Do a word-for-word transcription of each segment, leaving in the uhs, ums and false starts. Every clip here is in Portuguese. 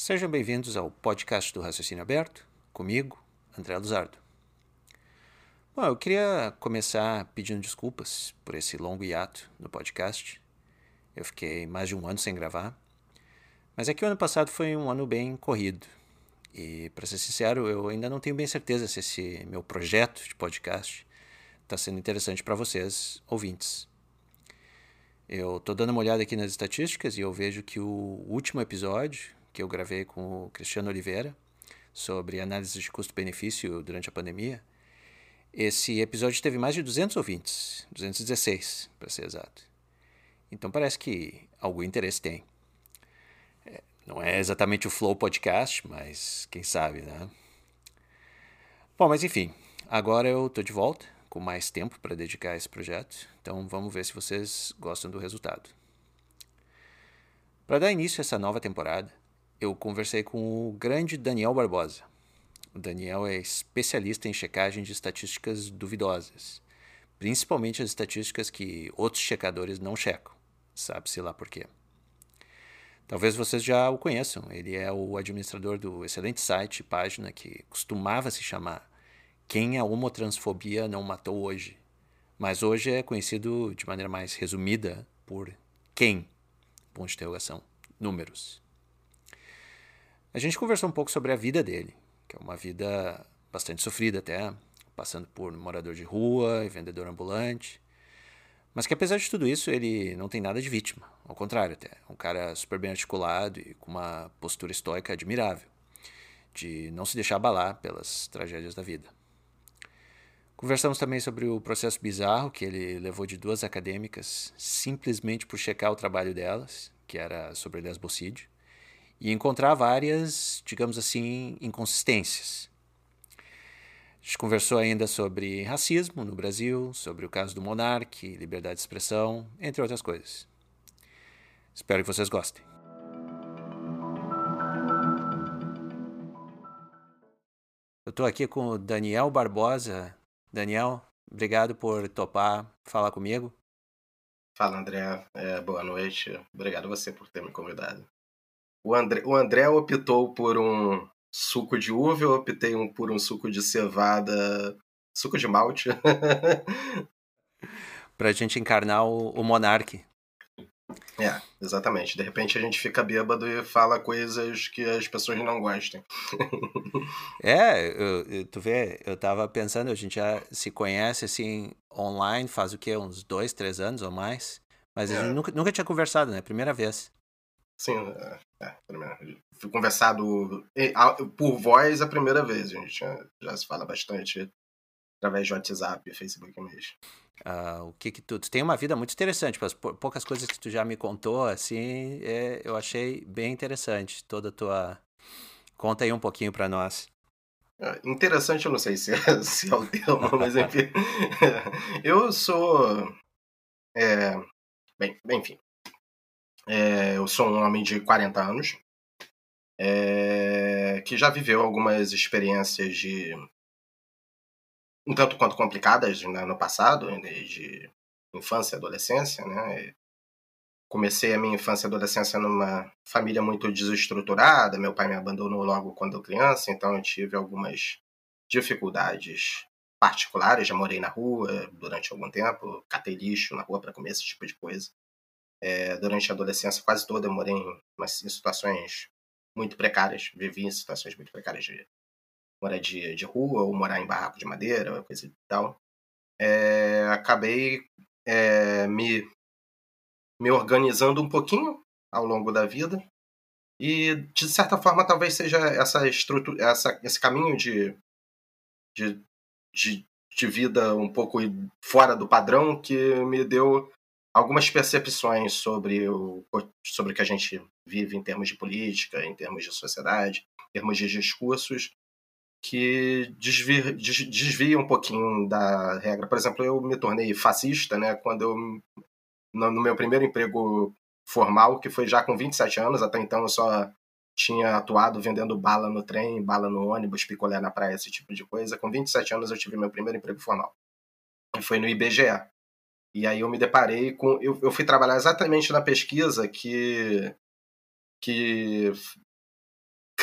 Sejam bem-vindos ao podcast do Raciocínio Aberto, comigo, André Luzardo. Bom, eu queria começar pedindo desculpas por esse longo hiato no podcast. Eu fiquei mais de um ano sem gravar, mas é que o ano passado foi um ano bem corrido. E, para ser sincero, eu ainda não tenho bem certeza se esse meu projeto de podcast está sendo interessante para vocês, ouvintes. Eu estou dando uma olhada aqui nas estatísticas e eu vejo que o último episódio que eu gravei com o Cristiano Oliveira sobre análise de custo-benefício durante a pandemia, esse episódio teve mais de duzentos ouvintes, duzentos e dezesseis para ser exato. Então parece que algum interesse tem. É, não é exatamente o Flow Podcast, mas quem sabe, né? Bom, mas enfim, agora eu estou de volta, com mais tempo para dedicar a esse projeto, então vamos ver se vocês gostam do resultado. Para dar início a essa nova temporada, eu conversei com o grande Daniel Barbosa. O Daniel é especialista em checagem de estatísticas duvidosas, principalmente as estatísticas que outros checadores não checam, sabe-se lá por quê. Talvez vocês já o conheçam, ele é o administrador do excelente site e página que costumava se chamar Quem a Homotransfobia Não Matou Hoje, mas hoje é conhecido de maneira mais resumida por Quem? Ponto de interrogação, números. A gente conversou um pouco sobre a vida dele, que é uma vida bastante sofrida até, passando por morador de rua e vendedor ambulante, mas que apesar de tudo isso ele não tem nada de vítima, ao contrário até, é um cara super bem articulado e com uma postura estoica admirável, de não se deixar abalar pelas tragédias da vida. Conversamos também sobre o processo bizarro que ele levou de duas acadêmicas simplesmente por checar o trabalho delas, que era sobre lesbocídio, e encontrar várias, digamos assim, inconsistências. A gente conversou ainda sobre racismo no Brasil, sobre o caso do Monark, liberdade de expressão, entre outras coisas. Espero que vocês gostem. Eu estou aqui com o Daniel Barbosa. Daniel, obrigado por topar falar comigo. Fala, André. É, boa noite. Obrigado a você por ter me convidado. O André, o André optou por um suco de uva, eu optei um, por um suco de cevada, suco de malte. Pra gente encarnar o, o Monark. É, exatamente. De repente a gente fica bêbado e fala coisas que as pessoas não gostam. É, eu, eu, tu vê, eu tava pensando, a gente já se conhece assim online faz o quê? Uns dois, três anos ou mais? Mas a gente É, nunca, nunca tinha conversado, né? Primeira vez. sim, é, é, fui conversado por voz a primeira vez. A gente já, já se fala bastante através de WhatsApp e Facebook mesmo. Uh, o que que tu, tu tem uma vida muito interessante, as poucas coisas que tu já me contou, assim, é, eu achei bem interessante toda a tua... Conta aí um pouquinho pra nós. Interessante, eu não sei se é, se é o termo, mas enfim. Eu sou. É, bem, enfim. É, eu sou um homem de quarenta anos é, que já viveu algumas experiências de. Um tanto quanto complicadas, né, no passado, desde infância e adolescência, né? Comecei a minha infância e adolescência numa família muito desestruturada. Meu pai me abandonou logo quando eu criança, então eu tive algumas dificuldades particulares. Já morei na rua durante algum tempo, catei lixo na rua para comer, esse tipo de coisa. É, durante a adolescência quase toda eu morei em, em situações muito precárias, vivi em situações muito precárias de moradia de rua ou morar em barraco de madeira, coisa e tal. É, acabei é, me me organizando um pouquinho ao longo da vida e, de certa forma, talvez seja essa estrutura, essa, esse caminho de, de, de, de vida um pouco fora do padrão que me deu algumas percepções sobre o, sobre o que a gente vive em termos de política, em termos de sociedade, em termos de discursos, que desvia, desvia um pouquinho da regra. Por exemplo, eu me tornei fascista, né, quando eu, no, no meu primeiro emprego formal, que foi já com vinte e sete anos. Até então eu só tinha atuado vendendo bala no trem, bala no ônibus, picolé na praia, esse tipo de coisa. Com vinte e sete anos eu tive meu primeiro emprego formal. E foi no I B G E. E aí eu me deparei com... Eu, eu fui trabalhar exatamente na pesquisa que, que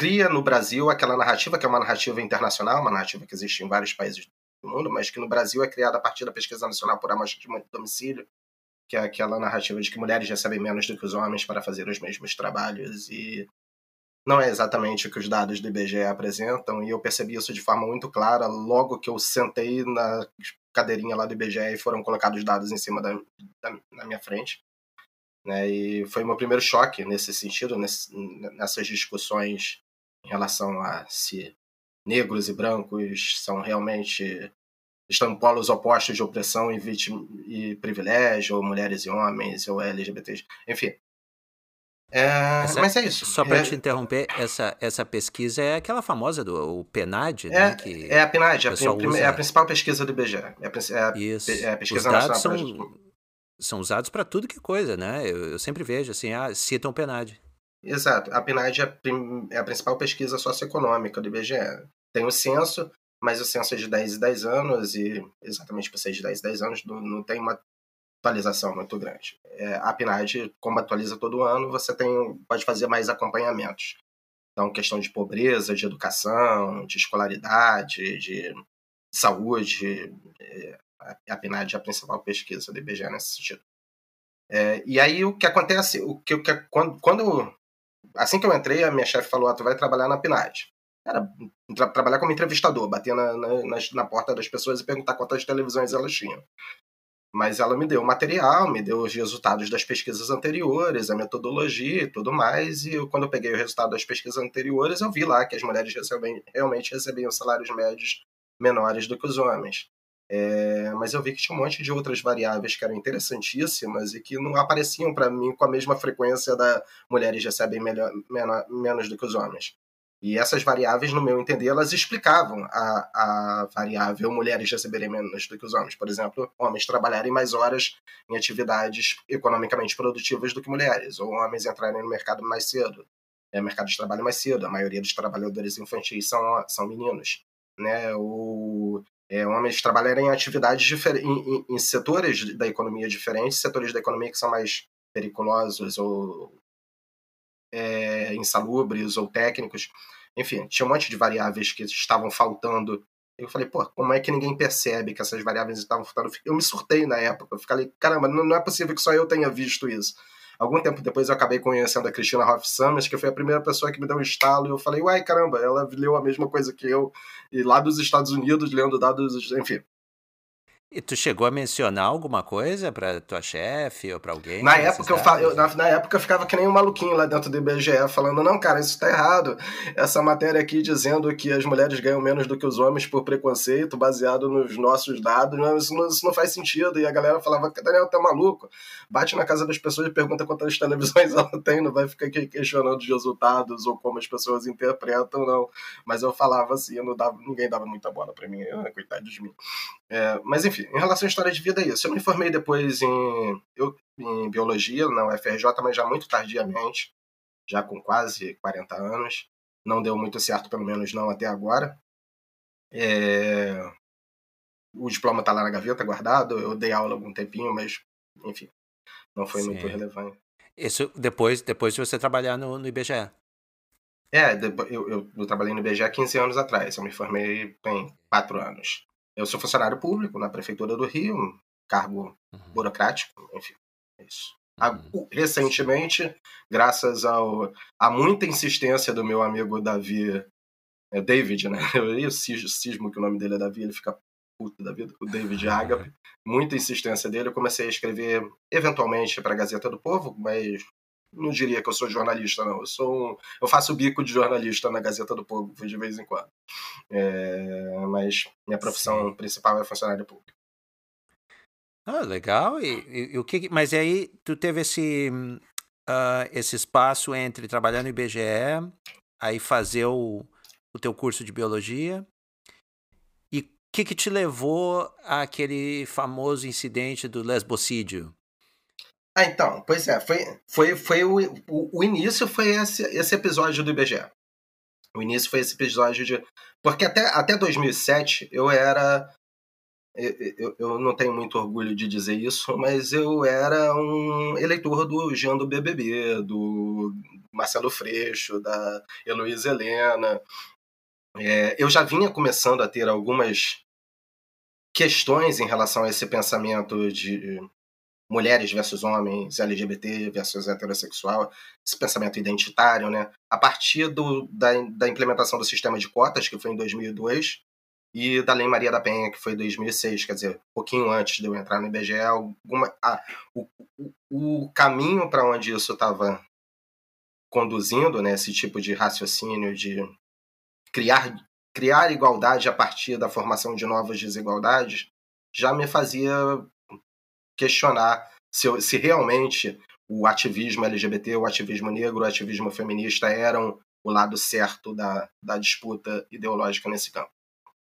cria no Brasil aquela narrativa, que é uma narrativa internacional, uma narrativa que existe em vários países do mundo, mas que no Brasil é criada a partir da Pesquisa Nacional por Amostra de Domicílio, que é aquela narrativa de que mulheres recebem menos do que os homens para fazer os mesmos trabalhos, e não é exatamente o que os dados do I B G E apresentam, e eu percebi isso de forma muito clara logo que eu sentei na cadeirinha lá do I B G E e foram colocados os dados em cima da, da na minha frente. Né, e foi o meu primeiro choque nesse sentido, nesse, nessas discussões em relação a se negros e brancos são realmente, estão em polos opostos de opressão e, vítima, e privilégio, ou mulheres e homens, ou L G B T, enfim. É, essa, mas é isso. Só para é, te interromper, essa, essa pesquisa é aquela famosa do o PNAD, é, né? Que é a PNAD, o pessoal a, prim, usa... é a principal pesquisa do I B G E. É a, Isso. é a pesquisa Os dados nacional são, pra... são usados para tudo que é coisa, né? Eu, eu sempre vejo assim, ah, citam o PNAD. Exato. A PNAD é a, prim, é a principal pesquisa socioeconômica do I B G E. Tem o censo, mas o censo é de dez em dez anos, e exatamente por ser de dez em dez anos, não, não tem uma atualização muito grande. É, a PNAD, como atualiza todo ano, você tem, pode fazer mais acompanhamentos. Então, questão de pobreza, de educação, de escolaridade, de saúde, é, a PNAD é a principal pesquisa do I B G E nesse sentido. É, e aí, o que acontece, o que, o que quando, quando assim que eu entrei, a minha chefe falou, ah, tu vai trabalhar na PNAD. Era tra trabalhar como entrevistador, bater na, na, na porta das pessoas e perguntar quantas televisões elas tinham. Mas ela me deu o material, me deu os resultados das pesquisas anteriores, a metodologia e tudo mais, e eu, quando eu peguei o resultado das pesquisas anteriores, eu vi lá que as mulheres recebem, realmente recebiam salários médios menores do que os homens. É, mas eu vi que tinha um monte de outras variáveis que eram interessantíssimas e que não apareciam para mim com a mesma frequência da mulheres recebem melhor, menor, menos do que os homens. E essas variáveis, no meu entender, elas explicavam a, a variável mulheres receberem menos do que os homens. Por exemplo, homens trabalharem mais horas em atividades economicamente produtivas do que mulheres, ou homens entrarem no mercado mais cedo, é, mercado de trabalho mais cedo. A maioria dos trabalhadores infantis são, são meninos. Né? O, é, homens trabalharem em atividades diferentes, em, em, em setores da economia diferentes, setores da economia que são mais periculosos ou é, insalubres ou técnicos. Enfim, tinha um monte de variáveis que estavam faltando. Eu falei, pô, como é que ninguém percebe que essas variáveis estavam faltando? Eu me surtei na época. Eu falei, caramba, não é possível que só eu tenha visto isso. Algum tempo depois eu acabei conhecendo a Cristina Hoff Summers, que foi a primeira pessoa que me deu um estalo, e eu falei, uai, caramba, ela leu a mesma coisa que eu, e lá dos Estados Unidos, lendo dados, enfim. E tu chegou a mencionar alguma coisa para tua chefe ou para alguém? Na época, eu, eu, na, na época eu ficava que nem um maluquinho lá dentro do I B G E, falando, não, cara, isso tá errado. Essa matéria aqui dizendo que as mulheres ganham menos do que os homens por preconceito, baseado nos nossos dados, não, isso, não, isso não faz sentido. E a galera falava, Daniel, tá maluco? Bate na casa das pessoas e pergunta quantas televisões ela tem, não vai ficar questionando os resultados ou como as pessoas interpretam, não. Mas eu falava assim, eu não dava, ninguém dava muita bola pra mim, eu, coitado de mim. É, mas enfim, em relação à história de vida é isso. Eu me formei depois em, eu, em biologia na U F R J, mas já muito tardiamente, já com quase quarenta anos. Não deu muito certo, pelo menos não até agora. É, o diploma está lá na gaveta, guardado. Eu dei aula algum tempinho, mas enfim, não foi Sim. muito relevante. Isso depois, depois de você trabalhar no, no I B G E? É, eu, eu, eu trabalhei no I B G E há quinze anos atrás. Eu me formei tem quatro anos. Eu sou funcionário público na Prefeitura do Rio, um cargo uhum. burocrático, enfim, é isso. Uhum. Recentemente, graças ao, a muita insistência do meu amigo Davi, é David, né? Eu cismo que o nome dele é Davi, ele fica puto da vida, o David Agape. Uhum. Muita insistência dele, eu comecei a escrever eventualmente para a Gazeta do Povo, mas não diria que eu sou jornalista, não. Eu sou um, eu faço bico de jornalista na Gazeta do Povo de vez em quando. É, mas minha profissão Sim. principal é funcionário público. Ah, legal. E, e, e o que? Mas aí tu teve esse uh, esse espaço entre trabalhar no I B G E, aí fazer o, o teu curso de biologia. E o que que te levou àquele famoso incidente do lesbocídio? Ah, então, pois é, foi, foi, foi o, o, o início foi esse, esse episódio do I B G E. O início foi esse episódio de... Porque até, até dois mil e sete eu era... Eu, eu, eu não tenho muito orgulho de dizer isso, mas eu era um eleitor do Jean do B B B, do Marcelo Freixo, da Heloísa Helena. É, eu já vinha começando a ter algumas questões em relação a esse pensamento de mulheres versus homens, L G B T versus heterossexual, esse pensamento identitário, né? A partir do, da, da implementação do sistema de cotas, que foi em dois mil e dois, e da Lei Maria da Penha, que foi em dois mil e seis, quer dizer, um pouquinho antes de eu entrar no I B G E, alguma, ah, o, o, o caminho para onde isso estava conduzindo, né, esse tipo de raciocínio de criar, criar igualdade a partir da formação de novas desigualdades, já me fazia questionar se, eu, se realmente o ativismo L G B T, o ativismo negro, o ativismo feminista eram o lado certo da, da disputa ideológica nesse campo.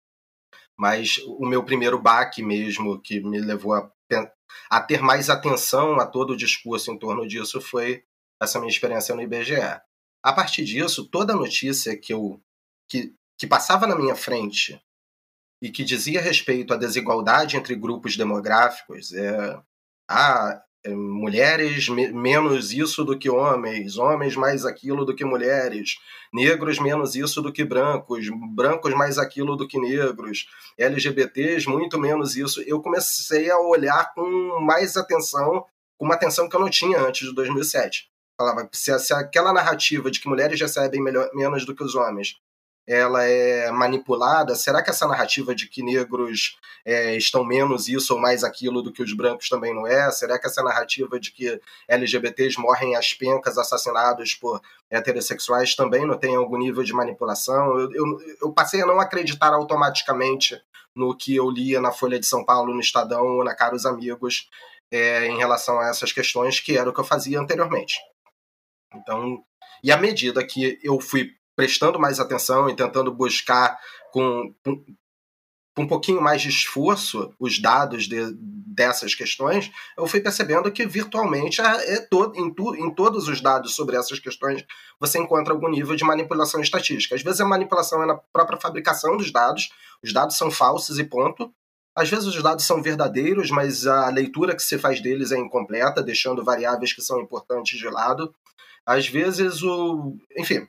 Mas o meu primeiro baque mesmo, que me levou a, a ter mais atenção a todo o discurso em torno disso, foi essa minha experiência no I B G E. A partir disso, toda notícia que, eu, que, que passava na minha frente e que dizia respeito à desigualdade entre grupos demográficos, é, ah, é, mulheres me, menos isso do que homens, homens mais aquilo do que mulheres, negros menos isso do que brancos, brancos mais aquilo do que negros, L G B Ts muito menos isso. Eu comecei a olhar com mais atenção, com uma atenção que eu não tinha antes de dois mil e sete. Falava, se, se aquela narrativa de que mulheres recebem melhor, menos do que os homens, ela é manipulada, será que essa narrativa de que negros é, estão menos isso ou mais aquilo do que os brancos também não é? Será que essa narrativa de que L G B Ts morrem às pencas assassinados por heterossexuais também não tem algum nível de manipulação? Eu, eu, eu passei a não acreditar automaticamente no que eu lia na Folha de São Paulo, no Estadão ou na Caros Amigos é, em relação a essas questões, que era o que eu fazia anteriormente. Então, e à medida que eu fui prestando mais atenção e tentando buscar com, com, com um pouquinho mais de esforço os dados de, dessas questões, eu fui percebendo que virtualmente é todo, em, tu, em todos os dados sobre essas questões você encontra algum nível de manipulação estatística. Às vezes a manipulação é na própria fabricação dos dados, os dados são falsos e ponto. Às vezes os dados são verdadeiros, mas a leitura que se faz deles é incompleta, deixando variáveis que são importantes de lado. Às vezes o... Enfim,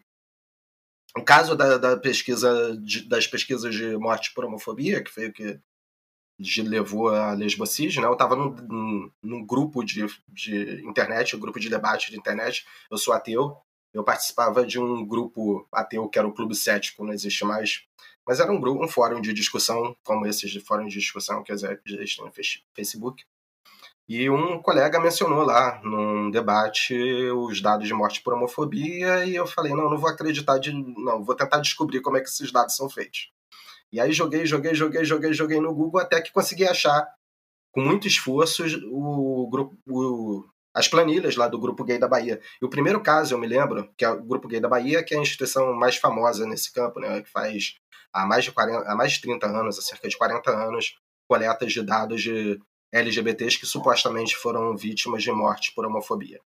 o caso da, da pesquisa de, das pesquisas de morte por homofobia, que foi o que levou a lesbocídio, né? Eu estava num, num, num grupo de, de internet, um grupo de debate de internet. Eu sou ateu. Eu participava de um grupo ateu que era o Clube Cético, não existe mais. Mas era um, grupo, um fórum de discussão, como esses de fórum de discussão que existem no Facebook. E um colega mencionou lá, num debate, os dados de morte por homofobia, e eu falei, não, não vou acreditar, de, não, vou tentar descobrir como é que esses dados são feitos. E aí joguei, joguei, joguei, joguei, joguei no Google, até que consegui achar, com muito esforço, o grupo, o, as planilhas lá do Grupo Gay da Bahia. E o primeiro caso, eu me lembro, que é o Grupo Gay da Bahia, que é a instituição mais famosa nesse campo, né, que faz há mais de, quarenta, há mais de trinta anos, há cerca de quarenta anos, coletas de dados de L G B Ts que supostamente foram vítimas de morte por homofobia.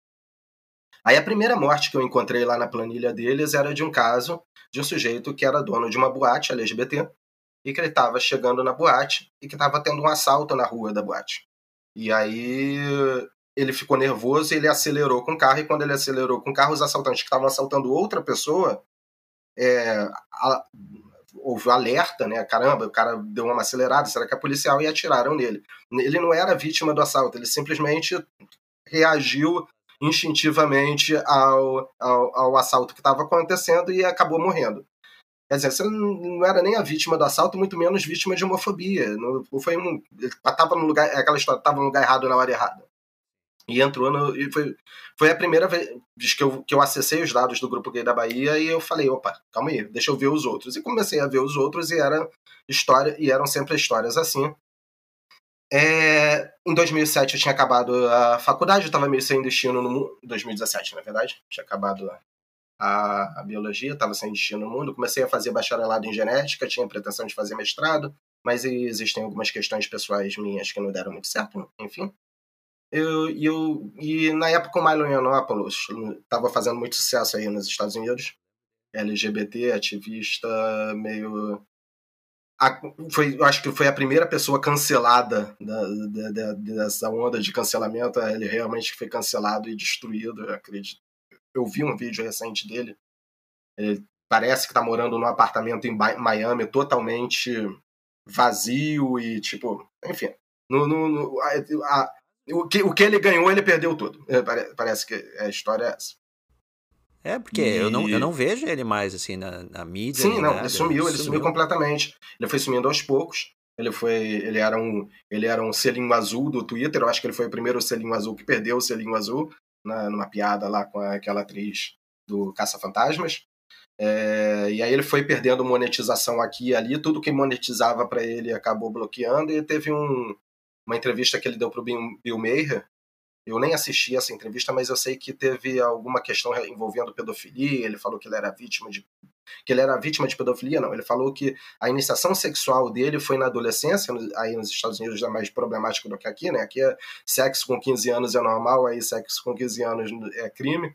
Aí a primeira morte que eu encontrei lá na planilha deles era de um caso de um sujeito que era dono de uma boate L G B T e que ele estava chegando na boate e que estava tendo um assalto na rua da boate. E aí ele ficou nervoso e ele acelerou com o carro, e quando ele acelerou com o carro, os assaltantes que estavam assaltando outra pessoa é, a, houve um alerta, né? Caramba, o cara deu uma acelerada, será que é policial? E atiraram nele. Ele não era vítima do assalto, ele simplesmente reagiu instintivamente ao, ao, ao assalto que estava acontecendo e acabou morrendo. Quer dizer, você não era nem a vítima do assalto, muito menos vítima de homofobia. Não, foi um, ele estava no lugar, aquela história, estava no lugar errado na hora errada. E entrou no, e foi, foi a primeira vez que eu, que eu acessei os dados do Grupo Gay da Bahia e eu falei, opa, calma aí, deixa eu ver os outros. E comecei a ver os outros e, era história, e eram sempre histórias assim. É, em dois mil e sete eu tinha acabado a faculdade, eu estava meio sem destino no mundo. dois mil e dezessete, na verdade, tinha acabado a, a, a biologia, estava sem destino no mundo. Comecei a fazer bacharelado em genética, tinha pretensão de fazer mestrado, mas existem algumas questões pessoais minhas que não deram muito certo, enfim. Eu, eu, e na época o Milo Yiannopoulos estava fazendo muito sucesso aí nos Estados Unidos, L G B T, ativista, meio... A, foi, eu acho que foi a primeira pessoa cancelada da, da, da, dessa onda de cancelamento. Ele realmente foi cancelado e destruído, eu acredito. eu vi um vídeo recente dele, ele parece que tá morando num apartamento em Miami totalmente vazio e, tipo, enfim, no, no, no, a, a, o, que, o que ele ganhou, ele perdeu tudo. É, parece que a história é essa. É, porque E... eu, não, eu não vejo ele mais, assim, na, na mídia, Sim, nem não, nada. ele sumiu, ele sumiu completamente. Ele foi sumindo aos poucos. Ele foi, ele era um, ele era um selinho azul do Twitter. Eu acho que ele foi o primeiro selinho azul que perdeu o selinho azul na, numa piada lá com aquela atriz do Caça-Fantasmas. É, e aí ele foi perdendo monetização aqui e ali. Tudo que monetizava para ele acabou bloqueando. E teve um, uma entrevista que ele deu pro Bill, Bill Maher. Eu nem assisti essa entrevista, mas eu sei que teve alguma questão envolvendo pedofilia. Ele falou que ele era vítima de que ele era vítima de pedofilia, não. Ele falou que a iniciação sexual dele foi na adolescência. Aí nos Estados Unidos é mais problemático do que aqui, né? Aqui é sexo com quinze anos é normal, aí sexo com quinze anos é crime.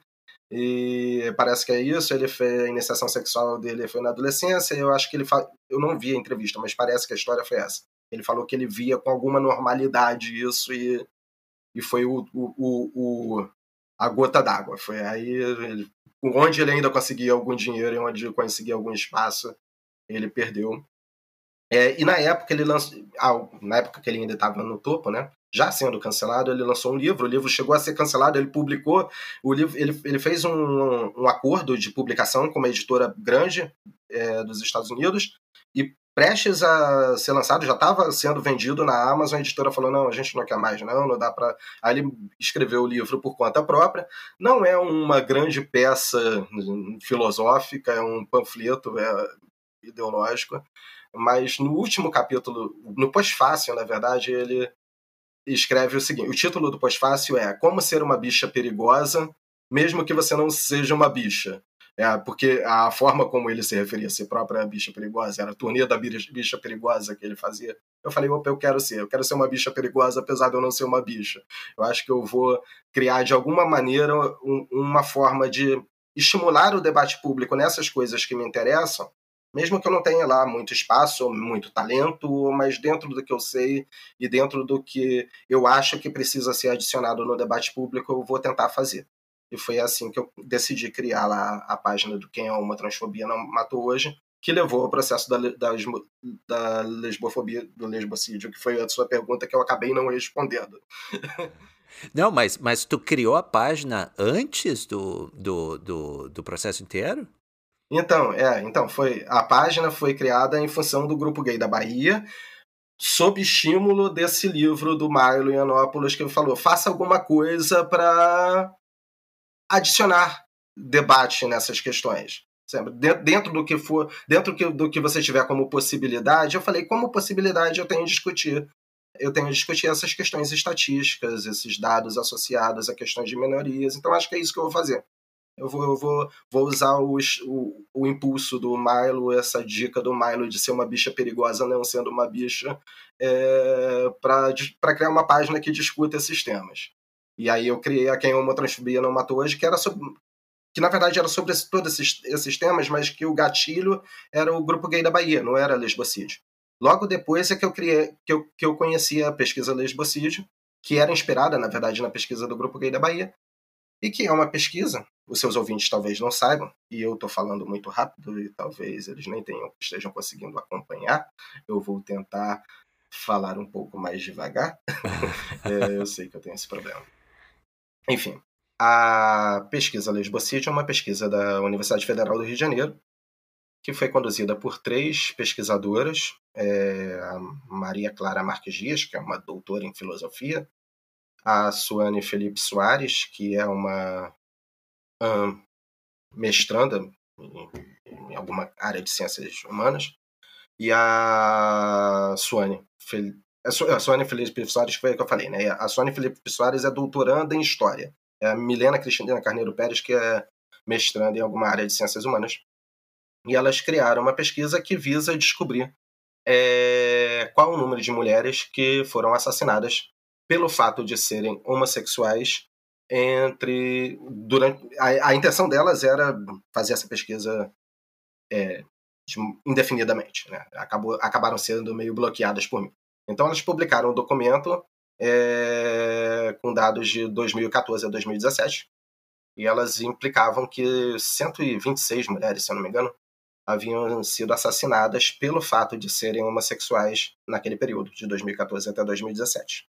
E parece que é isso. Ele fez, a iniciação sexual dele foi na adolescência. Eu acho que ele fa... eu não vi a entrevista, mas parece que a história foi essa. Ele falou que ele via com alguma normalidade isso e, e foi o, o, o, o... a gota d'água. Foi aí ele... onde ele ainda conseguia algum dinheiro e onde conseguia algum espaço, ele perdeu. É, e na época ele lançou, ah, na época que ele ainda estava no topo, né? Já sendo cancelado, ele lançou um livro. O livro chegou a ser cancelado, ele publicou o livro. Ele, ele fez um, um acordo de publicação com uma editora grande é, dos Estados Unidos e prestes a ser lançado, já estava sendo vendido na Amazon. A editora falou: não, a gente não quer mais, não, não dá para. Aí ele escreveu o livro por conta própria. Não é uma grande peça filosófica, é um panfleto é, ideológico. Mas no último capítulo, no pós-fácil, na verdade, ele escreve o seguinte: o título do pós-fácil é Como Ser uma Bicha Perigosa, mesmo que você não seja uma bicha. É, porque a forma como ele se referia a si próprio a bicha perigosa, era a turnê da bicha perigosa que ele fazia. Eu falei, opa, eu quero ser, eu quero ser uma bicha perigosa, apesar de eu não ser uma bicha. Eu acho que eu vou criar, de alguma maneira, um, uma forma de estimular o debate público nessas coisas que me interessam, mesmo que eu não tenha lá muito espaço, muito talento, mas dentro do que eu sei e dentro do que eu acho que precisa ser adicionado no debate público, eu vou tentar fazer. E foi assim que eu decidi criar lá a página do Quem é uma Transfobia Não Matou Hoje, que levou ao processo da, da, da lesbofobia, do lesbocídio, que foi a sua pergunta que eu acabei não respondendo. Não, mas, mas tu criou a página antes do, do, do, do processo inteiro? Então, é, então foi, a página foi criada em função do Grupo Gay da Bahia, sob estímulo desse livro do Milo Yiannopoulos, que ele falou, faça alguma coisa para adicionar debate nessas questões. Dentro do que for, dentro do que você tiver como possibilidade, eu falei, como possibilidade eu tenho de discutir. Eu tenho de discutir essas questões estatísticas, esses dados associados a questões de minorias. Então, acho que é isso que eu vou fazer. Eu vou, eu vou, vou usar o, o, o impulso do Milo, essa dica do Milo de ser uma bicha perigosa não sendo uma bicha, é, para criar uma página que discuta esses temas. E aí eu criei a Quem Uma Transfobia Não Matou Hoje, que era sobre, que na verdade era sobre esse, todos esses, esses temas, mas que o gatilho era o Grupo Gay da Bahia, não era lesbocídio. Logo depois é que eu criei, que eu, que eu conheci a pesquisa lesbocídio, que era inspirada, na verdade, na pesquisa do Grupo Gay da Bahia, e que é uma pesquisa, os seus ouvintes talvez não saibam, e eu estou falando muito rápido e talvez eles nem tenham, estejam conseguindo acompanhar. Eu vou tentar falar um pouco mais devagar. é, eu sei que eu tenho esse problema. Enfim, a pesquisa lesbocídio é uma pesquisa da Universidade Federal do Rio de Janeiro, que foi conduzida por três pesquisadoras, é, a Maria Clara Marques Dias, que é uma doutora em filosofia, a Suane Felipe Soares, que é uma um, mestranda em, em alguma área de ciências humanas, e a Suane, a Suane Felipe Soares, que foi o que eu falei, né? A Suane Felipe Soares é doutoranda em História. É a Milena Cristina Carneiro Pérez, que é mestranda em alguma área de ciências humanas. E elas criaram uma pesquisa que visa descobrir é, qual o número de mulheres que foram assassinadas pelo fato de serem homossexuais entre durante a, a intenção delas era fazer essa pesquisa é, indefinidamente, né? Acabou, acabaram sendo meio bloqueadas por mim. Então elas publicaram um documento é, com dados de dois mil e quatorze a dois mil e dezessete, e elas implicavam que cento e vinte e seis mulheres, se eu não me engano, haviam sido assassinadas pelo fato de serem homossexuais naquele período, de dois mil e quatorze até dois mil e dezessete.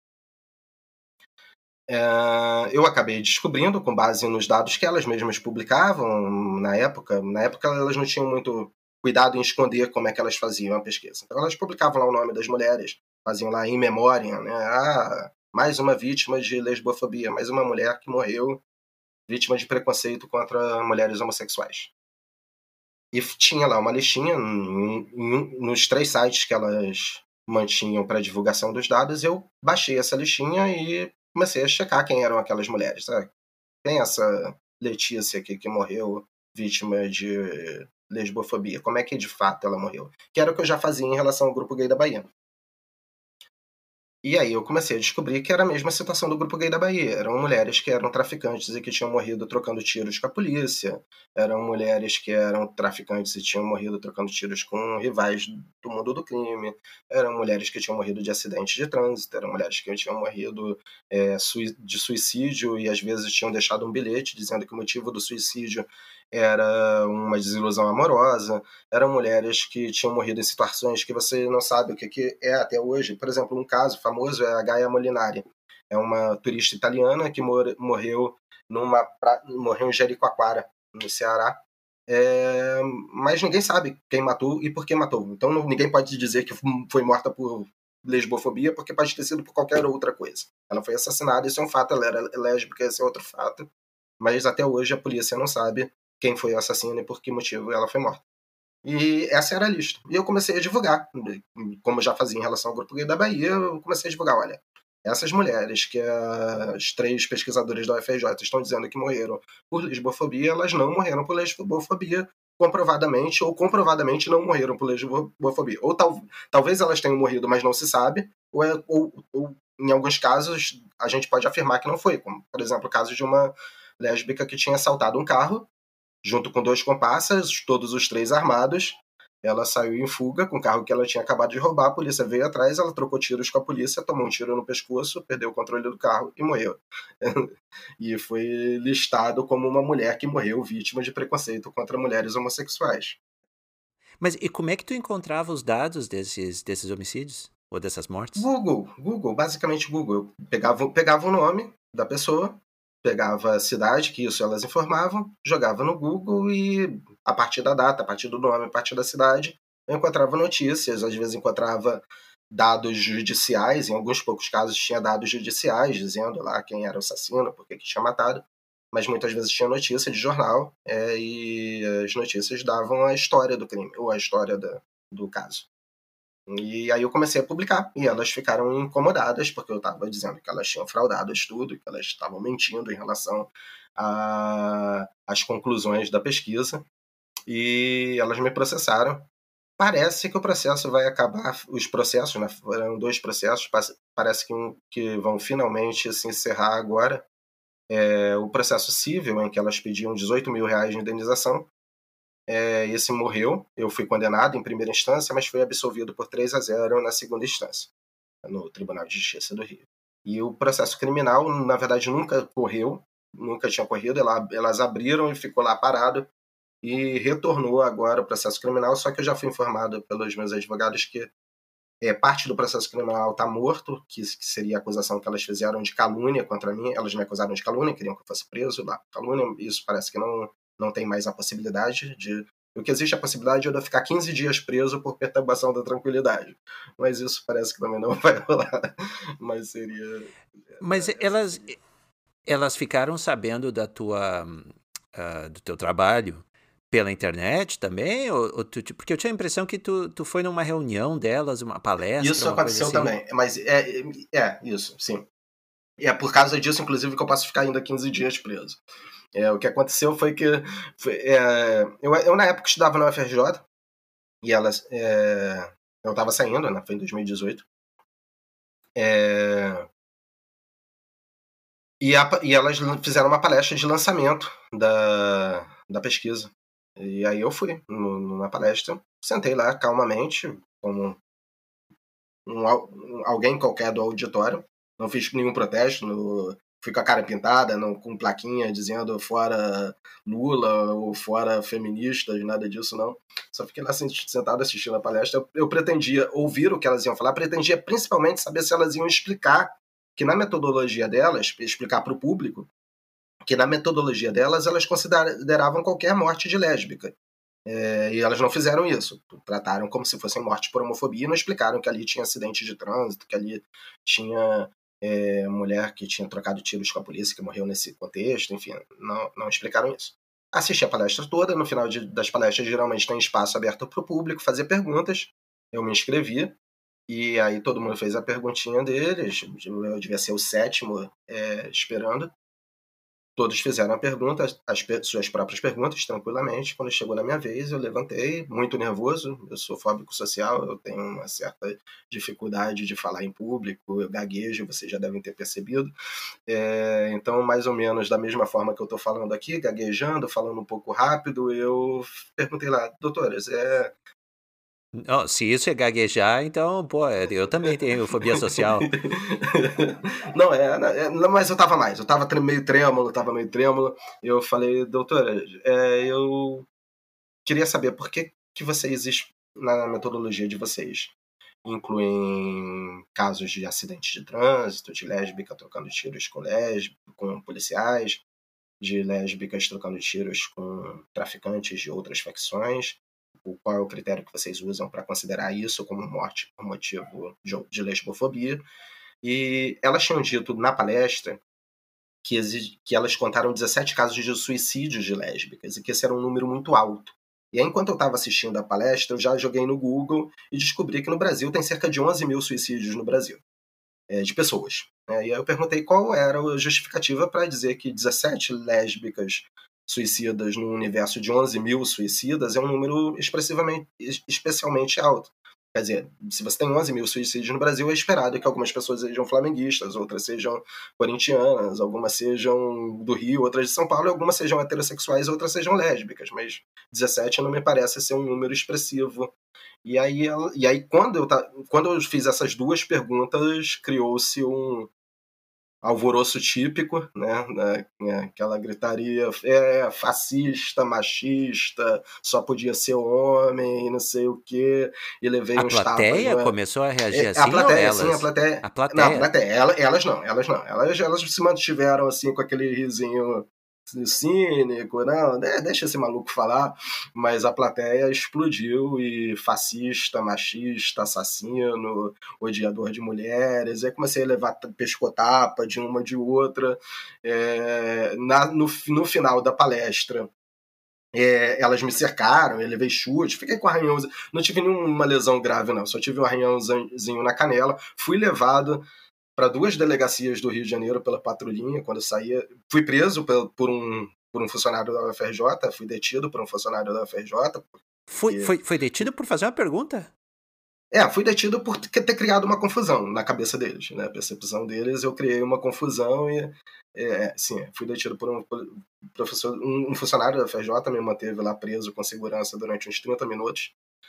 É, eu acabei descobrindo, com base nos dados que elas mesmas publicavam na época, na época elas não tinham muito cuidado em esconder como é que elas faziam a pesquisa. Então elas publicavam lá o nome das mulheres, faziam lá em memória, né? Ah, mais uma vítima de lesbofobia, mais uma mulher que morreu vítima de preconceito contra mulheres homossexuais. E tinha lá uma listinha em, em, nos três sites que elas mantinham para divulgação dos dados. Eu baixei essa listinha e comecei a checar quem eram aquelas mulheres. Sabe? Tem essa Letícia aqui que morreu vítima de lesbofobia. Como é que de fato ela morreu? Que era o que eu já fazia em relação ao grupo gay da Bahia. E aí eu comecei a descobrir que era a mesma situação do grupo gay da Bahia. Eram mulheres que eram traficantes e que tinham morrido trocando tiros com a polícia. Eram mulheres que eram traficantes e tinham morrido trocando tiros com rivais do mundo do crime. Eram mulheres que tinham morrido de acidentes de trânsito. Eram mulheres que tinham morrido é, de suicídio e às vezes tinham deixado um bilhete dizendo que o motivo do suicídio era uma desilusão amorosa. Eram mulheres que tinham morrido em situações que você não sabe o que, que é até hoje. Por exemplo, um caso famoso é a Gaia Molinari. É uma turista italiana que mor- morreu, numa pra... morreu em Jericoacoara, no Ceará. É... Mas ninguém sabe quem matou e por que matou. Então ninguém pode dizer que foi morta por lesbofobia, porque pode ter sido por qualquer outra coisa. Ela foi assassinada, isso é um fato. Ela era lésbica, esse é outro fato. Mas até hoje a polícia não sabe quem foi o assassino e por que motivo ela foi morta. E essa era a lista. E eu comecei a divulgar, como já fazia em relação ao grupo gay da Bahia, eu comecei a divulgar, olha, essas mulheres que as três pesquisadores da U F R J estão dizendo que morreram por lesbofobia, elas não morreram por lesbofobia comprovadamente, ou comprovadamente não morreram por lesbofobia. Ou tal, talvez elas tenham morrido, mas não se sabe, ou, é, ou, ou em alguns casos a gente pode afirmar que não foi, como por exemplo o caso de uma lésbica que tinha assaltado um carro junto com dois comparsas, todos os três armados. Ela saiu em fuga com o carro que ela tinha acabado de roubar, a polícia veio atrás, ela trocou tiros com a polícia, tomou um tiro no pescoço, perdeu o controle do carro e morreu. E foi listado como uma mulher que morreu vítima de preconceito contra mulheres homossexuais. Mas e como é que tu encontrava os dados desses, desses homicídios? Ou dessas mortes? Google, Google, basicamente Google. Eu pegava, pegava o nome da pessoa, pegava a cidade, que isso elas informavam, jogava no Google e a partir da data, a partir do nome, a partir da cidade, eu encontrava notícias, às vezes encontrava dados judiciais, em alguns poucos casos tinha dados judiciais dizendo lá quem era o assassino, por que tinha matado, mas muitas vezes tinha notícia de jornal é, e as notícias davam a história do crime, ou a história da, do caso. E aí eu comecei a publicar, e elas ficaram incomodadas, porque eu estava dizendo que elas tinham fraudado o estudo, que elas estavam mentindo em relação às conclusões da pesquisa, e elas me processaram. Parece que o processo vai acabar, os processos, né, foram dois processos, parece que, que vão finalmente se encerrar agora. É, o processo civil, em que elas pediam dezoito mil reais de indenização, É, esse morreu, eu fui condenado em primeira instância, mas fui absolvido por três a zero na segunda instância, no Tribunal de Justiça do Rio. E o processo criminal, na verdade, nunca correu, nunca tinha corrido, elas abriram e ficou lá parado, e retornou agora o processo criminal, só que eu já fui informado pelos meus advogados que é, parte do processo criminal está morto, que, que seria a acusação que elas fizeram de calúnia contra mim, elas me acusaram de calúnia, queriam que eu fosse preso lá, calúnia, isso parece que não não tem mais a possibilidade de... O que existe a possibilidade é de eu ficar quinze dias preso por perturbação da tranquilidade. Mas isso parece que também não vai rolar. Mas seria... Mas elas, seria... elas ficaram sabendo da tua, uh, do teu trabalho pela internet também? Ou, ou tu, porque eu tinha a impressão que tu, tu foi numa reunião delas, uma palestra, Isso uma aconteceu coisa assim. também. Mas é, é, isso, sim. E é por causa disso, inclusive, que eu posso ficar ainda quinze dias preso. É, o que aconteceu foi que foi, é, eu, eu na época estudava na U F R J e elas é, eu estava saindo, né, foi em dois mil e dezoito, é, e, a, e elas fizeram uma palestra de lançamento da, da pesquisa, e aí eu fui no, na palestra, sentei lá calmamente como um, um, alguém qualquer do auditório, não fiz nenhum protesto, no, fui com a cara pintada, não, com plaquinha dizendo fora Lula ou fora feministas, nada disso não. Só fiquei lá sentado assistindo a palestra. Eu, eu pretendia ouvir o que elas iam falar, pretendia principalmente saber se elas iam explicar que na metodologia delas, explicar para o público, que na metodologia delas elas consideravam qualquer morte de lésbica. É, e elas não fizeram isso. Trataram como se fossem mortes por homofobia e não explicaram que ali tinha acidente de trânsito, que ali tinha é, mulher que tinha trocado tiros com a polícia, que morreu nesse contexto, enfim, não, não explicaram isso. Assisti a palestra toda, no final de, das palestras geralmente tem espaço aberto para o público fazer perguntas, eu me inscrevi, e aí todo mundo fez a perguntinha deles, eu devia ser o sétimo é, esperando. Todos fizeram a pergunta, as suas próprias perguntas, tranquilamente. Quando chegou na minha vez, eu levantei, muito nervoso. Eu sou fóbico social, eu tenho uma certa dificuldade de falar em público, eu gaguejo, vocês já devem ter percebido. É, então, mais ou menos da mesma forma que eu estou falando aqui, gaguejando, falando um pouco rápido, eu perguntei lá, doutoras, é... Oh, se isso é gaguejar, então, pô, eu também tenho fobia social. Não, é, é, não, mas eu tava mais, eu tava meio trêmulo, tava meio trêmulo. Eu falei, doutora, é, eu queria saber por que, que vocês, na metodologia de vocês, incluem casos de acidentes de trânsito, de lésbica trocando tiros com, lésbica, com policiais, de lésbicas trocando tiros com traficantes de outras facções. Qual é o critério que vocês usam para considerar isso como morte por motivo de, de lesbofobia? E elas tinham dito na palestra que, exige, que elas contaram dezessete casos de suicídio de lésbicas e que esse era um número muito alto. E aí, enquanto eu estava assistindo a palestra, eu já joguei no Google e descobri que no Brasil tem cerca de onze mil suicídios no Brasil, é, de pessoas. É, e aí eu perguntei qual era a justificativa para dizer que dezessete lésbicas suicidas no universo de onze mil suicidas é um número expressivamente, especialmente alto. Quer dizer, se você tem onze mil suicídios no Brasil, é esperado que algumas pessoas sejam flamenguistas, outras sejam corintianas, algumas sejam do Rio, outras de São Paulo, e algumas sejam heterossexuais, outras sejam lésbicas, mas dezessete não me parece ser um número expressivo. E aí, e aí quando, eu, quando eu fiz essas duas perguntas, criou-se um alvoroço típico, né, né, aquela gritaria é, fascista, machista, só podia ser homem, não sei o quê, e levei a uns tapas. A plateia começou a reagir é, assim, a plateia, ou elas? Sim, a plateia. A plateia. Não, a plateia. Elas, elas não, elas não. Elas, elas se mantiveram assim com aquele risinho cínico, não, deixa esse maluco falar, mas a plateia explodiu e fascista, machista, assassino, odiador de mulheres, aí comecei a levar pescotapa de uma de outra, é, na, no, no final da palestra. É, elas me cercaram, eu levei chute, fiquei com arranhãozinho, não tive nenhuma lesão grave não, só tive um arranhãozinho na canela, fui levado para duas delegacias do Rio de Janeiro pela patrulhinha, quando eu saía, fui preso por, por, um, por um funcionário da U F R J, fui detido por um funcionário da U F R J. Foi, foi, foi detido por fazer uma pergunta? É, fui detido por ter criado uma confusão na cabeça deles, né? A percepção deles, eu criei uma confusão e, é, sim, fui detido por um professor, um, um funcionário da U F R J, me manteve lá preso com segurança durante uns trinta minutos.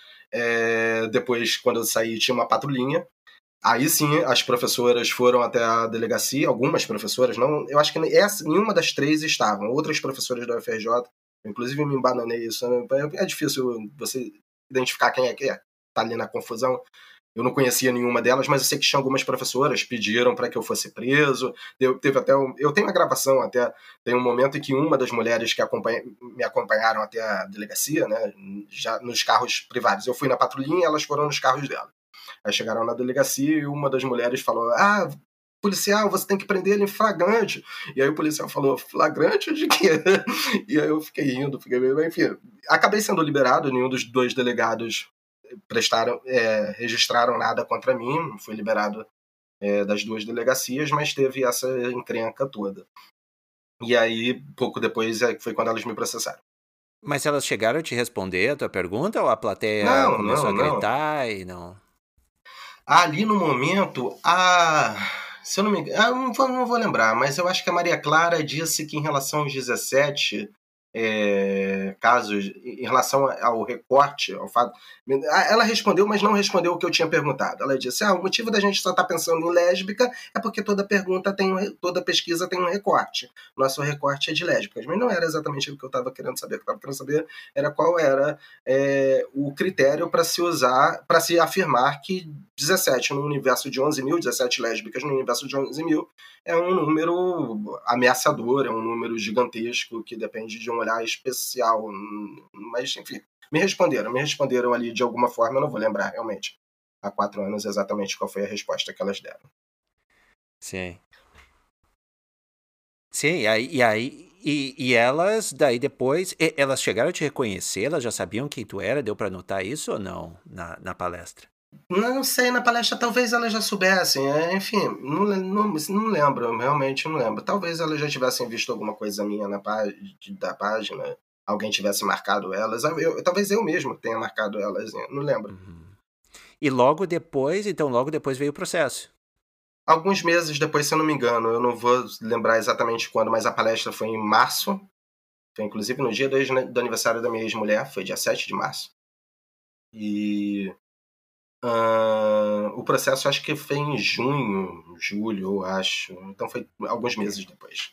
É, depois, quando eu saí, tinha uma patrulhinha. Aí sim, as professoras foram até a delegacia, algumas professoras, não, eu acho que essa, nenhuma das três estavam, outras professoras da U F R J, inclusive me embananei isso, né? É difícil você identificar quem é que é, tá ali na confusão. Eu não conhecia nenhuma delas, mas eu sei que tinha algumas professoras pediram para que eu fosse preso. Eu, teve até um, eu tenho uma gravação até, tem um momento em que uma das mulheres que acompanha, me acompanharam até a delegacia, né, já nos carros privados, eu fui na patrulhinha e elas foram nos carros dela. Aí chegaram na delegacia e uma das mulheres falou, ah, policial, você tem que prender ele em flagrante. E aí o policial falou, flagrante de quê? E aí eu fiquei rindo, fiquei meio, enfim, acabei sendo liberado, nenhum dos dois delegados prestaram, é, registraram nada contra mim, fui liberado é, das duas delegacias, mas teve essa encrenca toda. E aí, pouco depois, foi quando elas me processaram. Mas elas chegaram a te responder a tua pergunta ou a plateia não, começou não, a gritar não. e não? Ali no momento, a... se eu não me engano, ah, não vou, não vou lembrar, mas eu acho que a Maria Clara disse que em relação aos dezessete, é, casos em relação ao recorte, ao fato. Ela respondeu, mas não respondeu o que eu tinha perguntado. Ela disse: ah, o motivo da gente só estar pensando em lésbica é porque toda pergunta tem um, toda pesquisa tem um recorte. Nosso recorte é de lésbicas. Mas não era exatamente o que eu estava querendo saber. O que eu estava querendo saber era qual era é, o critério para se usar, para se afirmar que dezessete no universo de onze mil, dezessete lésbicas no universo de onze mil, é um número ameaçador, é um número gigantesco que depende de um olhar especial. Mas, enfim, me responderam, me responderam ali de alguma forma, eu não vou lembrar realmente há quatro anos exatamente qual foi a resposta que elas deram. Sim. Sim, e aí, e, aí e, e elas, daí depois, e, elas chegaram a te reconhecer, elas já sabiam quem tu era, deu pra notar isso ou não na, na palestra? Não sei, na palestra talvez elas já soubessem, é, enfim, não, não, não lembro, realmente não lembro. Talvez elas já tivessem visto alguma coisa minha na página, da página, alguém tivesse marcado elas, eu, talvez eu mesmo tenha marcado elas, não lembro. Uhum. E logo depois, então logo depois veio o processo. Alguns meses depois, se eu não me engano, eu não vou lembrar exatamente quando, mas a palestra foi em março, foi inclusive no dia do, do aniversário da minha ex-mulher, foi dia sete de março. E uh, o processo acho que foi em junho, julho, eu acho. Então foi alguns meses depois.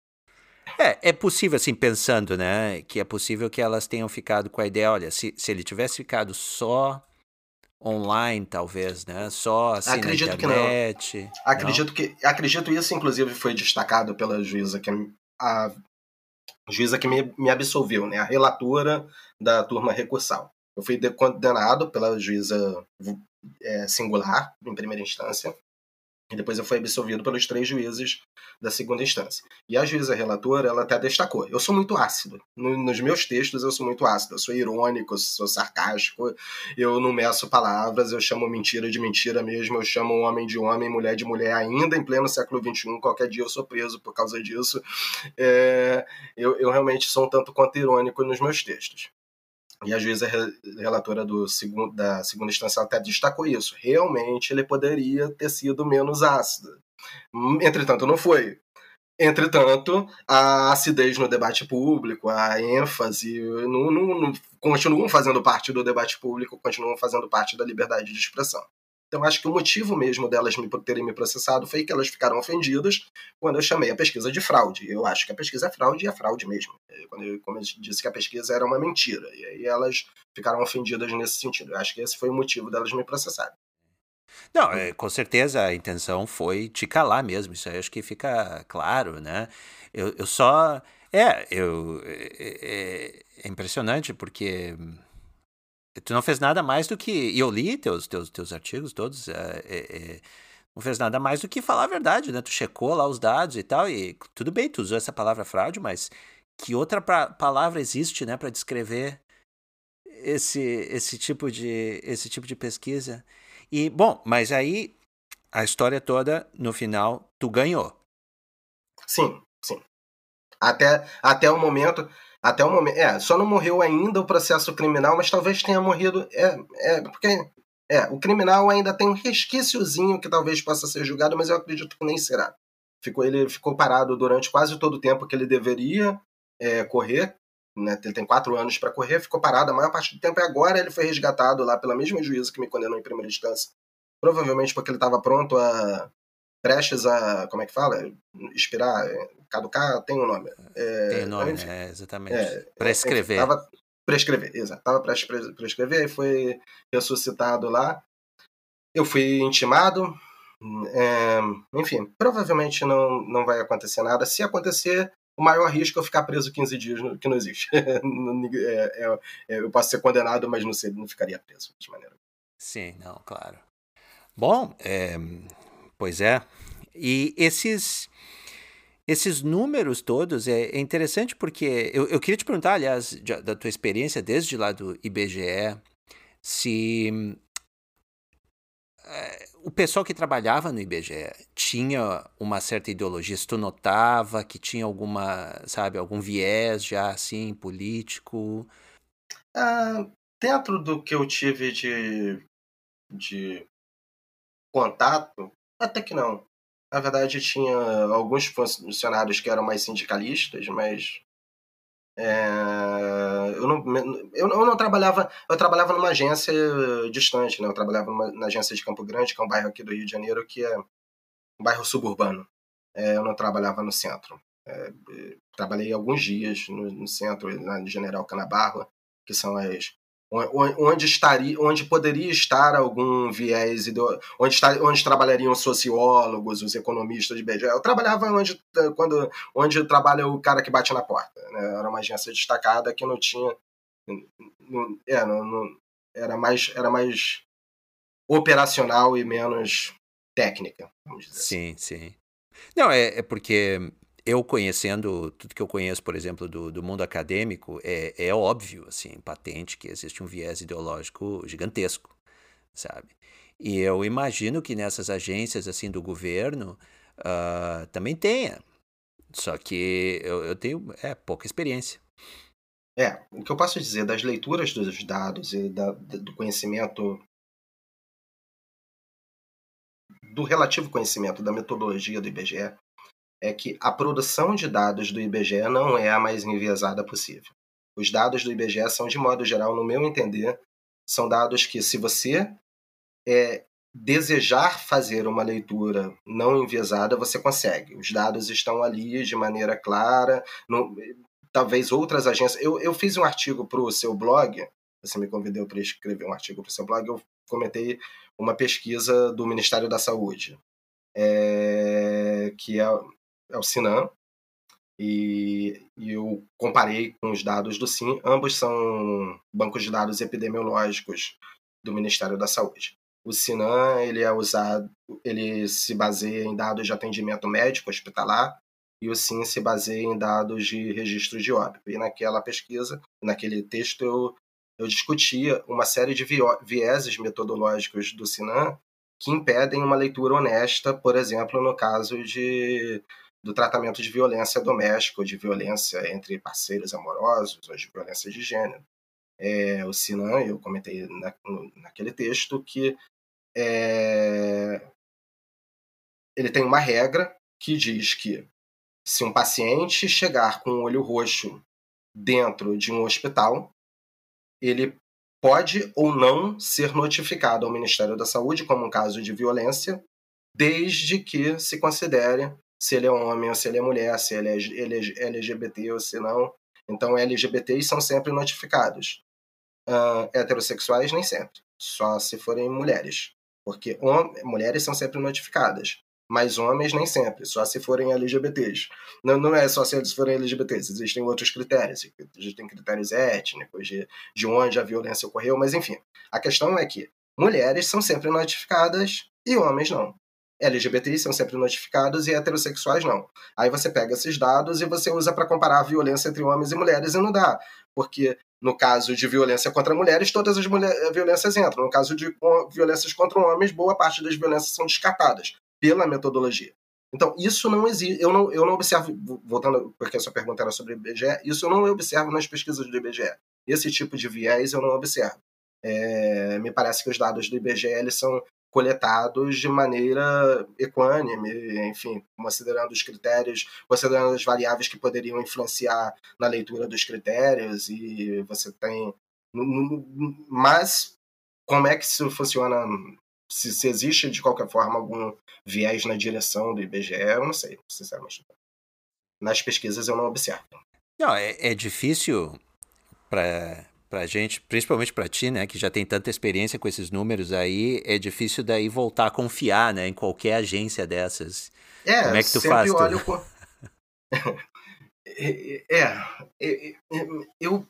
É, é possível, assim, pensando, né, que é possível que elas tenham ficado com a ideia, olha, se, se ele tivesse ficado só online, talvez, né, só assim Acredito na que não. internet, não? Acredito que, acredito isso, inclusive, foi destacado pela juíza que a juíza que me, me absolveu, né, a relatora da turma recursal. Eu fui condenado pela juíza é, singular, em primeira instância, e depois eu fui absolvido pelos três juízes da segunda instância. E a juíza relatora, ela até destacou: eu sou muito ácido. No, nos meus textos eu sou muito ácido. Eu sou irônico, eu sou sarcástico, eu não meço palavras, eu chamo mentira de mentira mesmo, eu chamo homem de homem, mulher de mulher, ainda em pleno século vinte e um. Qualquer dia eu sou preso por causa disso. É, eu, eu realmente sou um tanto quanto irônico nos meus textos. E a juíza relatora do segundo, da segunda instância até destacou isso. Realmente ele poderia ter sido menos ácido. Entretanto, não foi. Entretanto, a acidez no debate público, a ênfase, não, não, não, continuam fazendo parte do debate público, continuam fazendo parte da liberdade de expressão. Então, acho que o motivo mesmo delas me, terem me processado foi que elas ficaram ofendidas quando eu chamei a pesquisa de fraude. Eu acho que a pesquisa é fraude e é fraude mesmo. Quando eu, como eu disse que a pesquisa era uma mentira. E aí elas ficaram ofendidas nesse sentido. Eu acho que esse foi o motivo delas me processarem. Não, é, com certeza a intenção foi te calar mesmo, isso aí acho que fica claro, né? Eu, eu só. É, eu. É, é, é impressionante porque tu não fez nada mais do que. E eu li teus, teus, teus artigos todos. É, é, é, não fez nada mais do que falar a verdade, né? Tu checou lá os dados e tal, e tudo bem, tu usou essa palavra fraude, mas que outra pra, palavra existe, né, para descrever esse, esse, tipo de, esse tipo de pesquisa? E, bom, mas aí a história toda, no final, tu ganhou. Sim, sim. Até, até o momento. Até o momento. É, só não morreu ainda o processo criminal, mas talvez tenha morrido. É, é porque. É, o criminal ainda tem um resquíciozinho que talvez possa ser julgado, mas eu acredito que nem será. Ficou, ele ficou parado durante quase todo o tempo que ele deveria é, correr. Né? Ele tem quatro anos para correr, ficou parado a maior parte do tempo, e agora ele foi resgatado lá pela mesma juíza que me condenou em primeira instância. Provavelmente porque ele estava pronto a. Prestes a. Como é que fala? Expirar. Caducar tem um nome. É, Tem o nome, enfim, né? Exatamente. é, Para é, enfim, escrever. tava prescrever, exato, tava para prescrever, aí foi ressuscitado lá. Eu fui intimado, é, enfim, provavelmente não, não vai acontecer nada. Se acontecer, o maior risco é eu ficar preso quinze dias, que não existe. é, é, é, eu posso ser condenado, mas não, sei, não ficaria preso de maneira. Sim, não, claro. Bom, é, pois é. E esses. Esses números todos é, é interessante porque eu, eu queria te perguntar, aliás, de, da tua experiência desde lá do I B G E, se é, o pessoal que trabalhava no I B G E tinha uma certa ideologia, se tu notava que tinha alguma, sabe, algum viés já assim político. Ah, dentro do que eu tive de, de contato, até que não. Na verdade, tinha alguns funcionários que eram mais sindicalistas, mas É, eu, não, eu, eu não trabalhava, eu trabalhava numa agência distante, né? Eu trabalhava numa, na agência de Campo Grande, que é um bairro aqui do Rio de Janeiro, que é um bairro suburbano. É, eu não trabalhava no centro. É, trabalhei alguns dias no, no centro, na General Canabarro, que são as onde estaria, onde poderia estar algum viés, onde, está, onde trabalhariam os sociólogos, os economistas de I B G E. Eu trabalhava onde, quando, onde trabalha o cara que bate na porta, né? Era uma agência destacada que não tinha, não, é, não, não, era mais, era mais operacional e menos técnica, vamos dizer Sim, assim. sim. Não, é, é porque eu conhecendo tudo que eu conheço, por exemplo, do, do mundo acadêmico, é, é óbvio, assim, patente que existe um viés ideológico gigantesco, sabe? E eu imagino que nessas agências, assim, do governo, uh, também tenha. Só que eu, eu tenho é, pouca experiência. É, o que eu posso dizer das leituras dos dados e da, do conhecimento, do relativo conhecimento da metodologia do I B G E, é que a produção de dados do I B G E não é a mais enviesada possível. Os dados do I B G E são, de modo geral, no meu entender, são dados que, se você é, desejar fazer uma leitura não enviesada, você consegue. Os dados estão ali de maneira clara. No, talvez outras agências... Eu, eu fiz um artigo para o seu blog, você me convidou para escrever um artigo para o seu blog, eu comentei uma pesquisa do Ministério da Saúde, é, que é, é o Sinan, e, e eu comparei com os dados do Sim. Ambos são bancos de dados epidemiológicos do Ministério da Saúde. O Sinan, ele é usado, ele se baseia em dados de atendimento médico hospitalar, e o Sim se baseia em dados de registro de óbito. E naquela pesquisa, naquele texto, eu, eu discutia uma série de vieses metodológicos do Sinan que impedem uma leitura honesta, por exemplo, no caso de, do tratamento de violência doméstica, ou de violência entre parceiros amorosos, ou de violência de gênero. É, o Sinan, eu comentei na, naquele texto, que é, ele tem uma regra que diz que se um paciente chegar com o olho roxo dentro de um hospital, ele pode ou não ser notificado ao Ministério da Saúde como um caso de violência, desde que se considere se ele é homem ou se ele é mulher, se ele é L G B T ou se não. Então, L G B Ts são sempre notificados. Uh, heterossexuais, nem sempre. Só se forem mulheres. Porque mulheres são sempre notificadas. Mas homens, nem sempre. Só se forem L G B Ts. Não, não é só se eles forem L G B Ts. Existem outros critérios. Existem critérios étnicos, de, de onde a violência ocorreu. Mas, enfim. A questão é que mulheres são sempre notificadas e homens não. L G B Ts são sempre notificados e heterossexuais não. Aí você pega esses dados e você usa para comparar a violência entre homens e mulheres, e não dá. Porque no caso de violência contra mulheres, todas as mulher, violências entram. No caso de violências contra homens, boa parte das violências são descartadas pela metodologia. Então, isso não existe. Eu não, eu não observo, voltando, porque a sua pergunta era sobre o I B G E, isso eu não observo nas pesquisas do I B G E. Esse tipo de viés eu não observo. É, me parece que os dados do I B G E eles são coletados de maneira equânime, enfim, considerando os critérios, considerando as variáveis que poderiam influenciar na leitura dos critérios, e você tem... Mas como é que isso funciona? Se, se existe, de qualquer forma, algum viés na direção do I B G E, eu não sei, sinceramente. Nas pesquisas eu não observo. Não, é, é difícil para... pra gente, principalmente para ti, né, que já tem tanta experiência com esses números aí, é difícil daí voltar a confiar, né, em qualquer agência dessas. É, como é que tu sempre faz? olho Tu... com... é, é, eu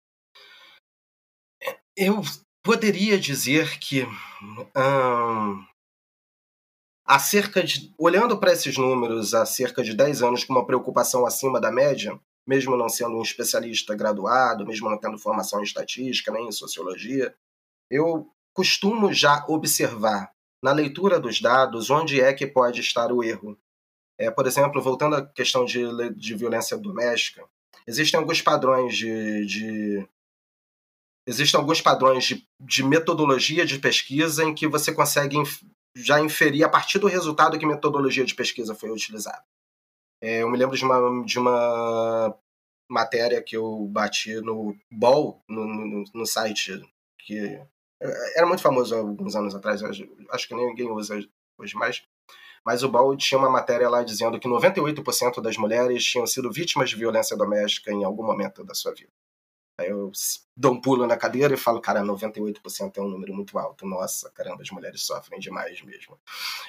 eu poderia dizer que hum, há cerca de, olhando para esses números há cerca de dez anos com uma preocupação acima da média, mesmo não sendo um especialista graduado, mesmo não tendo formação em estatística nem em sociologia, eu costumo já observar na leitura dos dados onde é que pode estar o erro. É, por exemplo, voltando à questão de, de violência doméstica, existem alguns padrões de, de existem alguns padrões de, de metodologia de pesquisa em que você consegue inf, já inferir a partir do resultado que metodologia de pesquisa foi utilizada. É, eu me lembro de uma, de uma matéria que eu bati no B O L, no, no, no site, que era muito famoso há alguns anos atrás, acho que ninguém usa hoje mais, mas o B O L tinha uma matéria lá dizendo que noventa e oito por cento das mulheres tinham sido vítimas de violência doméstica em algum momento da sua vida. Aí eu dou um pulo na cadeira e falo, cara, noventa e oito por cento é um número muito alto. Nossa, caramba, as mulheres sofrem demais mesmo.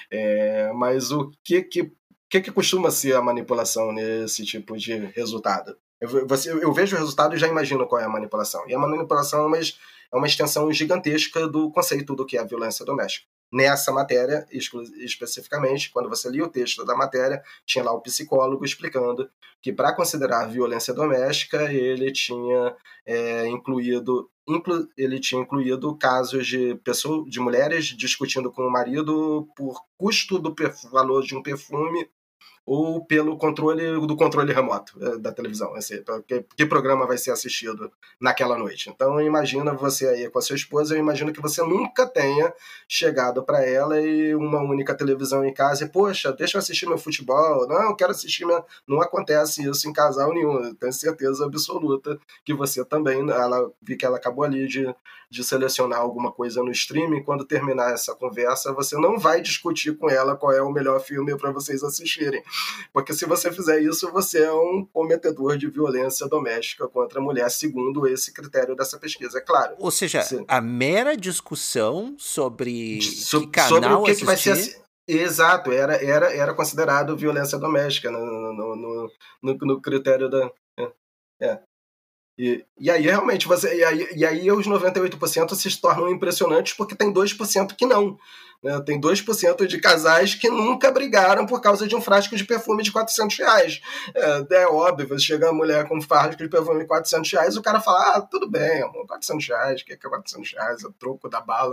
É, mas o que que, que que costuma ser a manipulação nesse tipo de resultado? Eu, você, eu vejo o resultado e já imagino qual é a manipulação. E a manipulação é uma, é uma extensão gigantesca do conceito do que é a violência doméstica. Nessa matéria, especificamente, quando você lia o texto da matéria, tinha lá o psicólogo explicando que para considerar violência doméstica, ele tinha é, incluído inclu, ele tinha incluído casos de, pessoa, de mulheres discutindo com o marido por custo do valor de um perfume ou pelo controle do controle remoto da televisão, assim, que, que programa vai ser assistido naquela noite. Então imagina você aí com a sua esposa, eu imagino que você nunca tenha chegado para ela e uma única televisão em casa e, poxa, deixa eu assistir meu futebol, não, eu quero assistir meu... Não acontece isso em casal nenhum, eu tenho certeza absoluta que você também, ela vi que ela acabou ali de, de selecionar alguma coisa no streaming, quando terminar essa conversa, você não vai discutir com ela qual é o melhor filme para vocês assistirem. Porque se você fizer isso, você é um cometedor de violência doméstica contra a mulher, segundo esse critério dessa pesquisa, é claro. Ou seja, Sim. a mera discussão sobre so, que canal sobre o que, assistir... que vai ser... Exato, era, era, era considerado violência doméstica no, no, no, no, no critério da... É, é. E, e aí, realmente, você, e, aí, e aí os noventa e oito por cento se tornam impressionantes porque tem dois por cento que não. Né? Tem dois por cento de casais que nunca brigaram por causa de um frasco de perfume de quatrocentos reais. É, é óbvio, você chega a mulher com um frasco de perfume de quatrocentos reais, o cara fala, ah, tudo bem, amor, quatrocentos reais, o que é quatrocentos reais? É o troco da bala.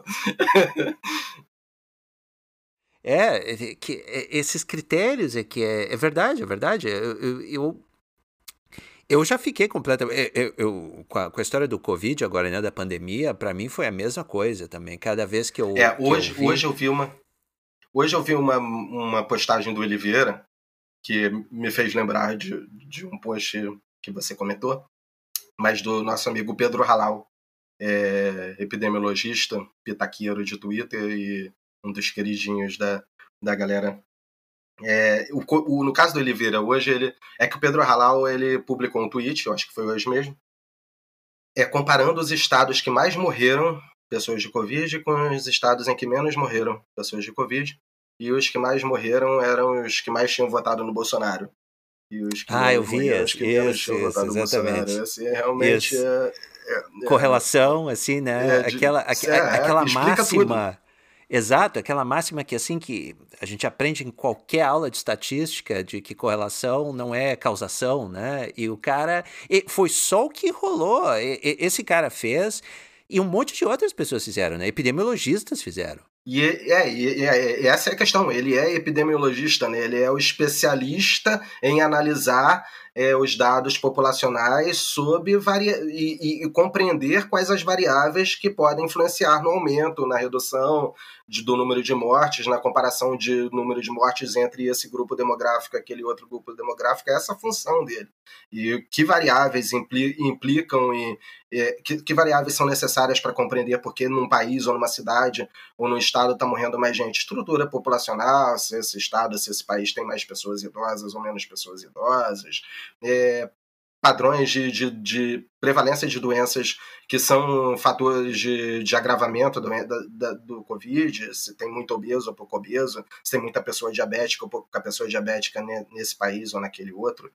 É, que, esses critérios é que é, é verdade, é verdade. Eu, eu, eu, eu já fiquei completamente... Eu, eu, com, a, com a história do Covid agora, né, da pandemia, para mim foi a mesma coisa também. Cada vez que eu... É, hoje, que eu vi... hoje eu vi uma... Hoje eu vi uma, uma postagem do Oliveira que me fez lembrar de, de um post que você comentou, mas do nosso amigo Pedro Halal, é, epidemiologista, pitaqueiro de Twitter e um dos queridinhos da, da galera. É, o, o, no caso do Oliveira, hoje, ele é que o Pedro Halal ele publicou um tweet, eu acho que foi hoje mesmo, é, comparando os estados que mais morreram pessoas de Covid com os estados em que menos morreram pessoas de Covid, e os que mais morreram eram os que mais tinham votado no Bolsonaro. E os que ah, eu vi morreram, os que menos isso, tinham isso, votado no exatamente. Bolsonaro. Assim, realmente Isso. é, é, correlação, assim, né? É, de, aquela é, aquela é, máxima... Tudo. Exato, aquela máxima que assim que a gente aprende em qualquer aula de estatística, de que correlação não é causação, né? E o cara... E foi só o que rolou. E, e, esse cara fez e um monte de outras pessoas fizeram, né? Epidemiologistas fizeram. E, é, e, e essa é a questão, ele é epidemiologista, né? Ele é o especialista em analisar é, os dados populacionais sob varia... e, e, e compreender quais as variáveis que podem influenciar no aumento, na redução de, do número de mortes, na comparação de número de mortes entre esse grupo demográfico e aquele outro grupo demográfico, é essa a função dele. E que variáveis impli, implicam e é, que, que variáveis são necessárias para compreender porque num país ou numa cidade ou num estado está morrendo mais gente. Estrutura populacional, se esse estado, se esse país tem mais pessoas idosas ou menos pessoas idosas, é, padrões de, de, de prevalência de doenças que são fatores de, de agravamento do, da, do Covid, se tem muito obeso ou pouco obeso, se tem muita pessoa diabética ou pouca pessoa diabética nesse país ou naquele outro.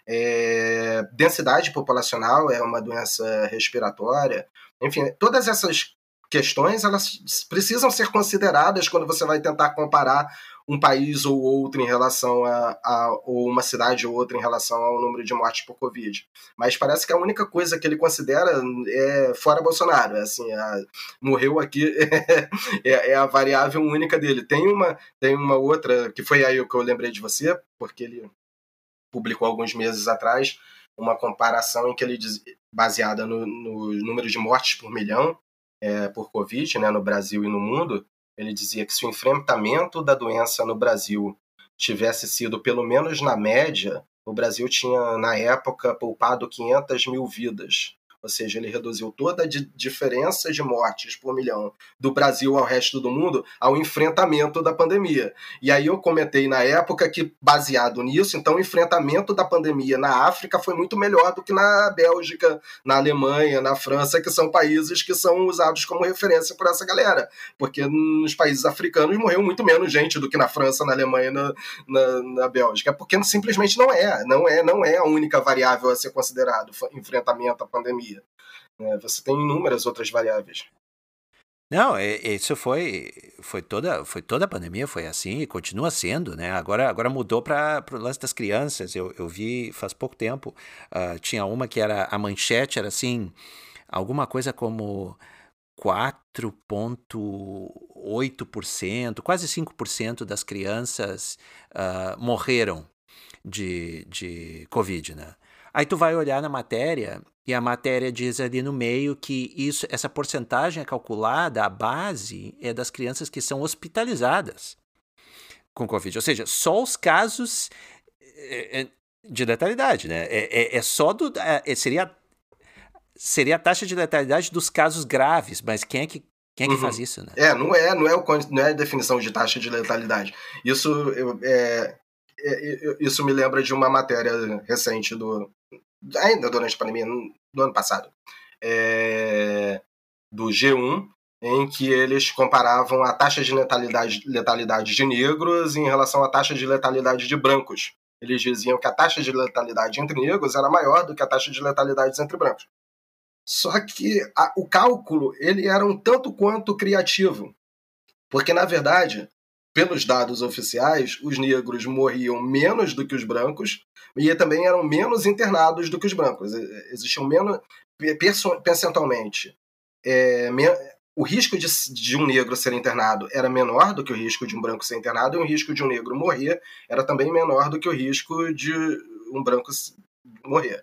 É, densidade populacional é uma doença respiratória. Enfim, todas essas questões elas precisam ser consideradas quando você vai tentar comparar um país ou outro em relação a, a ou uma cidade ou outra em relação ao número de mortes por Covid. Mas parece que a única coisa que ele considera é fora Bolsonaro, é assim, a, morreu aqui é, é a variável única dele. Tem uma, tem uma outra, que foi aí o que eu lembrei de você, porque ele publicou alguns meses atrás uma comparação em que ele diz, baseada no, no número de mortes por milhão, É, por Covid, né, no Brasil e no mundo, ele dizia que se o enfrentamento da doença no Brasil tivesse sido, pelo menos na média, o Brasil tinha, na época, poupado quinhentas mil vidas. Ou seja, ele reduziu toda a diferença de mortes por milhão do Brasil ao resto do mundo ao enfrentamento da pandemia. E aí eu comentei na época que, baseado nisso, então o enfrentamento da pandemia na África foi muito melhor do que na Bélgica, na Alemanha, na França, que são países que são usados como referência por essa galera. Porque nos países africanos morreu muito menos gente do que na França, na Alemanha, na, na, na Bélgica. Porque simplesmente não é, não é, não é a única variável a ser considerado enfrentamento à pandemia. É, você tem inúmeras outras variáveis. Não, isso foi, foi, toda, foi toda a pandemia, foi assim e continua sendo, né? Agora, agora mudou para o lance das crianças. Eu, eu vi faz pouco tempo, uh, tinha uma que era, a manchete era assim, alguma coisa como quatro vírgula oito por cento, quase cinco por cento das crianças uh, morreram de, de Covid, né? Aí tu vai olhar na matéria e a matéria diz ali no meio que isso, essa porcentagem é calculada, a base é das crianças que são hospitalizadas com Covid. Ou seja, só os casos de letalidade, né? É, é, é só do... É, seria, seria a taxa de letalidade dos casos graves, mas quem é que Quem é que uhum. faz isso, né? É, não é, não é, o, não é a definição de taxa de letalidade. Isso, eu, é, é, isso me lembra de uma matéria recente do... ainda durante a pandemia, do ano passado, é, do G um, em que eles comparavam a taxa de letalidade, letalidade de negros em relação à taxa de letalidade de brancos. Eles diziam que a taxa de letalidade entre negros era maior do que a taxa de letalidade entre brancos. Só que a, o cálculo ele era um tanto quanto criativo, porque, na verdade, pelos dados oficiais, os negros morriam menos do que os brancos e também eram menos internados do que os brancos. Existiam menos, percentualmente, é, me, o risco de, de um negro ser internado era menor do que o risco de um branco ser internado, e o risco de um negro morrer era também menor do que o risco de um branco morrer.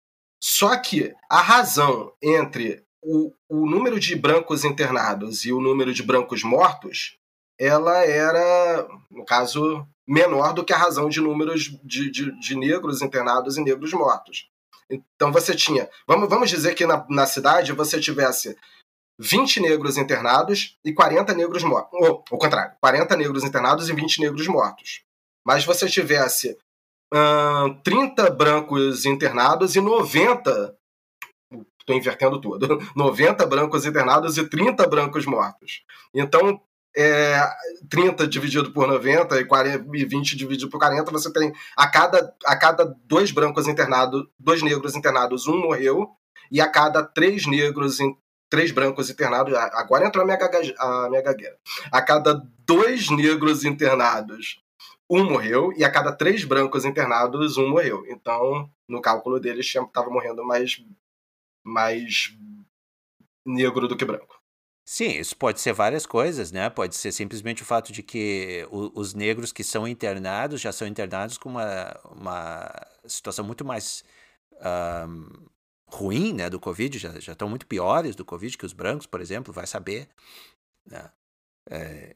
Só que a razão entre o, o número de brancos internados e o número de brancos mortos, ela era, no caso, menor do que a razão de números de, de, de negros internados e negros mortos. Então você tinha, vamos, vamos dizer que na, na cidade você tivesse vinte negros internados e quarenta negros mortos. Ou, ao contrário, quarenta negros internados e vinte negros mortos. Mas você tivesse hum, trinta brancos internados e noventa... Estou invertendo tudo. noventa brancos internados e trinta brancos mortos. Então, é, trinta dividido por noventa e, quarenta, e vinte dividido por quarenta, você tem a cada, a cada dois brancos internados, dois negros internados, um morreu, e a cada três negros, três brancos internados, agora entrou a minha, gaga, a minha gagueira, a cada dois negros internados, um morreu, e a cada três brancos internados, um morreu. Então, no cálculo deles, estava morrendo mais, mais negro do que branco. Sim, isso pode ser várias coisas, né? Pode ser simplesmente o fato de que o, os negros que são internados já são internados com uma, uma situação muito mais um, ruim, né, do Covid, já, já estão muito piores do Covid que os brancos, por exemplo, vai saber, né? É,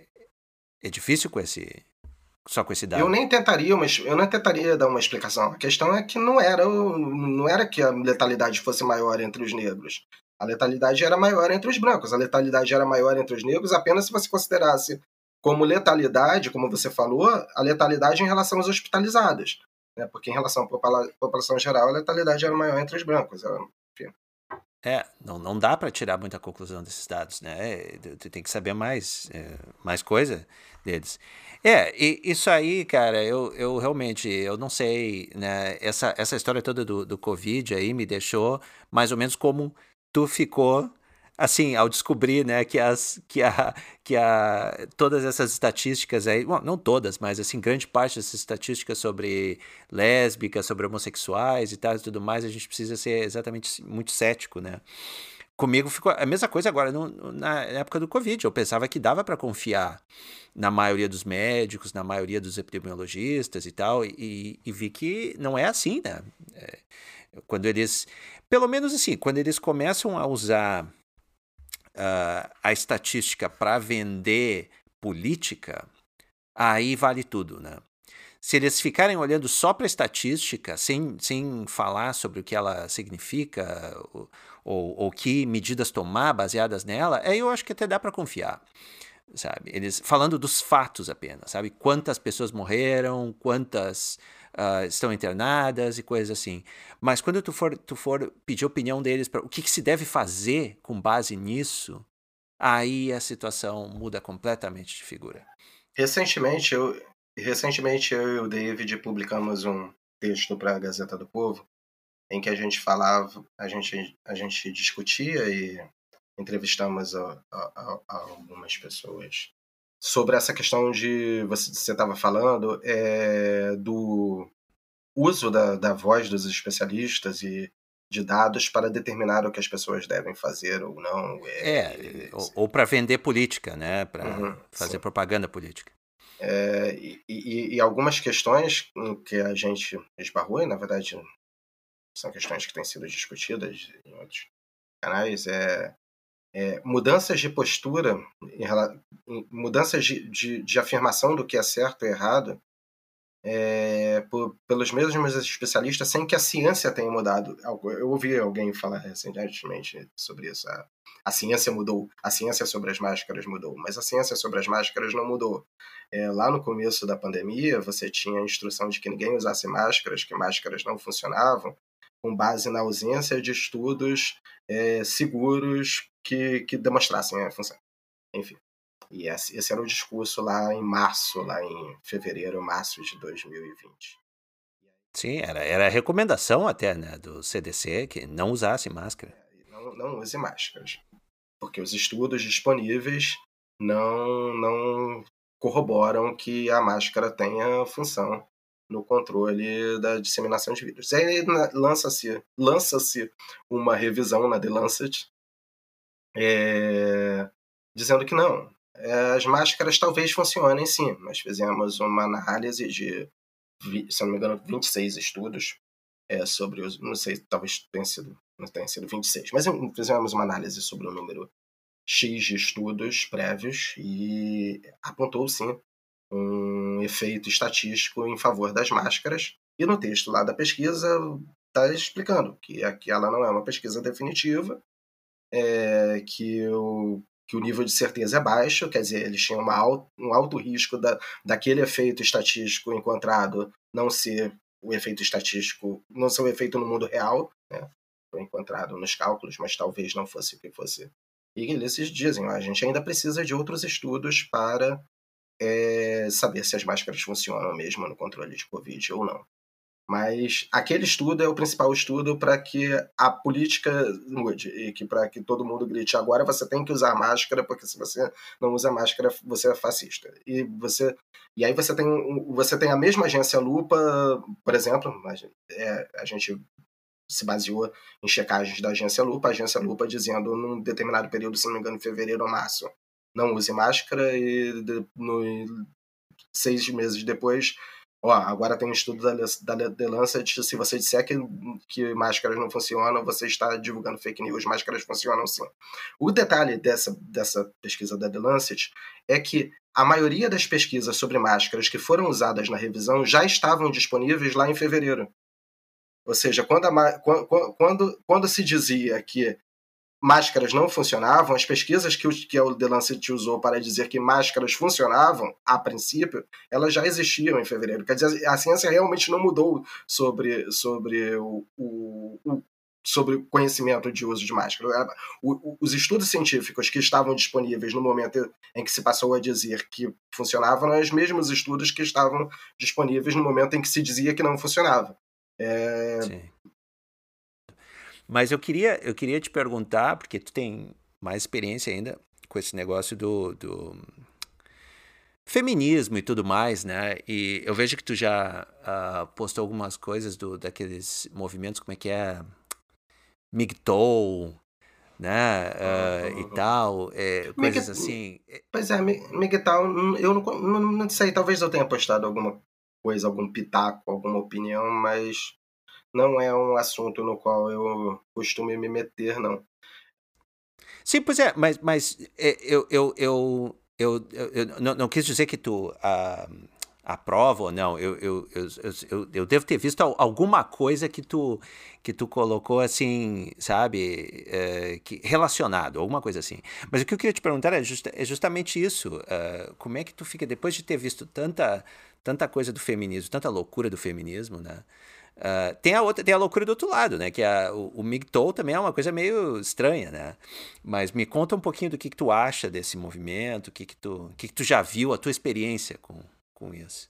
é difícil com esse, só com esse dado. Eu nem tentaria, mas eu nem tentaria dar uma explicação. A questão é que não era, não era que a letalidade fosse maior entre os negros. A letalidade era maior entre os brancos. A letalidade era maior entre os negros apenas se você considerasse como letalidade, como você falou, a letalidade em relação aos hospitalizados. Né? Porque em relação à população geral, a letalidade era maior entre os brancos. Enfim. É, não, não dá para tirar muita conclusão desses dados, né? Tu tem que saber mais, é, mais coisa deles. É, e isso aí, cara, eu, eu realmente, eu não sei, né? Essa, essa história toda do, do Covid aí me deixou mais ou menos como tu ficou, assim, ao descobrir, né, que as, que a, que a, todas essas estatísticas aí, bom, não todas, mas, assim, grande parte dessas estatísticas sobre lésbicas, sobre homossexuais e tal e tudo mais, a gente precisa ser exatamente muito cético, né? Comigo ficou a mesma coisa agora no, na época do Covid. Eu pensava que dava para confiar na maioria dos médicos, na maioria dos epidemiologistas e tal, e, e vi que não é assim, né? É, quando eles, pelo menos assim, quando eles começam a usar uh, a estatística para vender política, aí vale tudo, né? se eles ficarem olhando só para a estatística, sem, sem falar sobre o que ela significa, ou, ou, ou que medidas tomar baseadas nela, aí eu acho que até dá para confiar, sabe? Eles falando dos fatos apenas, sabe? Quantas pessoas morreram, quantas uh, estão internadas e coisas assim. Mas quando tu for, tu for pedir opinião deles para o que, que se deve fazer com base nisso, aí a situação muda completamente de figura. Recentemente, eu, recentemente eu e o David publicamos um texto para a Gazeta do Povo em que a gente falava, a gente, a gente discutia e entrevistamos a, a, a algumas pessoas sobre essa questão de, você estava falando, é, do uso da, da voz dos especialistas e de dados para determinar o que as pessoas devem fazer ou não. É, É, ou, ou para vender política, né? Para uhum, fazer sim. propaganda política. É, e, e, e algumas questões que a gente esbarrou, e na verdade são questões que têm sido discutidas em outros canais, é, é mudanças de postura, em, em, mudanças de, de, de afirmação do que é certo e errado, é, por, pelos mesmos especialistas, sem que a ciência tenha mudado. Eu ouvi alguém falar recentemente sobre isso. A, a ciência mudou, a ciência sobre as máscaras mudou, mas a ciência sobre as máscaras não mudou. É, lá no começo da pandemia, você tinha a instrução de que ninguém usasse máscaras, que máscaras não funcionavam, com base na ausência de estudos é, seguros que, que demonstrassem a função. Enfim. E esse, esse era o discurso lá em março, lá em fevereiro, março de dois mil e vinte. Sim, era, era a recomendação até, né, do C D C que não usasse máscara. É, não, não use máscaras, porque os estudos disponíveis não, não corroboram que a máscara tenha função no controle da disseminação de vírus. Aí lança-se lança-se uma revisão na The Lancet é, dizendo que não, as máscaras talvez funcionem sim. Nós fizemos uma análise de, se não me engano, vinte e seis estudos é, sobre os. Não sei, talvez tenha sido, não tenha sido vinte e seis, mas fizemos uma análise sobre o número X de estudos prévios e apontou sim um efeito estatístico em favor das máscaras. E no texto lá da pesquisa está explicando que aquela não é uma pesquisa definitiva, é, que o que o nível de certeza é baixo, quer dizer, eles tinham uma alto, um alto risco da, daquele efeito estatístico encontrado não ser o efeito estatístico, não ser o efeito no mundo real, né? Foi encontrado nos cálculos, mas talvez não fosse o que fosse. E eles dizem, ó, a gente ainda precisa de outros estudos para é, saber se as máscaras funcionam mesmo no controle de Covid ou não. Mas aquele estudo é o principal estudo para que a política mude e que para que todo mundo grite agora você tem que usar máscara, porque se você não usa máscara você é fascista. E você e aí você tem você tem a mesma agência Lupa, por exemplo, é, a gente se baseou em checagens da agência Lupa, a agência Lupa dizendo num determinado período, se não me engano, em fevereiro ou março, não use máscara e no, seis meses depois, ó, agora tem um estudo da, da The Lancet, se você disser que, que máscaras não funcionam, você está divulgando fake news, máscaras funcionam sim. O detalhe dessa, dessa pesquisa da The Lancet é que a maioria das pesquisas sobre máscaras que foram usadas na revisão já estavam disponíveis lá em fevereiro. Ou seja, quando, a, quando, quando, quando se dizia que máscaras não funcionavam, as pesquisas que o, que o The Lancet usou para dizer que máscaras funcionavam, a princípio, elas já existiam em fevereiro. Quer dizer, a ciência realmente não mudou sobre, sobre o, o, o sobre o conhecimento de uso de máscara. O, o, os estudos científicos que estavam disponíveis no momento em que se passou a dizer que funcionavam eram os mesmos estudos que estavam disponíveis no momento em que se dizia que não funcionava. É... Sim. Mas eu queria, eu queria te perguntar, porque tu tem mais experiência ainda com esse negócio do, do feminismo e tudo mais, né? E eu vejo que tu já uh, postou algumas coisas do, daqueles movimentos, como é que é? M G T O W, né? Uh, e tal, é, coisas assim. Pois é, M G T O W, eu não, não, não sei, talvez eu tenha postado alguma coisa, algum pitaco, alguma opinião, mas não é um assunto no qual eu costumo me meter, não. Sim, pois é, mas, mas eu, eu, eu, eu, eu, eu não, não quis dizer que tu uh, aprova ou não. Eu, eu, eu, eu, eu devo ter visto alguma coisa que tu, que tu colocou assim, sabe, é, que, relacionado, alguma coisa assim. Mas o que eu queria te perguntar é, justa, é justamente isso. Uh, como é que tu fica, depois de ter visto tanta, tanta coisa do feminismo, tanta loucura do feminismo, né? Uh, tem a outra, tem a loucura do outro lado, né? Que a, o, o M G T O W também é uma coisa meio estranha, né? Mas me conta um pouquinho do que, que tu acha desse movimento, o que, que, tu, o que, que tu já viu, a tua experiência com, com isso.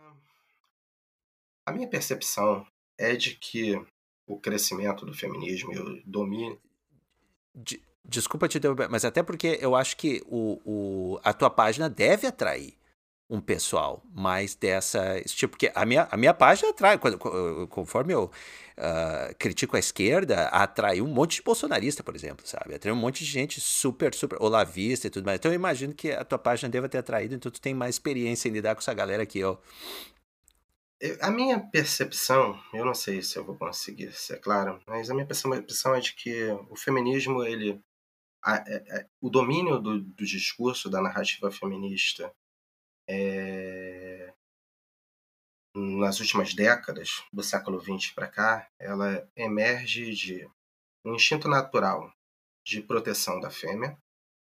A minha percepção é de que o crescimento do feminismo e o domínio... De, desculpa te interromper, mas até porque eu acho que o, o, a tua página deve atrair um pessoal mais dessa tipo, porque a minha, a minha página atrai, quando, conforme eu uh, critico a esquerda, atrai um monte de bolsonarista, por exemplo, sabe? Atrai um monte de gente super, super olavista e tudo mais. Então eu imagino que a tua página deva ter atraído, então tu tem mais experiência em lidar com essa galera que eu. A minha percepção, eu não sei se eu vou conseguir ser claro, mas a minha percepção é de que o feminismo, ele, a, a, a, o domínio do, do discurso, da narrativa feminista, é, nas últimas décadas, do século vinte para cá, ela emerge de um instinto natural de proteção da fêmea,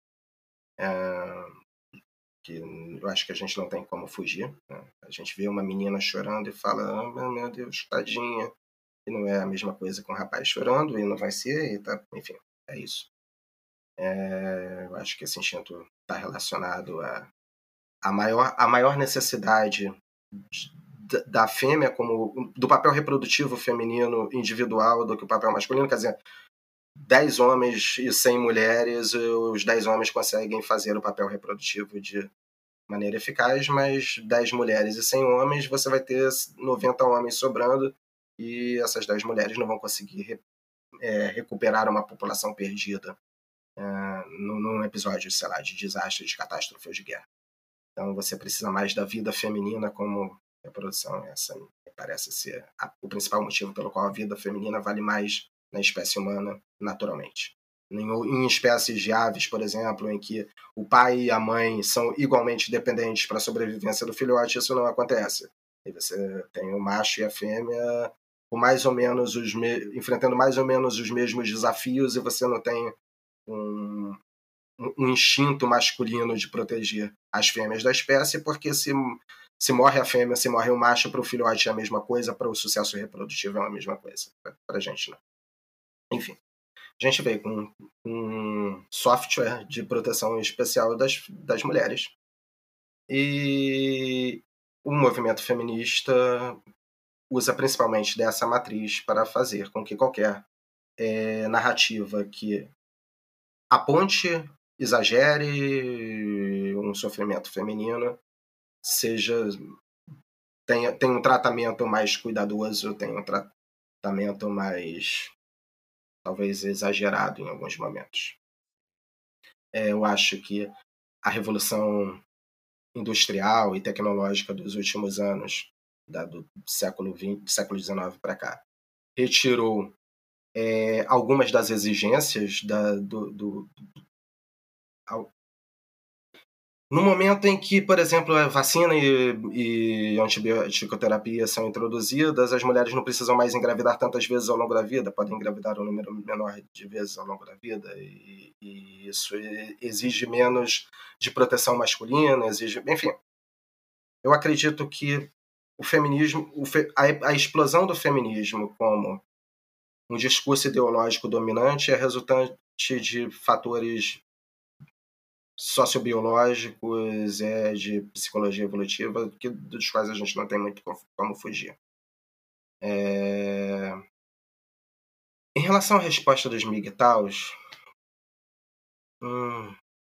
é, que eu acho que a gente não tem como fugir. Né? A gente vê uma menina chorando e fala, oh, meu Deus, tadinha. E não é a mesma coisa com um rapaz chorando, e não vai ser, e tá, enfim, é isso. É, eu acho que esse instinto está relacionado a, a, maior, a maior necessidade de, da fêmea, como do papel reprodutivo feminino individual do que o papel masculino. Quer dizer, dez homens e cem mulheres, os dez homens conseguem fazer o papel reprodutivo de maneira eficaz, mas dez mulheres e cem homens, você vai ter noventa homens sobrando, e essas dez mulheres não vão conseguir é, recuperar uma população perdida é, num episódio, sei lá, de desastre, de catástrofe ou de guerra. Então você precisa mais da vida feminina como reprodução. Essa me parece ser a, o principal motivo pelo qual a vida feminina vale mais na espécie humana naturalmente. Em, em espécies de aves, por exemplo, em que o pai e a mãe são igualmente dependentes para a sobrevivência do filhote, isso não acontece. E você tem o macho e a fêmea com mais ou menos os me... enfrentando mais ou menos os mesmos desafios, e você não tem um, um instinto masculino de proteger as fêmeas da espécie, porque se, se morre a fêmea, se morre o macho, para o filhote é a mesma coisa, para o sucesso reprodutivo é a mesma coisa. Para a gente não. Enfim, a gente veio com um software de proteção especial das, das mulheres. E o movimento feminista usa principalmente dessa matriz para fazer com que qualquer é, narrativa que aponte, exagere um sofrimento feminino, seja tenha, tenha um tratamento mais cuidadoso, tenha um tratamento mais, talvez, exagerado em alguns momentos. É, eu acho que a revolução industrial e tecnológica dos últimos anos, da, do século vinte, do século dezenove para cá, retirou é, algumas das exigências da, do, do, do ao, no momento em que, por exemplo, a vacina e, e antibioterapia são introduzidas, as mulheres não precisam mais engravidar tantas vezes ao longo da vida, podem engravidar um número menor de vezes ao longo da vida, e, e isso exige menos de proteção masculina, exige, enfim. Eu acredito que o feminismo, o fe, a, a explosão do feminismo como um discurso ideológico dominante é resultante de fatores sociobiológicos, é, de psicologia evolutiva, que, dos quais a gente não tem muito como fugir. É... Em relação à resposta dos M G T O Ws, hum...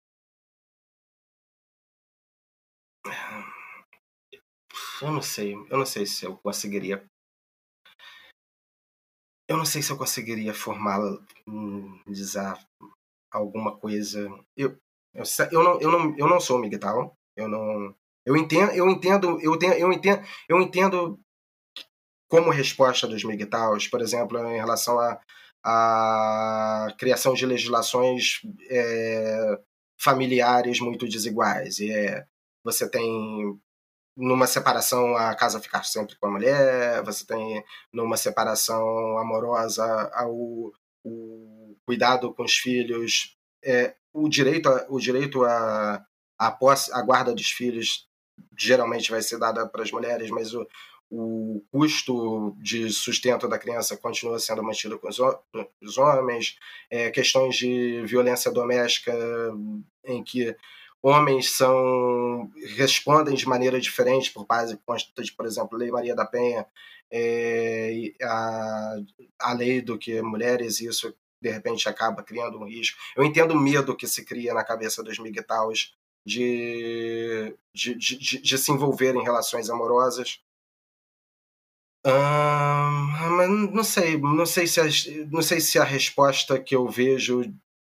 eu não sei, eu não sei se eu conseguiria eu não sei se eu conseguiria formalizar alguma coisa. Eu, eu, eu, não, eu, não, eu não sou M G T O W, eu não... Eu entendo, eu entendo, eu entendo, eu entendo, eu entendo como resposta dos M G T O Ws, por exemplo, em relação à a, a criação de legislações é, familiares muito desiguais. E é, você tem numa separação a casa ficar sempre com a mulher, você tem numa separação amorosa ao, o cuidado com os filhos, é, o direito a, o direito a, a, posse, a guarda dos filhos geralmente vai ser dada para as mulheres, mas o, o custo de sustento da criança continua sendo mantido com os, os homens, é, questões de violência doméstica em que homens são respondem de maneira diferente por base consta de, por exemplo, Lei Maria da Penha, é, a, a lei do que mulheres, e isso de repente acaba criando um risco. Eu entendo o medo que se cria na cabeça dos migtaus de, de, de, de se envolver em relações amorosas. Hum, mas não sei, não sei se a, não sei se a resposta que eu vejo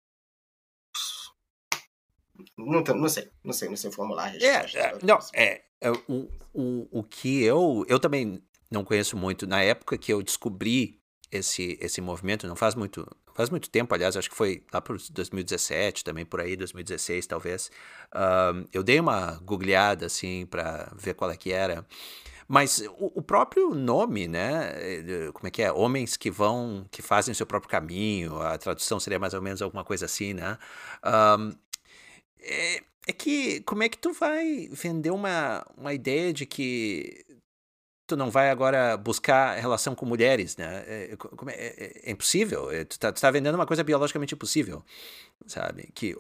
Não, não sei, não sei, não sei formular a resposta. É, é, não, é, é o, o, o que eu, eu também não conheço muito. Na época que eu descobri esse, esse movimento, não faz muito, faz muito tempo, aliás, acho que foi lá por dois mil e dezessete, também por aí, dois mil e dezesseis talvez, uh, eu dei uma googleada, assim, para ver qual é que era. Mas o, o próprio nome, né, como é que é? Homens que vão, que fazem o seu próprio caminho, a tradução seria mais ou menos alguma coisa assim, né? Um, É, é que como é que tu vai vender uma, uma ideia de que tu não vai agora buscar relação com mulheres, né? É, como é, é, é impossível. É, tu, tá, tu tá vendendo uma coisa biologicamente impossível, sabe? Que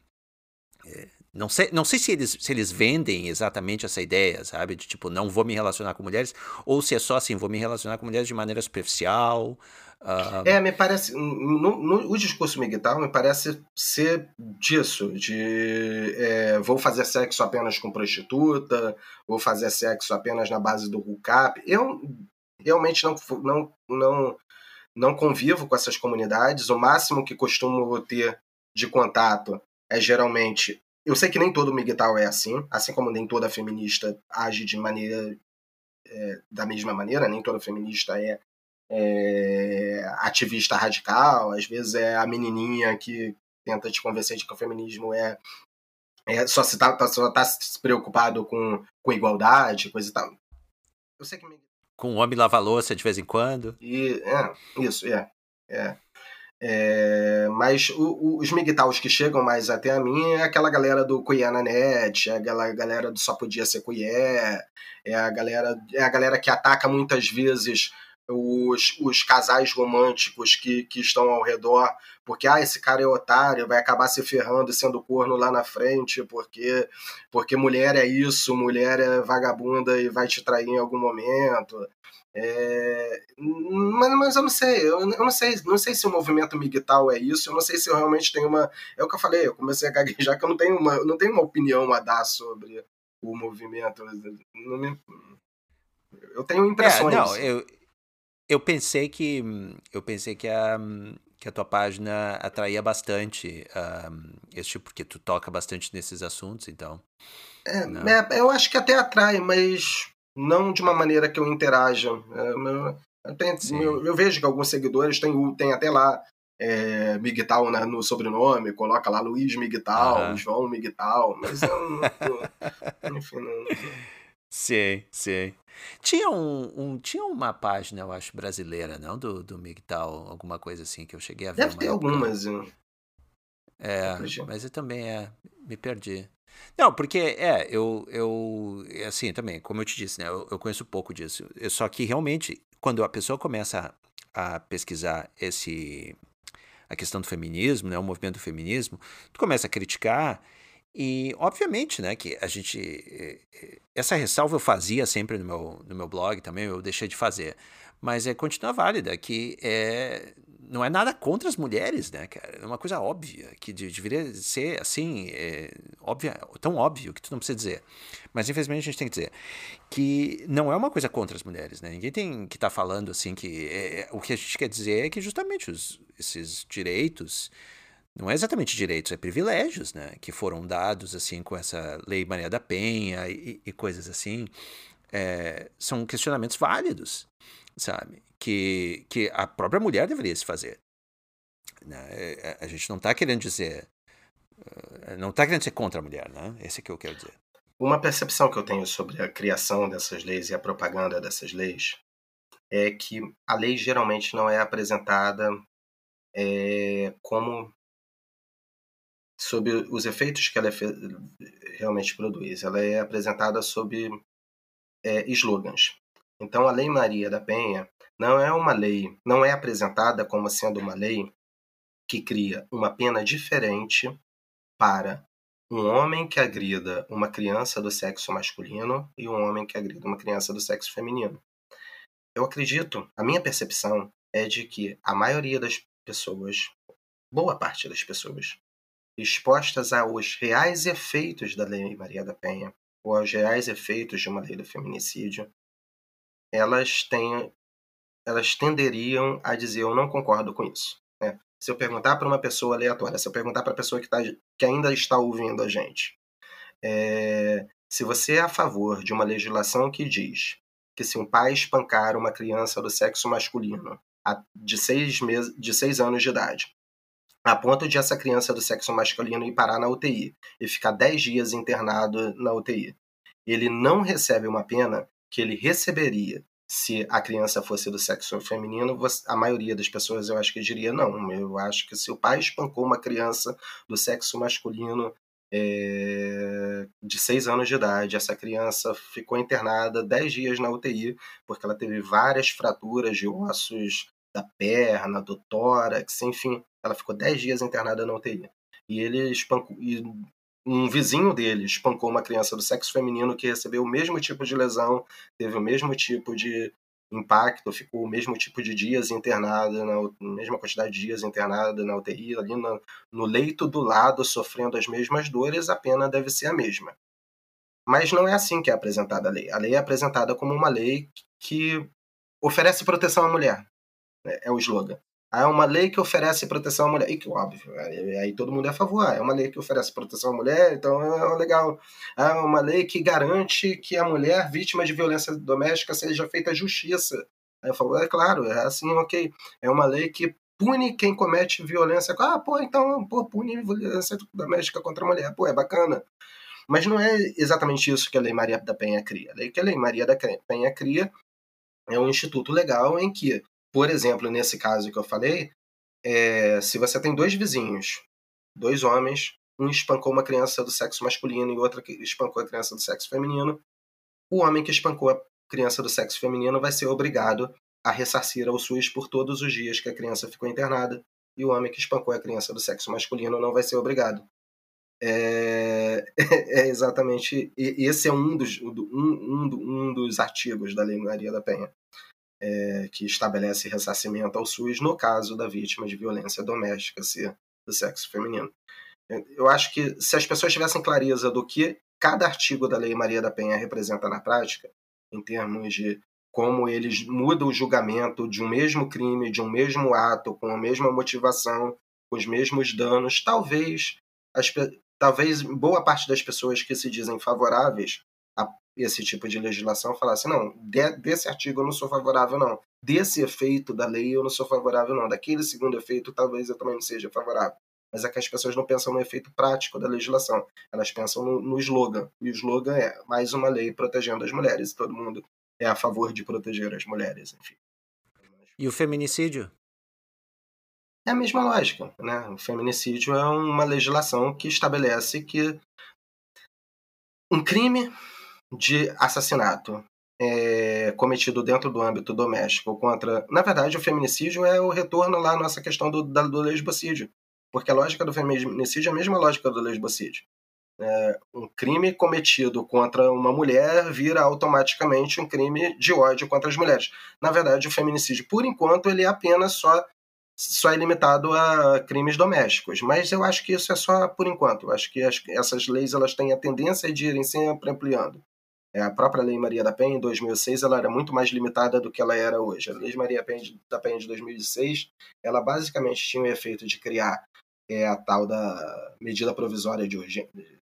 é, não sei, não sei se eles, se eles vendem exatamente essa ideia, sabe? De tipo, não vou me relacionar com mulheres, ou se é só assim, vou me relacionar com mulheres de maneira superficial. Uh... É, me parece. No, no, o discurso migtal me parece ser disso: de é, vou fazer sexo apenas com prostituta, vou fazer sexo apenas na base do hookup. Eu realmente não, não, não, não convivo com essas comunidades. O máximo que costumo ter de contato é geralmente. Eu sei que nem todo migtal é assim, assim como nem toda feminista age de maneira. É, da mesma maneira, nem toda feminista é. É, ativista radical, às vezes é a menininha que tenta te convencer de que o feminismo é, é só se tá, só tá se preocupado com, com igualdade, coisa e tal. Eu sei que me... Com o homem lava-louça de vez em quando. E, é, isso, é. é. É, mas o, o, os migtaus que chegam mais até a mim é aquela galera do Cuié na net, é aquela galera do Só Podia Ser Cuié, é a galera, é a galera que ataca muitas vezes Os, os casais românticos que, que estão ao redor, porque ah, esse cara é otário, vai acabar se ferrando e sendo corno lá na frente, porque, porque mulher é isso, mulher é vagabunda e vai te trair em algum momento. É, mas, mas eu não sei, eu, eu não sei, não sei se o movimento migtal é isso, eu não sei se eu realmente tenho uma. É o que eu falei, eu comecei a gaguejar que eu não tenho uma, eu não tenho uma opinião a dar sobre o movimento. Não me, eu tenho impressões. É, não, eu, eu pensei que eu pensei que a, que a tua página atraía bastante um, esse tipo, porque tu toca bastante nesses assuntos, então. É, é, eu acho que até atrai, mas não de uma maneira que eu interaja. É, eu, eu, tenho, eu, eu vejo que alguns seguidores têm, têm até lá é, Migtal, né, no sobrenome, coloca lá Luiz Migtal, uh-huh. João Migtal, mas eu não, eu, enfim, não... Sim, sim. Tinha, um, um, tinha uma página, eu acho, brasileira, não? Do, do MGTOW, alguma coisa assim, que eu cheguei a ver. Deve ter época. Algumas. Eu... É, mas eu também é, me perdi. Não, porque, é, eu, eu assim, também, como eu te disse, né, eu, eu conheço pouco disso. Eu, só que, realmente, quando a pessoa começa a, a pesquisar esse, a questão do feminismo, né, o movimento do feminismo, tu começa a criticar. E, obviamente, né, que a gente... Essa ressalva eu fazia sempre no meu, no meu blog também, eu deixei de fazer. Mas é, continua válida, que é, não é nada contra as mulheres, né, cara? É uma coisa óbvia, que deveria ser, assim, é, óbvia, tão óbvio que tu não precisa dizer. Mas, infelizmente, a gente tem que dizer que não é uma coisa contra as mulheres, né? Ninguém tem que estar tá falando, assim, que... É, o que a gente quer dizer é que, justamente, os, esses direitos... Não é exatamente direitos, é privilégios, né? Que foram dados, assim, com essa Lei Maria da Penha e, e coisas assim. É, são questionamentos válidos, sabe? Que, que a própria mulher deveria se fazer. Né? A gente não está querendo dizer... Não está querendo ser contra a mulher, né? Esse é que eu quero dizer. Uma percepção que eu tenho sobre a criação dessas leis e a propaganda dessas leis é que a lei geralmente não é apresentada é, como sob os efeitos que ela é, realmente produz. Ela é apresentada sob é, slogans. Então, a Lei Maria da Penha não é uma lei, não é apresentada como sendo uma lei que cria uma pena diferente para um homem que agrida uma criança do sexo masculino e um homem que agrida uma criança do sexo feminino. Eu acredito, a minha percepção é de que a maioria das pessoas, boa parte das pessoas, expostas aos reais efeitos da Lei Maria da Penha ou aos reais efeitos de uma lei do feminicídio, elas têm, elas tenderiam a dizer eu não concordo com isso. Né? Se eu perguntar para uma pessoa aleatória, se eu perguntar para a pessoa que, tá, que ainda está ouvindo a gente, é, se você é a favor de uma legislação que diz que se um pai espancar uma criança do sexo masculino de seis, meses, de seis anos de idade, a ponto de essa criança do sexo masculino ir parar na U T I e ficar dez dias internado na U T I, ele não recebe uma pena que ele receberia se a criança fosse do sexo feminino, a maioria das pessoas eu acho que diria não. Eu acho que se o pai espancou uma criança do sexo masculino é, de seis anos de idade, essa criança ficou internada dez dias na U T I, porque ela teve várias fraturas de ossos da perna, do tórax, enfim, ela ficou dez dias internada na U T I. E ele espancou, e um vizinho dele espancou uma criança do sexo feminino que recebeu o mesmo tipo de lesão, teve o mesmo tipo de impacto, ficou o mesmo tipo de dias internada, na mesma quantidade de dias internada na U T I, ali no, no leito do lado, sofrendo as mesmas dores, a pena deve ser a mesma. Mas não é assim que é apresentada a lei. A lei é apresentada como uma lei que oferece proteção à mulher. É o slogan. É uma lei que oferece proteção à mulher. E que, óbvio, aí todo mundo é a favor. É uma lei que oferece proteção à mulher, então é legal. É uma lei que garante que a mulher vítima de violência doméstica seja feita justiça. Aí eu falo, é claro, é assim, ok. É uma lei que pune quem comete violência. Ah, pô, então, pô, pune violência doméstica contra a mulher. Pô, é bacana. Mas não é exatamente isso que a Lei Maria da Penha cria. A lei que a Lei Maria da Penha cria é um instituto legal em que, por exemplo, nesse caso que eu falei, é, se você tem dois vizinhos, dois homens, um espancou uma criança do sexo masculino e outro espancou a criança do sexo feminino, o homem que espancou a criança do sexo feminino vai ser obrigado a ressarcir ao SUS por todos os dias que a criança ficou internada, e o homem que espancou a criança do sexo masculino não vai ser obrigado. É, é exatamente, esse é um dos, um, um, um dos artigos da Lei Maria da Penha. É, que estabelece ressarcimento ao SUS no caso da vítima de violência doméstica ser do sexo feminino. Eu acho que se as pessoas tivessem clareza do que cada artigo da Lei Maria da Penha representa na prática, em termos de como eles mudam o julgamento de um mesmo crime, de um mesmo ato, com a mesma motivação, com os mesmos danos, talvez, as, talvez boa parte das pessoas que se dizem favoráveis a esse tipo de legislação falasse, não, de, desse artigo eu não sou favorável, não. Desse efeito da lei eu não sou favorável, não. Daquele segundo efeito talvez eu também não seja favorável. Mas é que as pessoas não pensam no efeito prático da legislação. Elas pensam no, no slogan. E o slogan é mais uma lei protegendo as mulheres. E todo mundo é a favor de proteger as mulheres, enfim. E o feminicídio? É a mesma lógica, né? O feminicídio é uma legislação que estabelece que um crime de assassinato é, cometido dentro do âmbito doméstico contra... Na verdade, o feminicídio é o retorno lá à nossa questão do, da, do lesbocídio. Porque a lógica do feminicídio é a mesma lógica do lesbocídio. É, um crime cometido contra uma mulher vira automaticamente um crime de ódio contra as mulheres. Na verdade, o feminicídio, por enquanto, ele é apenas só, só é limitado a crimes domésticos. Mas eu acho que isso é só por enquanto. Eu acho que as, essas leis elas têm a tendência de irem sempre ampliando. A própria Lei Maria da Penha, em dois mil e seis, ela era muito mais limitada do que ela era hoje. A Lei Maria da Penha de dois mil e seis, ela basicamente tinha o efeito de criar é, a tal da medida provisória de urgência.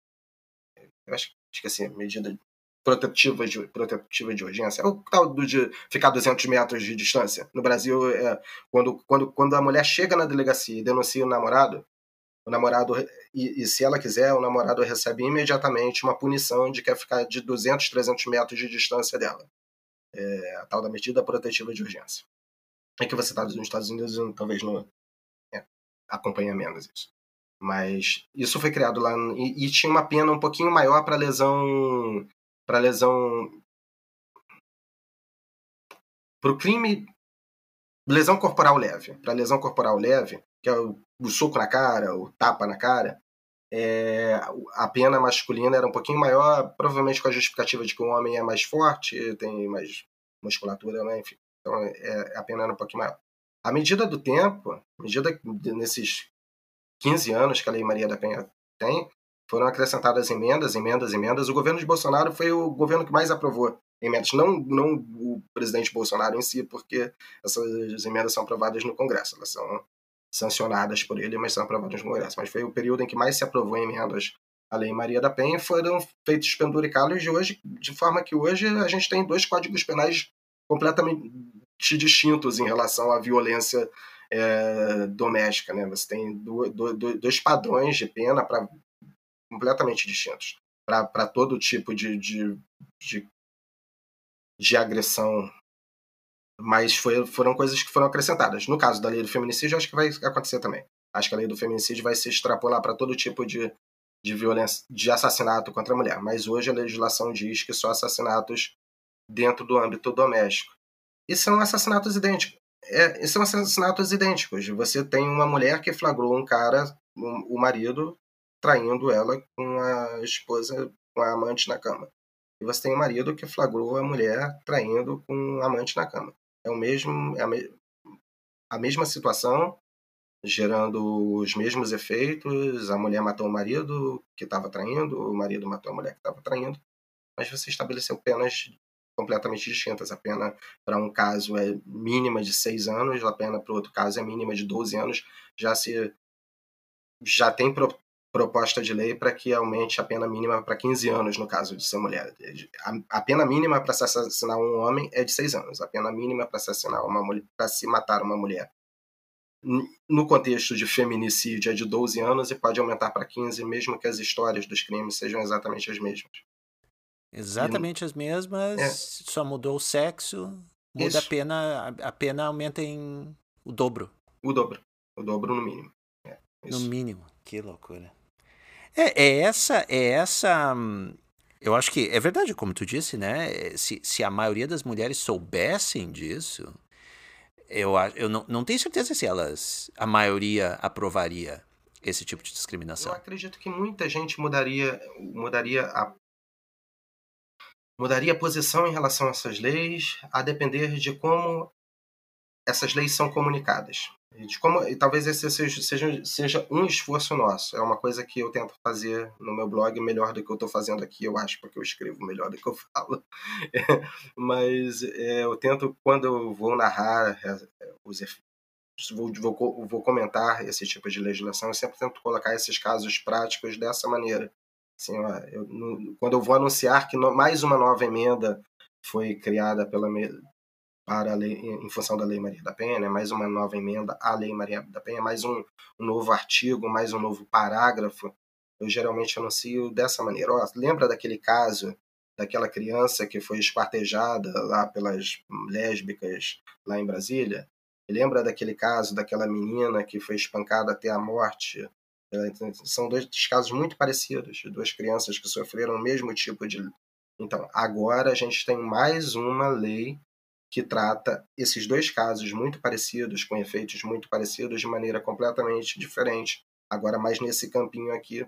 Eu acho que esqueci, medida protetiva de, protetiva de urgência. É o tal do de ficar duzentos metros de distância. No Brasil, é, quando, quando, quando a mulher chega na delegacia e denuncia o namorado, o namorado, e, e se ela quiser, o namorado recebe imediatamente uma punição de que é ficar de duzentos, trezentos metros de distância dela. É a tal da medida protetiva de urgência. É que você está nos Estados Unidos, talvez não é, acompanha menos isso. Mas isso foi criado lá, e, e tinha uma pena um pouquinho maior para lesão, para lesão, para o crime, lesão corporal leve. Para lesão corporal leve, que é o, o soco na cara, o tapa na cara, é, a pena masculina era um pouquinho maior, provavelmente com a justificativa de que o homem é mais forte, tem mais musculatura, né? Enfim. Então é, a pena era um pouquinho maior. À medida do tempo, à medida nesses quinze anos que a Lei Maria da Penha tem, foram acrescentadas emendas, emendas, emendas. O governo de Bolsonaro foi o governo que mais aprovou emendas, não, não o presidente Bolsonaro em si, porque essas emendas são aprovadas no Congresso, elas são sancionadas por ele, mas são aprovadas no Congresso. Mas foi o período em que mais se aprovou emendas à Lei Maria da Penha, foram feitos penduricalhos de hoje, de forma que hoje a gente tem dois códigos penais completamente distintos em relação à violência é, doméstica, né? Você tem do, do, do, dois padrões de pena pra, completamente distintos para todo tipo de, de, de, de agressão, mas foi, foram coisas que foram acrescentadas. No caso da lei do feminicídio, acho que vai acontecer também. Acho que a lei do feminicídio vai se extrapolar para todo tipo de, de violência, de assassinato contra a mulher. Mas hoje a legislação diz que só assassinatos dentro do âmbito doméstico. E são assassinatos idênticos. É, são assassinatos idênticos. Você tem uma mulher que flagrou um cara, um, o marido, traindo ela com a esposa, com a amante na cama. E você tem um marido que flagrou a mulher traindo com um amante na cama. É o mesmo, é a, me, a mesma situação, gerando os mesmos efeitos. A mulher matou o marido que estava traindo, o marido matou a mulher que estava traindo, mas você estabeleceu penas completamente distintas. A pena para um caso é mínima de seis anos, a pena para o outro caso é mínima de doze anos. Já se já tem pro, proposta de lei para que aumente a pena mínima para quinze anos no caso de ser mulher. A, a pena mínima para se assassinar um homem é de seis anos. A pena mínima para assassinar uma mulher, para se matar uma mulher no contexto de feminicídio é de doze anos e pode aumentar para quinze, mesmo que as histórias dos crimes sejam exatamente as mesmas. Exatamente e, as mesmas, é, só mudou o sexo, muda isso. a pena, a pena aumenta em o dobro. O dobro, o dobro no mínimo. É, no mínimo, que loucura. É, é essa, é essa, eu acho que é verdade, como tu disse, né? Se, se a maioria das mulheres soubessem disso, eu, eu não, não tenho certeza se elas, a maioria aprovaria esse tipo de discriminação. Eu acredito que muita gente mudaria, mudaria a mudaria a posição em relação a essas leis, a depender de como essas leis são comunicadas. De como, e talvez esse seja, seja, seja um esforço nosso. É uma coisa que eu tento fazer no meu blog melhor do que eu estou fazendo aqui, eu acho, porque eu escrevo melhor do que eu falo. É, mas é, eu tento, quando eu vou narrar os efeitos, vou, vou, vou comentar esse tipo de legislação, eu sempre tento colocar esses casos práticos dessa maneira. Assim, ó, eu, no, quando eu vou anunciar que no, mais uma nova emenda foi criada pela, para a lei, em função da Lei Maria da Penha, né, mais uma nova emenda à Lei Maria da Penha, mais um, um novo artigo, mais um novo parágrafo, eu geralmente anuncio dessa maneira. Ó, lembra daquele caso daquela criança que foi esquartejada lá pelas lésbicas lá em Brasília? Lembra daquele caso daquela menina que foi espancada até a morte? São dois casos muito parecidos, duas crianças que sofreram o mesmo tipo de... Então, agora a gente tem mais uma lei que trata esses dois casos muito parecidos, com efeitos muito parecidos, de maneira completamente diferente. Agora, mais nesse campinho aqui.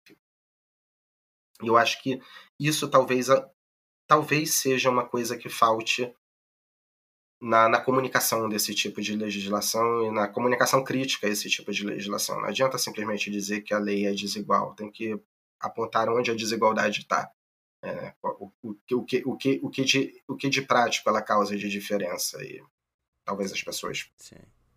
Eu acho que isso talvez, talvez seja uma coisa que falte Na, na comunicação desse tipo de legislação e na comunicação crítica a esse tipo de legislação. Não adianta simplesmente dizer que a lei é desigual, tem que apontar onde a desigualdade está. É, o, o, o, que, o, que, o, que de, o que de prático ela causa de diferença e talvez as pessoas... Sim.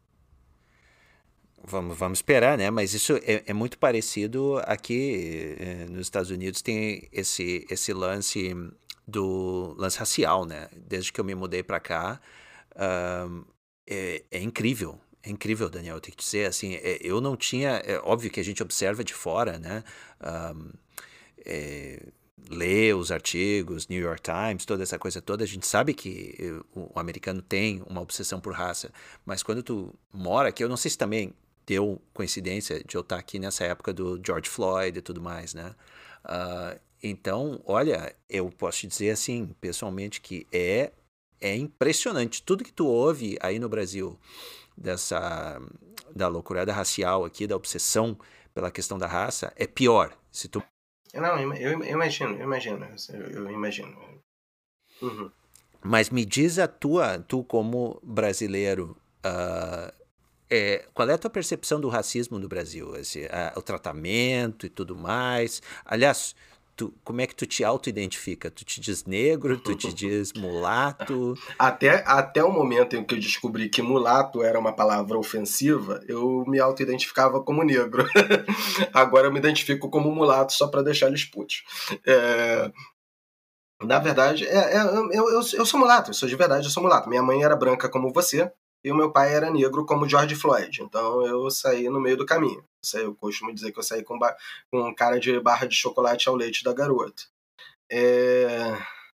Vamos, vamos esperar, né? Mas isso é, é muito parecido aqui é, nos Estados Unidos, tem esse, esse lance do lance racial, né? Desde que eu me mudei para cá, Um, é, é incrível, É incrível, Daniel, eu tenho que dizer, assim, é, eu não tinha, é óbvio que a gente observa de fora, né, um, é, lê os artigos, New York Times, toda essa coisa toda, a gente sabe que o, o americano tem uma obsessão por raça, mas quando tu mora aqui, eu não sei se também deu coincidência de eu estar aqui nessa época do George Floyd e tudo mais, né, uh, então, olha, eu posso te dizer assim, pessoalmente, que é, é impressionante, tudo que tu ouve aí no Brasil, dessa da loucurada racial aqui, da obsessão pela questão da raça, é pior. Se tu... Não, eu, eu imagino, eu imagino, eu, eu imagino. Uhum. Mas me diz a tua, tu como brasileiro, uh, é, qual é a tua percepção do racismo no Brasil? Esse, uh, o tratamento e tudo mais. Aliás, tu, como é que tu te auto-identifica? Tu te diz negro? Tu te diz mulato? Até, até o momento em que eu descobri que mulato era uma palavra ofensiva, eu me auto-identificava como negro. Agora eu me identifico como mulato só para deixar eles putos. É... Na verdade, é, é, eu, eu, eu sou mulato, eu sou de verdade, eu sou mulato. Minha mãe era branca como você e o meu pai era negro como George Floyd. Então eu saí no meio do caminho. Eu costumo dizer que eu saí com, com cara de barra de chocolate ao leite da garota. É...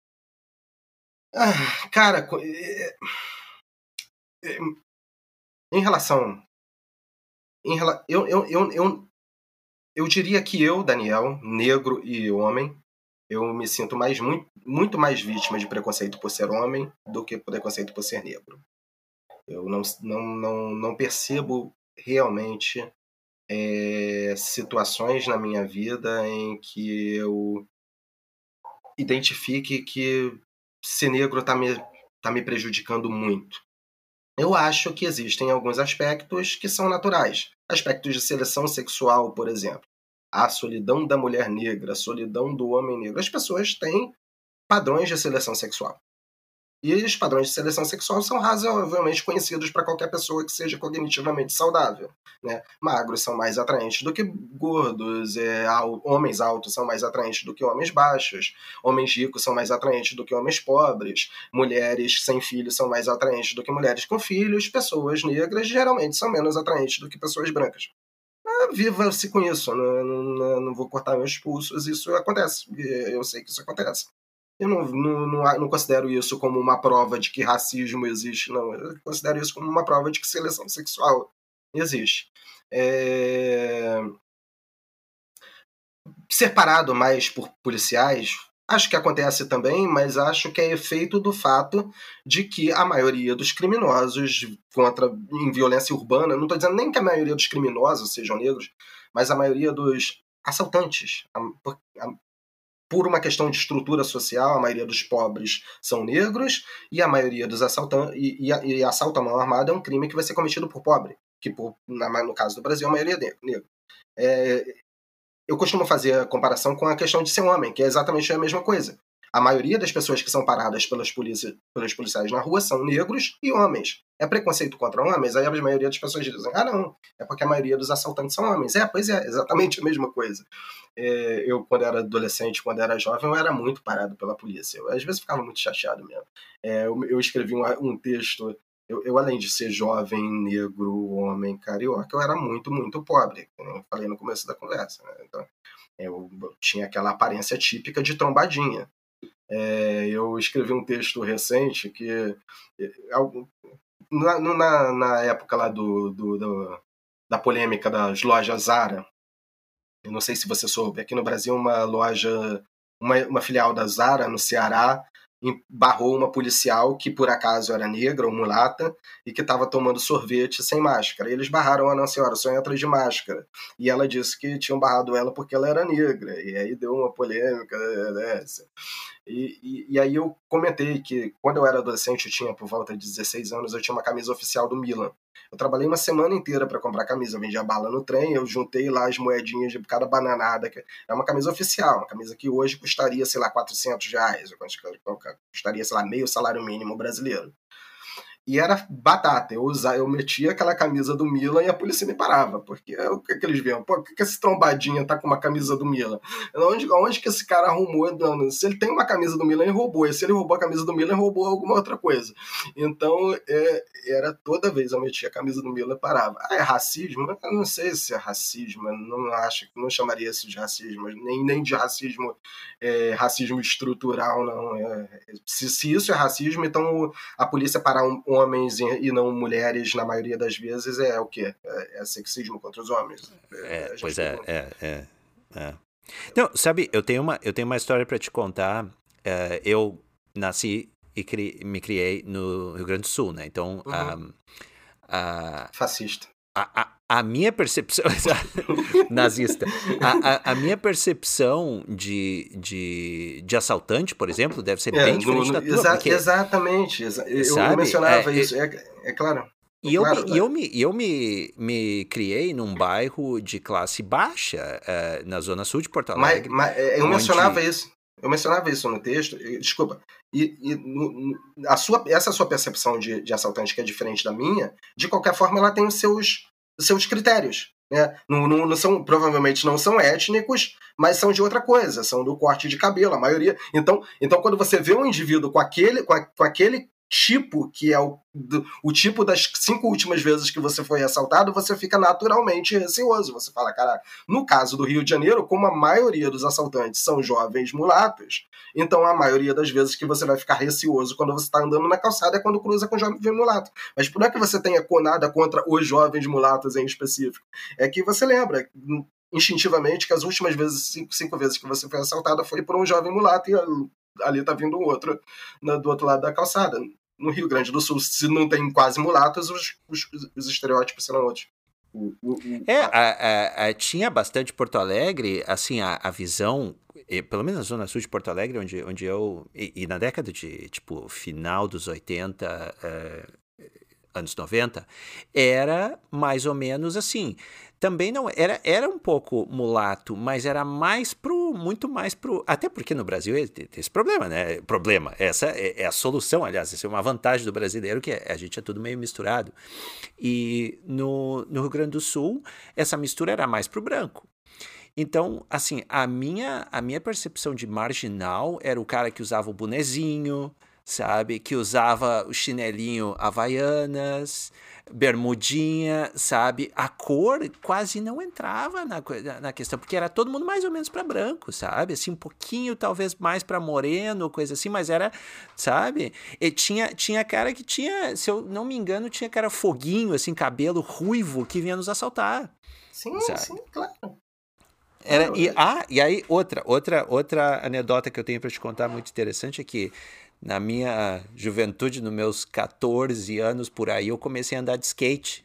Ah, cara, em relação. Em rela... eu, eu, eu, eu, eu diria que eu, Daniel, negro e homem, eu me sinto mais, muito, muito mais vítima de preconceito por ser homem do que preconceito por ser negro. Eu não, não, não, não percebo realmente é, situações na minha vida em que eu identifique que ser negro está me, tá me prejudicando muito. Eu acho que existem alguns aspectos que são naturais. Aspectos de seleção sexual, por exemplo. A solidão da mulher negra, a solidão do homem negro. As pessoas têm padrões de seleção sexual. E os padrões de seleção sexual são razoavelmente conhecidos para qualquer pessoa que seja cognitivamente saudável. Né? Magros são mais atraentes do que gordos, é, homens altos são mais atraentes do que homens baixos, homens ricos são mais atraentes do que homens pobres, mulheres sem filhos são mais atraentes do que mulheres com filhos, pessoas negras geralmente são menos atraentes do que pessoas brancas. Ah, viva-se com isso, não, não, não vou cortar meus pulsos, isso acontece, eu sei que isso acontece. Eu não, não, não, não considero isso como uma prova de que racismo existe, não. Eu considero isso como uma prova de que seleção sexual existe. É... Separado mais por policiais, acho que acontece também, mas acho que é efeito do fato de que a maioria dos criminosos contra, em violência urbana, não estou dizendo nem que a maioria dos criminosos sejam negros, mas a maioria dos assaltantes, a, a, por uma questão de estrutura social, a maioria dos pobres são negros e a maioria dos assaltantes e, e, e assalto à mão armada é um crime que vai ser cometido por pobre, que por, na, no caso do Brasil a maioria é negro. É, eu costumo fazer a comparação com a questão de ser homem, que é exatamente a mesma coisa. A maioria das pessoas que são paradas pelas, polícia, pelos policiais na rua são negros e homens. É preconceito contra homens? Aí a maioria das pessoas dizem, ah não, é porque a maioria dos assaltantes são homens. É, pois é, exatamente a mesma coisa. É, eu, quando era adolescente, quando era jovem, eu era muito parado pela polícia. Eu, às vezes, ficava muito chateado mesmo. É, eu, eu escrevi um, um texto, eu, eu, além de ser jovem, negro, homem, carioca, eu era muito, muito pobre, como eu falei no começo da conversa. Né? Então, eu, eu tinha aquela aparência típica de trombadinha. É, eu escrevi um texto recente que, na, na, na época lá do, do, do, da polêmica das lojas Zara, eu não sei se você soube, aqui no Brasil uma loja, uma, uma filial da Zara no Ceará barrou uma policial que por acaso era negra ou mulata e que estava tomando sorvete sem máscara. E eles barraram a não, senhora, só entra de máscara. E ela disse que tinham barrado ela porque ela era negra. E aí deu uma polêmica. Né? E, e, e aí eu comentei que quando eu era adolescente, eu tinha por volta de dezesseis anos, eu tinha uma camisa oficial do Milan. Eu trabalhei uma semana inteira para comprar camisa, eu vendia bala no trem, eu juntei lá as moedinhas de cada bananada. É uma camisa oficial, uma camisa que hoje custaria, sei lá, quatrocentos reais, custaria, sei lá, meio salário mínimo brasileiro. E era batata, eu, usava, eu metia aquela camisa do Milan e a polícia me parava, porque o que, que eles viam? Pô, por que, que esse trombadinha tá com uma camisa do Milan? Onde, onde que esse cara arrumou? Se ele tem uma camisa do Milan, ele roubou, e se ele roubou a camisa do Milan, ele roubou alguma outra coisa. Então, é, era toda vez eu metia a camisa do Milan e parava. Ah, é racismo? Eu não sei se é racismo, eu não acho, não chamaria isso de racismo, nem, nem de racismo, é, racismo estrutural, não. É, se, se isso é racismo, então a polícia parar um homens e não mulheres, na maioria das vezes, é o quê? É, é sexismo contra os homens. É, pois é, é, é, é. Não, sabe, eu tenho uma, eu tenho uma história para te contar. Uh, eu nasci e cri, me criei no Rio Grande do Sul, né? Então, uhum. a, a, fascista. A, a, a minha percepção... nazista. A, a, a minha percepção de, de, de assaltante, por exemplo, deve ser é, bem diferente no, no, da tua. Exa porque, exatamente. Exa eu, eu mencionava é, isso, é, é claro. É e eu, claro, me, né? eu, me, eu me, me criei num bairro de classe baixa, uh, na zona sul de Porto Alegre. Mas, mas eu onde... mencionava isso. Eu mencionava isso no texto. E, desculpa. E, e no, a sua, essa sua percepção de, de assaltante, que é diferente da minha, de qualquer forma, ela tem os seus, os seus critérios. Né? Não, não, não são, provavelmente não são étnicos, mas são de outra coisa, são do corte de cabelo, a maioria. Então, então quando você vê um indivíduo com aquele, com, a, com aquele tipo, que é o, do, o tipo das cinco últimas vezes que você foi assaltado, você fica naturalmente receoso. Você fala, cara, no caso do Rio de Janeiro, como a maioria dos assaltantes são jovens mulatos, então a maioria das vezes que você vai ficar receoso quando você está andando na calçada é quando cruza com jovem mulato. Mas por não é que você tenha nada contra os jovens mulatos em específico, é que você lembra instintivamente que as últimas vezes, cinco, cinco vezes que você foi assaltado foi por um jovem mulato e ali tá vindo um outro no, do outro lado da calçada. No Rio Grande do Sul, se não tem quase mulatos, os, os, os estereótipos serão outros. O, o, o, é, a... A, a, a, tinha bastante Porto Alegre, assim, a, a visão, e, pelo menos na zona sul de Porto Alegre, onde, onde eu, e, e na década de, tipo, final dos oitenta, é, anos noventa, era mais ou menos assim. Também não era, era um pouco mulato, mas era mais pro, muito mais pro, até porque no Brasil tem esse problema, né? Problema, essa é, é a solução, aliás, essa é uma vantagem do brasileiro, que é, a gente é tudo meio misturado. E no, no Rio Grande do Sul, essa mistura era mais pro branco. Então, assim, a minha, a minha percepção de marginal era o cara que usava o bonezinho, sabe? Que usava o chinelinho Havaianas, bermudinha, sabe? A cor quase não entrava na, na questão, porque era todo mundo mais ou menos para branco, sabe? Assim, um pouquinho talvez mais para moreno, coisa assim, mas era, sabe? E tinha, tinha cara que tinha, se eu não me engano, tinha cara foguinho, assim, cabelo ruivo, que vinha nos assaltar. Sim, sabe? Sim, claro. Era, e, ah, e aí outra, outra, outra anedota que eu tenho para te contar muito interessante é que na minha juventude, nos meus catorze anos por aí, eu comecei a andar de skate.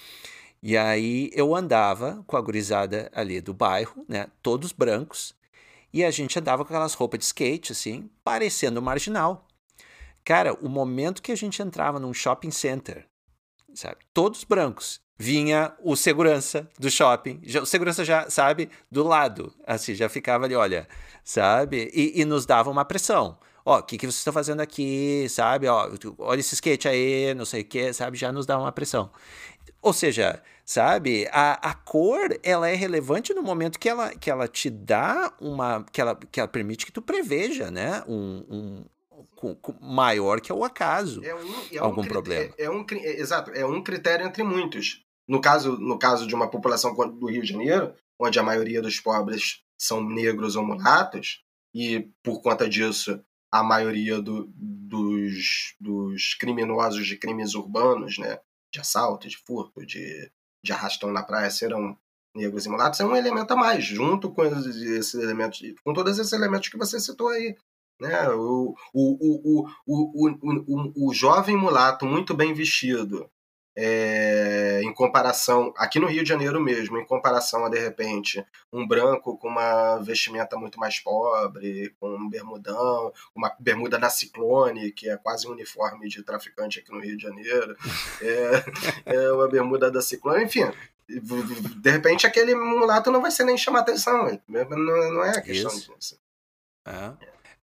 E aí eu andava com a gurizada ali do bairro, né, todos brancos, e a gente andava com aquelas roupas de skate, assim, parecendo marginal. Cara, o momento que a gente entrava num shopping center, sabe, todos brancos, vinha o segurança do shopping, já, o segurança já, sabe, do lado, assim, já ficava ali, olha, sabe, e, e nos dava uma pressão. Ó, o que, que vocês estão fazendo aqui, sabe, ó, olha esse skate aí, não sei o que, sabe, já nos dá uma pressão. Ou seja, sabe, a, a cor, ela é relevante no momento que ela, que ela te dá uma, que ela, que ela permite que tu preveja, né, um... um Com, com maior que o acaso, é um, é algum um, problema. É, é um, é, exato, é um critério entre muitos. No caso, no caso de uma população do Rio de Janeiro, onde a maioria dos pobres são negros ou mulatos, e por conta disso a maioria do, dos, dos criminosos de crimes urbanos, né, de assalto, de furto, de, de arrastão na praia serão negros e mulatos, é um elemento a mais, junto com esses elementos, com todos esses elementos que você citou aí. Né? O, o, o, o, o, o, o jovem mulato muito bem vestido, é, em comparação, aqui no Rio de Janeiro mesmo, em comparação a, de repente, um branco com uma vestimenta muito mais pobre, com um bermudão, uma bermuda da Ciclone, que é quase um uniforme de traficante aqui no Rio de Janeiro, é, é uma bermuda da Ciclone, enfim. De repente, aquele mulato não vai ser nem chamar atenção, não, não é a questão Isso. disso. Ah.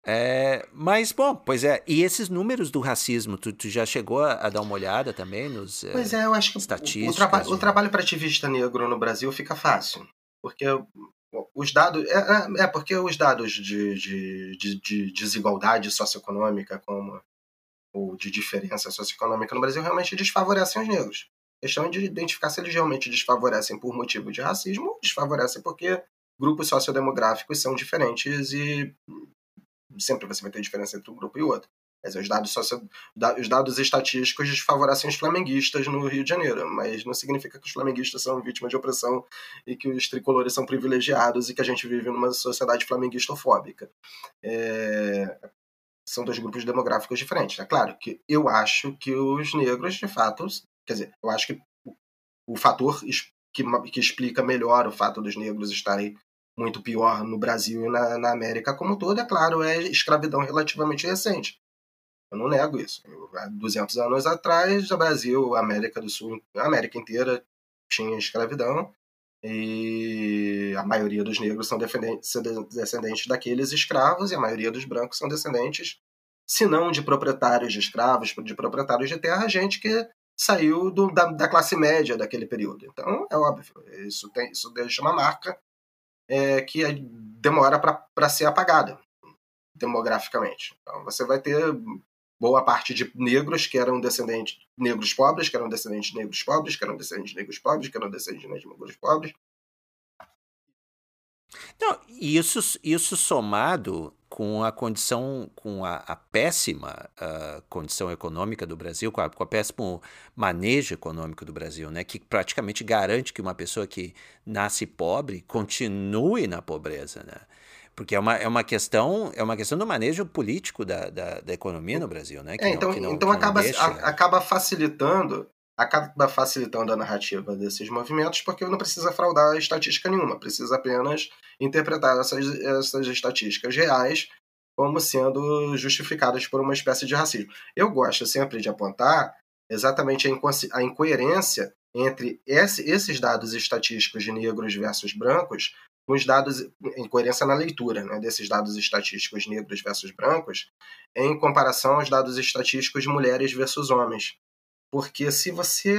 É, mas, bom, pois é. E esses números do racismo, tu, tu já chegou a, a dar uma olhada também nos Pois é, é, eu acho que o, o, estatísticas traba o de... trabalho para ativista negro no Brasil fica fácil. Porque os dados. É, é, é porque os dados de, de, de, de desigualdade socioeconômica, como ou de diferença socioeconômica no Brasil, realmente desfavorecem os negros. A questão é de identificar se eles realmente desfavorecem por motivo de racismo ou desfavorecem porque grupos sociodemográficos são diferentes e sempre você vai ter diferença entre um grupo e outro. Mas os dados, socio... os dados estatísticos desfavorecem os flamenguistas no Rio de Janeiro, mas não significa que os flamenguistas são vítimas de opressão e que os tricolores são privilegiados e que a gente vive numa sociedade flamenguistofóbica. É... São dois grupos demográficos diferentes. É claro que eu acho que os negros, de fato, quer dizer, eu acho que o fator que, que explica melhor o fato dos negros estarem muito pior no Brasil e na, na América como um todo, é claro, é escravidão relativamente recente. Eu não nego isso. Eu, há duzentos anos atrás, o Brasil, a América do Sul, a América inteira tinha escravidão e a maioria dos negros são descendentes daqueles escravos e a maioria dos brancos são descendentes, se não de proprietários de escravos, de proprietários de terra, gente que saiu do, da, da classe média daquele período. Então, é óbvio, isso, tem, isso deixa uma marca é, que demora para ser apagada demograficamente. Então, você vai ter boa parte de negros que eram descendentes negros pobres, que eram descendentes de negros pobres, que eram descendentes de negros pobres, que eram descendentes de negros pobres. Não, isso, isso somado com a condição, com a, a péssima uh, condição econômica do Brasil, com, a, com o péssimo manejo econômico do Brasil, né, que praticamente garante que uma pessoa que nasce pobre continue na pobreza, né? Porque é uma, é uma questão é uma questão do manejo político da, da, da economia no Brasil, né? Que É, não, então, que não, então que não acaba, deixa... a, acaba facilitando acaba facilitando a narrativa desses movimentos porque não precisa fraudar estatística nenhuma, precisa apenas interpretar essas, essas estatísticas reais como sendo justificadas por uma espécie de racismo. Eu gosto sempre de apontar exatamente a, inco a incoerência entre esse, esses dados estatísticos de negros versus brancos com os dados, incoerência na leitura, né, desses dados estatísticos negros versus brancos em comparação aos dados estatísticos de mulheres versus homens. Porque se você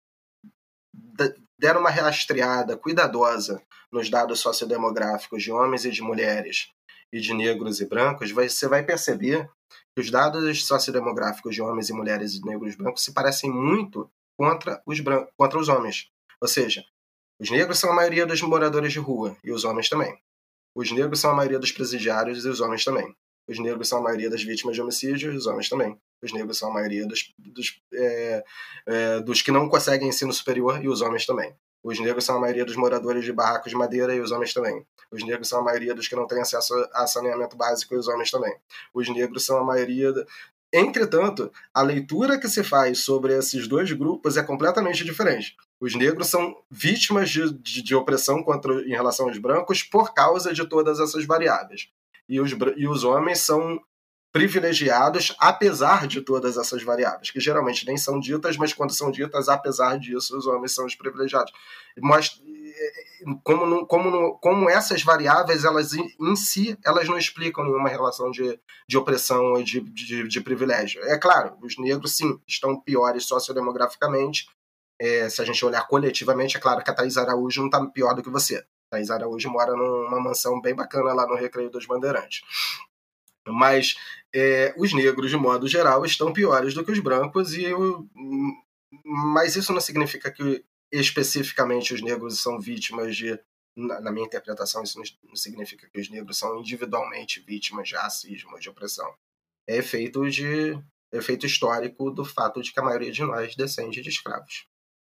der uma rastreada cuidadosa nos dados sociodemográficos de homens e de mulheres e de negros e brancos, você vai perceber que os dados sociodemográficos de homens e mulheres e negros e brancos se parecem muito contra os, brancos, contra os homens. Ou seja, os negros são a maioria dos moradores de rua e os homens também. Os negros são a maioria dos presidiários e os homens também. Os negros são a maioria das vítimas de homicídio e os homens também. Os negros são a maioria dos, dos, é, é, dos que não conseguem ensino superior e os homens também. Os negros são a maioria dos moradores de barracos de madeira e os homens também. Os negros são a maioria dos que não têm acesso a saneamento básico e os homens também. Os negros são a maioria... Da... Entretanto, a leitura que se faz sobre esses dois grupos é completamente diferente. Os negros são vítimas de, de, de opressão contra, em relação aos brancos por causa de todas essas variáveis. E os, e os homens são privilegiados apesar de todas essas variáveis, que geralmente nem são ditas, mas quando são ditas, apesar disso, os homens são os privilegiados. Mas como, como, como essas variáveis, elas em si, elas não explicam nenhuma relação de, de opressão e de, de, de privilégio. É claro, os negros, sim, estão piores sociodemograficamente. É, se a gente olhar coletivamente, é claro que a Thaís Araújo não está pior do que você. A Thaís Araújo mora numa mansão bem bacana lá no Recreio dos Bandeirantes. Mas é, os negros, de modo geral, estão piores do que os brancos, e eu, mas isso não significa que especificamente os negros são vítimas de... Na, na minha interpretação, isso não significa que os negros são individualmente vítimas de racismo, de opressão. É efeito, de, efeito histórico do fato de que a maioria de nós descende de escravos.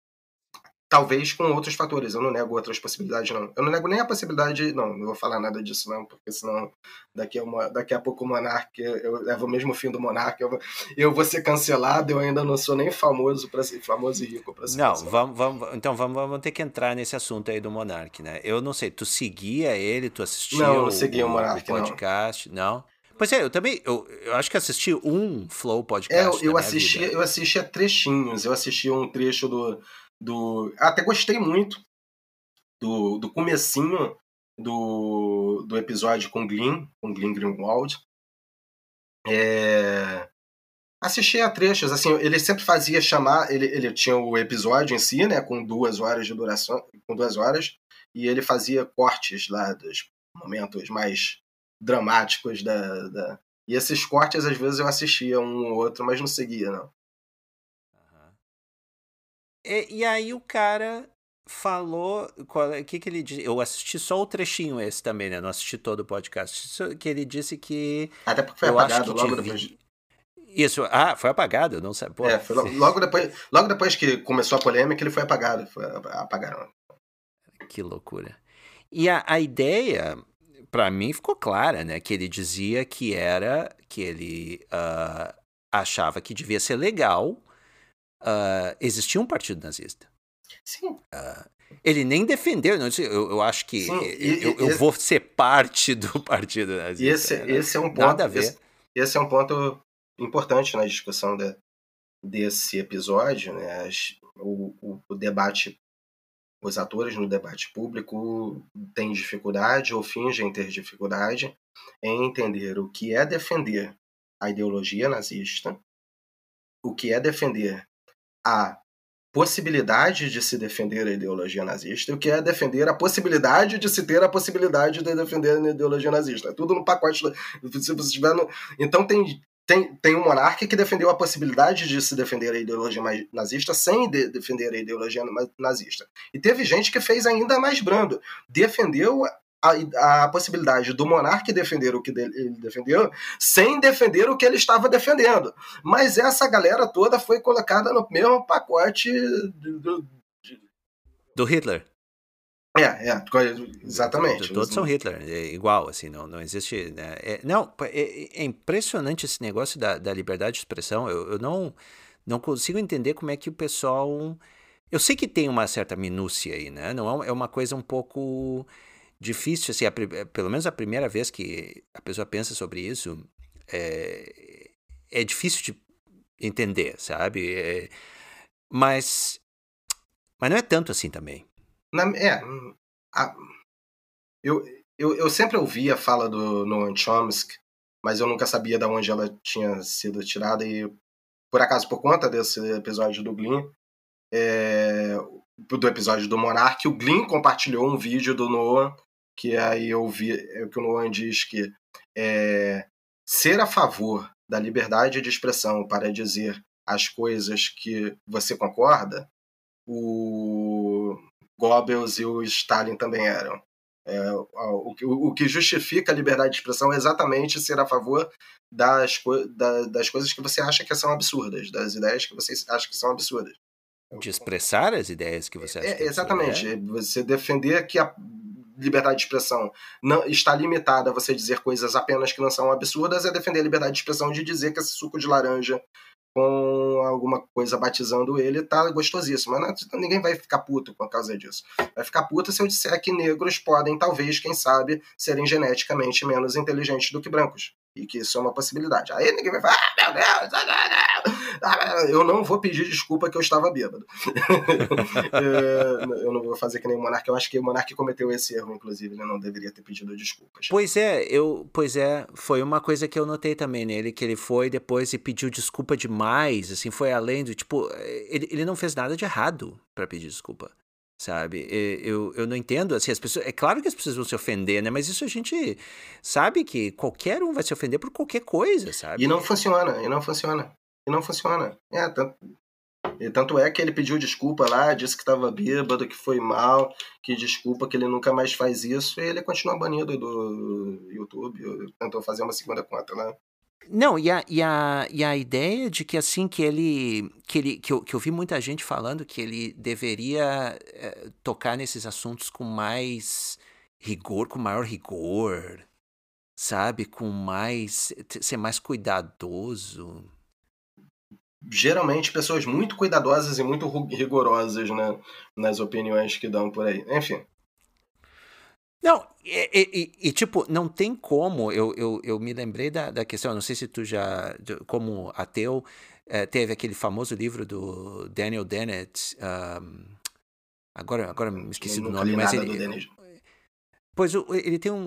Talvez com outros fatores, eu não nego outras possibilidades, não. Eu não nego nem a possibilidade, não, não vou falar nada disso, não, porque senão daqui a, uma, daqui a pouco o Monark, eu levo o mesmo fim do Monark, eu, eu vou ser cancelado, eu ainda não sou nem famoso para ser famoso e rico para ser não, cancelado. Vamos, vamos, então vamos, vamos ter que entrar nesse assunto aí do Monark, né? Eu não sei, tu seguia ele, tu assistia não, o, não segui o, o, Monark, o podcast, não? não? Pois é, eu também, eu, eu acho que assisti um Flow podcast é, eu, eu na minha assistia, vida. Eu assistia trechinhos, eu assistia um trecho do... do até gostei muito do, do comecinho do, do episódio com Glenn, com Glenn Greenwald, É... Assisti a trechos, assim, ele sempre fazia chamar, ele, ele tinha o episódio em si, né, com duas horas de duração, com duas horas, e ele fazia cortes lá dos momentos mais dramáticos da, da... E esses cortes, às vezes, eu assistia um ou outro, mas não seguia, não. Uhum. E, e aí o cara falou, o que que ele disse? Eu assisti só o trechinho esse também, né? Não assisti todo o podcast. Isso que ele disse que Até porque foi eu acho apagado que logo devia... depois. Isso, ah, foi apagado, eu não sei. Pô, É, foi logo depois, logo depois que começou a polêmica, ele foi apagado. Foi, apagaram. Que loucura. E a, a ideia, para mim, ficou clara, né? Que ele dizia que era, que ele uh, achava que devia ser legal uh, existir um partido nazista. Sim. Uh, ele nem defendeu, não, eu, eu acho que Sim, e, eu, eu esse, vou ser parte do partido nazista. Esse, esse é um ponto, Nada a ver. Esse, esse é um ponto importante na discussão de, desse episódio, né? As, o, o, o debate, os atores no debate público têm dificuldade ou fingem ter dificuldade em entender o que é defender a ideologia nazista, o que é defender a possibilidade de se defender a ideologia nazista, o que é defender a possibilidade de se ter a possibilidade de defender a ideologia nazista. É tudo no pacote. Se você estiver no... Então tem, tem, tem um monarca que defendeu a possibilidade de se defender a ideologia nazista sem de defender a ideologia nazista. E teve gente que fez ainda mais brando. Defendeu a, a possibilidade do monarca defender o que ele defendeu sem defender o que ele estava defendendo. Mas essa galera toda foi colocada no mesmo pacote do, do, do Hitler. É, é, exatamente. Todos são Hitler, é igual, assim, não, não existe... Né? É, não, é, é impressionante esse negócio da, da liberdade de expressão. Eu, eu não, não consigo entender como é que o pessoal... Eu sei que tem uma certa minúcia aí, né? Não é uma coisa um pouco difícil, assim, a, pelo menos a primeira vez que a pessoa pensa sobre isso, é, é difícil de entender, sabe? É, mas, mas não é tanto assim também. Na, é, a, eu, eu, eu sempre ouvi a fala do Noam Chomsky, mas eu nunca sabia de onde ela tinha sido tirada e, por acaso, por conta desse episódio do Glyn, é, do episódio do Monark, o Glyn compartilhou um vídeo do Noam, que aí eu vi é, que o Noam diz que é, ser a favor da liberdade de expressão para dizer as coisas que você concorda, o Goebbels e o Stalin também eram. É, o, o, o que justifica a liberdade de expressão é exatamente ser a favor das, da, das coisas que você acha que são absurdas, das ideias que você acha que são absurdas. De expressar as ideias que você acha é, que é exatamente. absurdo, é? Você defender que a liberdade de expressão não está limitada a você dizer coisas apenas que não são absurdas, é defender a liberdade de expressão de dizer que esse suco de laranja com alguma coisa batizando ele, tá gostosíssimo. Mas não, ninguém vai ficar puto por causa disso. Vai ficar puto se eu disser que negros podem, talvez, quem sabe, serem geneticamente menos inteligentes do que brancos. E que isso é uma possibilidade. Aí ninguém vai falar, ah, meu Deus, eu não vou pedir desculpa que eu estava bêbado. Eu não vou fazer que nem o Monark. Eu acho que o Monark cometeu esse erro, inclusive. Ele não deveria ter pedido desculpas. Pois é, eu, pois é, foi uma coisa que eu notei também nele, que ele foi depois e pediu desculpa demais, assim, foi além do, tipo, ele, ele não fez nada de errado para pedir desculpa, sabe? Eu, eu não entendo, assim, as pessoas, é claro que as pessoas vão se ofender, né? Mas isso a gente sabe que qualquer um vai se ofender por qualquer coisa, sabe? E não funciona, e não funciona, e não funciona. É, tanto... E tanto é que ele pediu desculpa lá, disse que estava bêbado, que foi mal, que desculpa, que ele nunca mais faz isso, e ele continua banido do YouTube, tentou fazer uma segunda conta lá. Não, e a, e, a, e a ideia de que assim, que ele, que ele que eu, que eu vi muita gente falando que ele deveria é, tocar nesses assuntos com mais rigor, com maior rigor, sabe? Com mais, ser mais cuidadoso. Geralmente pessoas muito cuidadosas e muito rigorosas, né, nas opiniões que dão por aí. Enfim. Não, e, e, e tipo, não tem como, eu, eu, eu me lembrei da, da questão, não sei se tu já, como ateu, é, teve aquele famoso livro do Daniel Dennett, um, agora, agora me esqueci do nome, mas ele... Do Dennis. Pois ele tem um...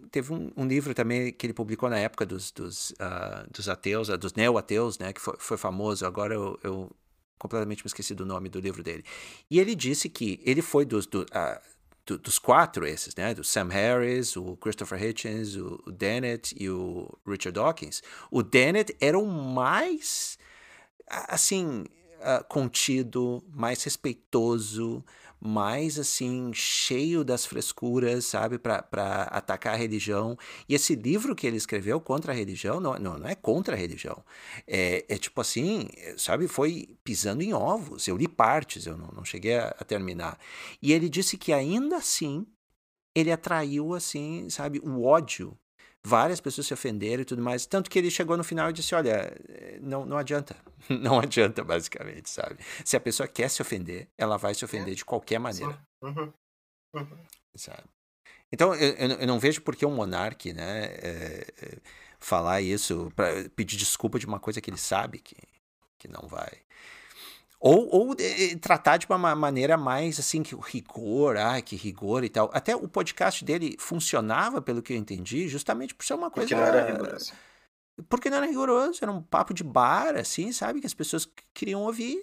teve um, um livro também que ele publicou na época dos, dos, uh, dos ateus, uh, dos neo-ateus, né, que foi, foi famoso. Agora eu, eu completamente me esqueci do nome do livro dele. E ele disse que ele foi dos, do, uh, do, dos quatro esses, né, do Sam Harris, o Christopher Hitchens, o, o Dennett e o Richard Dawkins. O Dennett era o mais, assim, uh, contido, mais respeitoso, mais, assim, cheio das frescuras, sabe, para atacar a religião. E esse livro que ele escreveu contra a religião, não, não, não é contra a religião. É, é tipo assim, sabe, foi pisando em ovos. Eu li partes, eu não, não cheguei a, a terminar. E ele disse que ainda assim, ele atraiu, assim, sabe, o ódio. Várias pessoas se ofenderam e tudo mais. Tanto que ele chegou no final e disse, olha, não, não adianta. Não adianta, basicamente, sabe? Se a pessoa quer se ofender, ela vai se ofender É, de qualquer maneira. uhum, uhum. Sabe? Então, eu, eu não vejo por que um monarca, né, é, é, falar isso, para pedir desculpa de uma coisa que ele sabe que, que não vai... Ou, ou é, tratar de uma maneira mais, assim, que o rigor, ah, que rigor e tal. Até o podcast dele funcionava, pelo que eu entendi, justamente por ser uma coisa... Porque não era rigoroso. Porque não era rigoroso, era um papo de bar, assim, sabe? Que as pessoas queriam ouvir.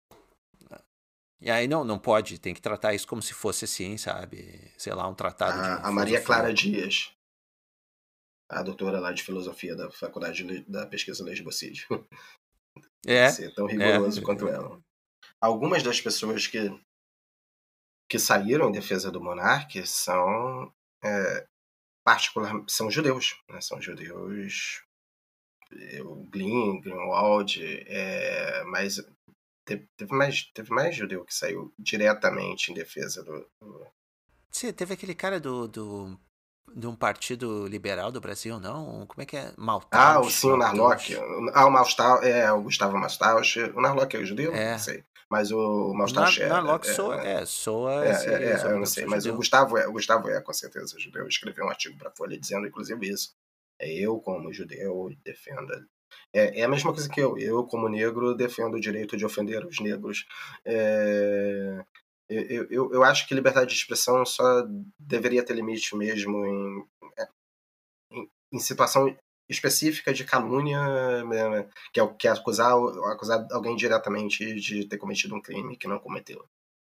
E aí não, não pode, tem que tratar isso como se fosse assim, sabe? Sei lá, um tratado de A, a Maria Clara Dias, a doutora lá de filosofia da Faculdade da Pesquisa Lesbocídio. É, Ser tão é. rigoroso quanto ela. Algumas das pessoas que, que saíram em defesa do monarca são, é, particular, são judeus. Né? São judeus, o Glyn, Greenwald, é, mas teve, teve, mais, teve mais judeu que saiu diretamente em defesa do... do... Sim, teve aquele cara do, do, de um partido liberal do Brasil, não? Como é que é? Maltausch. Ah, sim, o Narlock. Ah, o Maltausch, é, o Gustavo Maltausch. O Narlock é o judeu? É. Não sei. Mas o O Maltausch Nar, é... Narlock é, soa, é, é, soa é, esse é, é, eu não sobrenome sei. ser Mas judeu. o Gustavo é, o Gustavo é com certeza judeu. Escreveu um artigo para a Folha dizendo, inclusive, isso. É, eu, como judeu, defendo... É, é a mesma coisa que eu. Eu, como negro, defendo o direito de ofender os negros. É... Eu, eu, eu acho que liberdade de expressão só deveria ter limite mesmo em, em, em situação específica de calúnia, que é, que é acusar, acusar alguém diretamente de ter cometido um crime que não cometeu.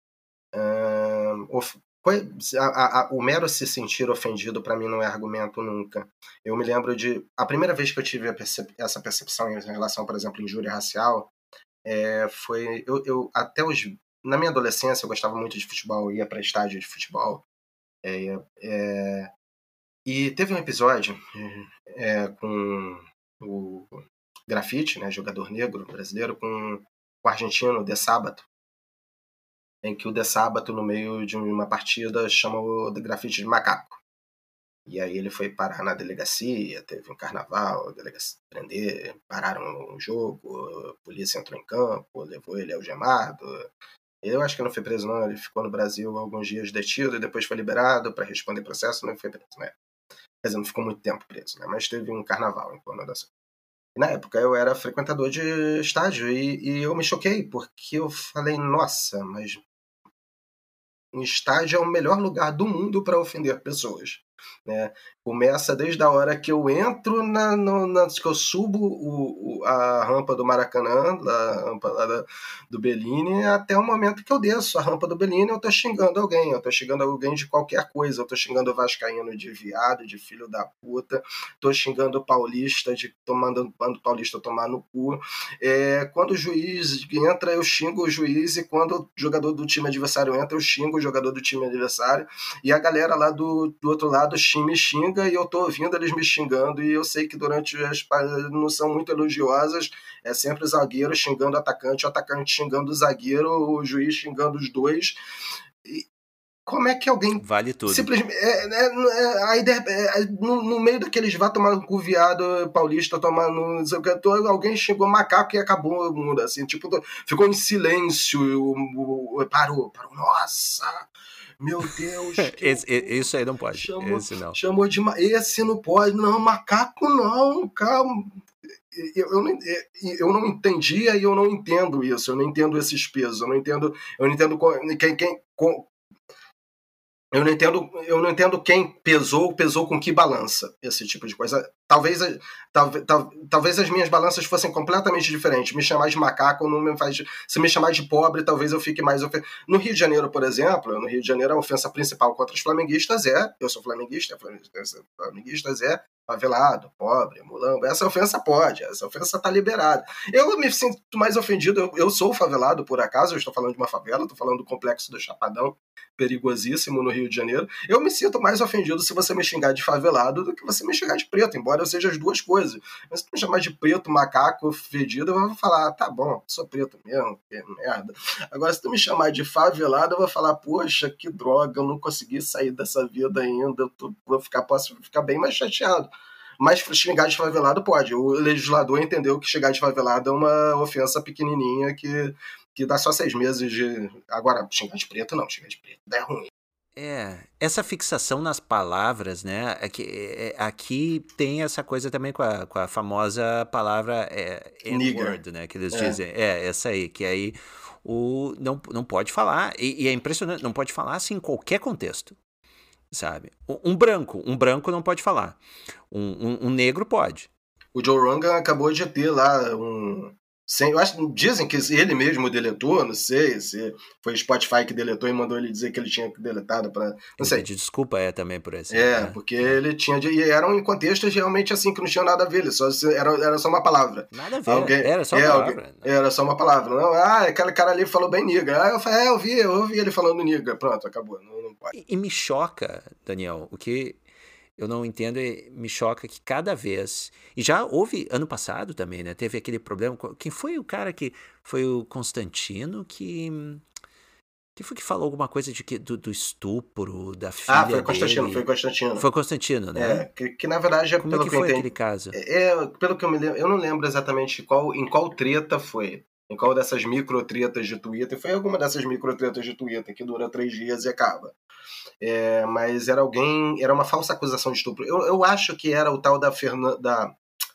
Uh, foi, a, a, o mero se sentir ofendido, para mim, não é argumento nunca. Eu me lembro de... A primeira vez que eu tive percep, essa percepção em relação, por exemplo, à injúria racial, é, foi... Eu, eu, até os, na minha adolescência, eu gostava muito de futebol, eu ia para estádio de futebol. É, é, e teve um episódio é, com o Grafite, né, jogador negro brasileiro, com o argentino De Sábato, em que o De Sábato, no meio de uma partida, chama o Grafite de macaco. E aí ele foi parar na delegacia, teve um carnaval, a delegacia prender, pararam o jogo, a polícia entrou em campo, levou ele algemado. Eu acho que não foi preso não, ele ficou no Brasil alguns dias detido e depois foi liberado para responder processo, não foi preso, né? Quer dizer, não ficou muito tempo preso, né? Mas teve um carnaval em torno dessa. Na época eu era frequentador de estádio e, e eu me choquei, porque eu falei, nossa, mas um estádio é o melhor lugar do mundo para ofender pessoas. Né? Começa desde a hora que eu entro, na, no, na, que eu subo o, o, a rampa do Maracanã, a rampa lá da, do Bellini, até o momento que eu desço a rampa do Bellini, eu tô xingando alguém, eu tô xingando alguém de qualquer coisa, eu tô xingando o vascaíno de viado, de filho da puta, tô xingando o paulista, de tomando o paulista tomar no cu. É, quando o juiz entra, eu xingo o juiz, e quando o jogador do time adversário entra, eu xingo o jogador do time adversário, e a galera lá do, do outro lado me xinga e eu tô ouvindo eles me xingando, e eu sei que durante as não são muito elogiosas, é sempre o zagueiro xingando o atacante, o atacante xingando o zagueiro, o juiz xingando os dois. E como é que alguém vale tudo simplesmente é, é, é, a ideia é, no, no meio daqueles vá tomar no cu viado paulista, tomar no alguém xingou macaco e acabou o mundo, assim, tipo, ficou em silêncio, o, o, parou, parou, nossa, meu Deus. esse, isso aí não pode. Chamou, esse não. Chamou de. Esse não pode. Não, macaco não, calma. Eu, eu, não, eu não entendia e eu não entendo isso. Eu não entendo esses pesos. Eu não entendo. Eu não entendo quem. quem Eu não entendo, eu não entendo quem pesou, pesou com que balança, esse tipo de coisa. Talvez, talvez, talvez as minhas balanças fossem completamente diferentes. Me chamar de macaco não me faz. Se me chamar de pobre, talvez eu fique mais ofendido. No Rio de Janeiro, por exemplo, no Rio de Janeiro, a ofensa principal contra os flamenguistas é. Eu sou flamenguista, flamenguistas é favelado, pobre, mulambo. Essa ofensa pode, essa ofensa está liberada. Eu me sinto mais ofendido. Eu, eu sou favelado, por acaso, eu estou falando de uma favela, estou falando do complexo do Chapadão, perigosíssimo no Rio de Janeiro. Eu me sinto mais ofendido se você me xingar de favelado do que você me xingar de preto, embora eu seja as duas coisas. Mas se tu me chamar de preto, macaco, fedido, eu vou falar, ah, tá bom, sou preto mesmo, que merda. Agora, se tu me chamar de favelado, eu vou falar, poxa, que droga, eu não consegui sair dessa vida ainda, eu tô, vou ficar, posso ficar bem mais chateado. Mas xingar de favelado pode. O legislador entendeu que xingar de favelado é uma ofensa pequenininha que, que dá só seis meses de... Agora, xingar de preto não, xingar de preto é ruim. É, essa fixação nas palavras, né? Aqui, é, aqui tem essa coisa também com a, com a famosa palavra é, N-word, né? Que eles é. dizem. É, essa aí, que aí o, não, não pode falar. E, e é impressionante, não pode falar assim em qualquer contexto. Sabe? Um branco, um branco não pode falar. Um, um, um negro pode. O Joe Rogan acabou de ter lá um... Sem, eu acho, dizem que ele mesmo deletou, não sei se foi o Spotify que deletou e mandou ele dizer que ele tinha deletado para, não ele sei. Pediu desculpa é também por isso. É, né? Porque é. ele tinha, e eram em contextos realmente assim que não tinha nada a ver, ele só era, era só uma palavra. Nada a ver. Alguém, era só uma é, palavra. Alguém, era só uma palavra. Não, ah, aquele cara ali falou bem niga. Ah, eu falei, é, eu vi, eu ouvi ele falando niga. Pronto, acabou. Não, não pode. E, e me choca, Daniel, o que eu não entendo e me choca que cada vez... E já houve ano passado também, né? Teve aquele problema... Quem foi o cara que... Foi o Constantino que... Quem foi que falou alguma coisa de que, do, do estupro da filha dele? Ah, foi Constantino, dele? foi Constantino. Foi Constantino, né? É, que, que na verdade... É, Como pelo é que, que foi eu aquele caso? É, pelo que eu me lembro... Eu não lembro exatamente qual, em qual treta foi. Em qual dessas micro tretas de Twitter. Foi alguma dessas micro tretas de Twitter que dura três dias e acaba. É, mas era alguém, era uma falsa acusação de estupro. Eu, eu acho que era o tal da Fernanda, da,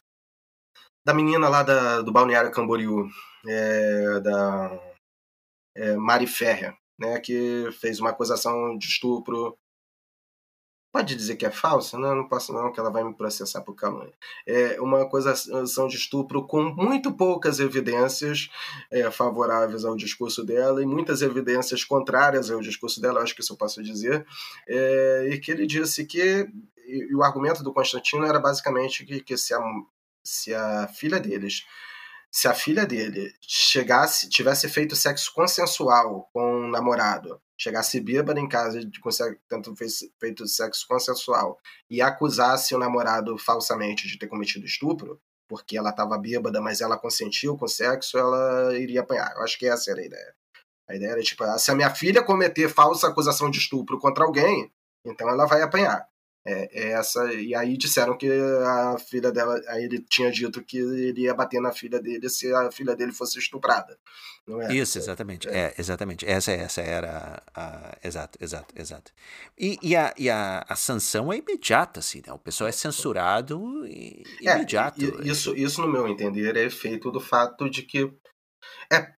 da menina lá da, do Balneário Camboriú, é, da é, Mari Ferrer, né, que fez uma acusação de estupro. Pode dizer que é falsa? Não, não posso não, que ela vai me processar por calúnia. É uma acusação de estupro com muito poucas evidências é, favoráveis ao discurso dela e muitas evidências contrárias ao discurso dela, acho que isso eu posso dizer, é, e que ele disse que, e, e o argumento do Constantino era basicamente que, que se, a, se a filha deles se a filha dele chegasse, tivesse feito sexo consensual com um namorado, chegasse bêbada em casa, tanto fez feito sexo consensual, e acusasse o namorado falsamente de ter cometido estupro, porque ela estava bêbada, mas ela consentiu com o sexo, ela iria apanhar. Eu acho que essa era a ideia. A ideia era, tipo, se a minha filha cometer falsa acusação de estupro contra alguém, então ela vai apanhar. É, é essa, e aí disseram que a filha dela, aí ele tinha dito que ele ia bater na filha dele se a filha dele fosse estuprada. Não é? Isso, exatamente. É. é, exatamente. Essa, essa era a, a... Exato, exato, exato. E, e, a, e a, a sanção é imediata, assim, né? O pessoal é censurado e imediato. É, isso, isso, no meu entender, é efeito do fato de que... É,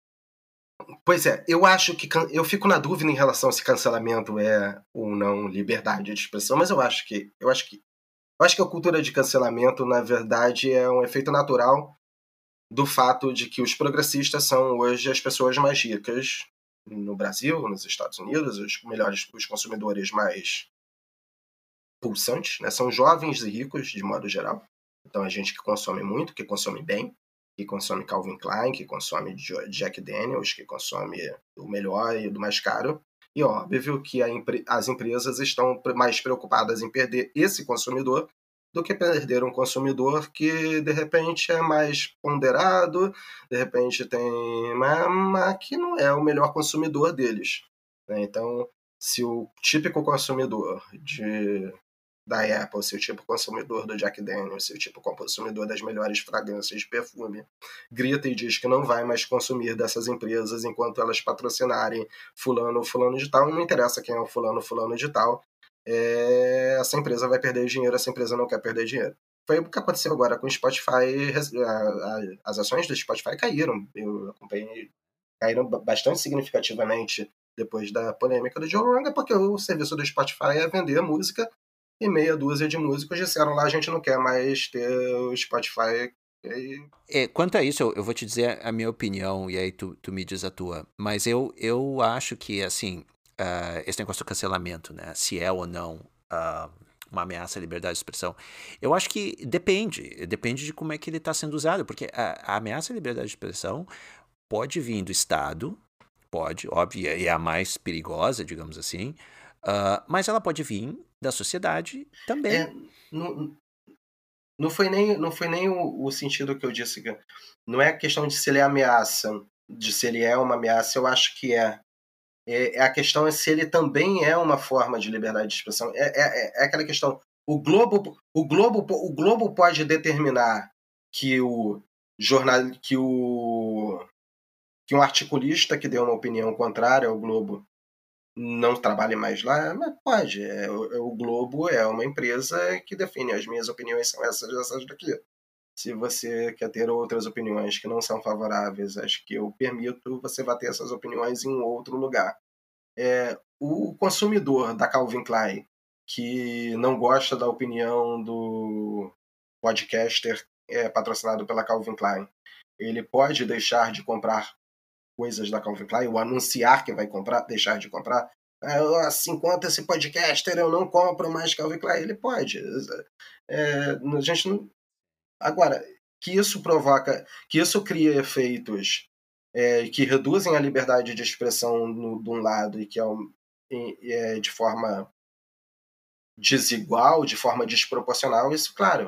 Pois é, eu acho que eu fico na dúvida em relação a se cancelamento é ou não liberdade de expressão, mas eu acho que eu acho que eu acho que a cultura de cancelamento, na verdade, é um efeito natural do fato de que os progressistas são hoje as pessoas mais ricas no Brasil, nos Estados Unidos, os melhores, os consumidores mais pulsantes, né? São jovens e ricos de modo geral. Então é gente que consome muito, que consome bem, que consome Calvin Klein, que consome Jack Daniels, que consome o melhor e do mais caro. E óbvio que a, as empresas estão mais preocupadas em perder esse consumidor do que perder um consumidor que, de repente, é mais ponderado, de repente tem... Mas, mas que não é o melhor consumidor deles. Né? Então, se o típico consumidor de... da Apple, seu tipo consumidor do Jack Daniels, seu tipo consumidor das melhores fragrâncias de perfume, grita e diz que não vai mais consumir dessas empresas enquanto elas patrocinarem fulano ou fulano de tal, não interessa quem é o fulano ou fulano de tal, é... essa empresa vai perder dinheiro, essa empresa não quer perder dinheiro. Foi o que aconteceu agora com o Spotify, as ações do Spotify caíram, eu acompanhei, caíram bastante significativamente depois da polêmica do Joe Rogan, porque o serviço do Spotify é vender música e meia dúzia de músicos disseram lá, a gente não quer mais ter o Spotify. E... É, quanto a isso, eu, eu vou te dizer a minha opinião, e aí tu, tu me diz a tua. Mas eu, eu acho que, assim, uh, esse negócio do cancelamento, né? Se é ou não uh, uma ameaça à liberdade de expressão, eu acho que depende. Depende de como é que ele está sendo usado, porque a, a ameaça à liberdade de expressão pode vir do Estado, pode, óbvio, e é a mais perigosa, digamos assim, uh, mas ela pode vir da sociedade também. É, não, não foi nem, não foi nem o, o sentido que eu disse. Que não é a questão de se ele é ameaça, de se ele é uma ameaça, eu acho que é. É, a questão é se ele também é uma forma de liberdade de expressão. É, é, é aquela questão. O Globo, o, Globo, o Globo pode determinar que o jornal, que o que um articulista que deu uma opinião contrária ao Globo não trabalhe mais lá, mas pode. É, o, o Globo é uma empresa que define as minhas opiniões são essas, essas daqui. Se você quer ter outras opiniões que não são favoráveis às que eu permito, você vai ter essas opiniões em um outro lugar. É, o consumidor da Calvin Klein, que não gosta da opinião do podcaster é, patrocinado pela Calvin Klein, ele pode deixar de comprar coisas da Calvin Klein, ou anunciar que vai comprar, deixar de comprar. Assim, enquanto esse podcaster eu não compro mais Calvin Klein, ele pode. É, a gente não... Agora, que isso provoca, que isso cria efeitos é, que reduzem a liberdade de expressão no, de um lado e que é, é de forma desigual, de forma desproporcional, isso, claro,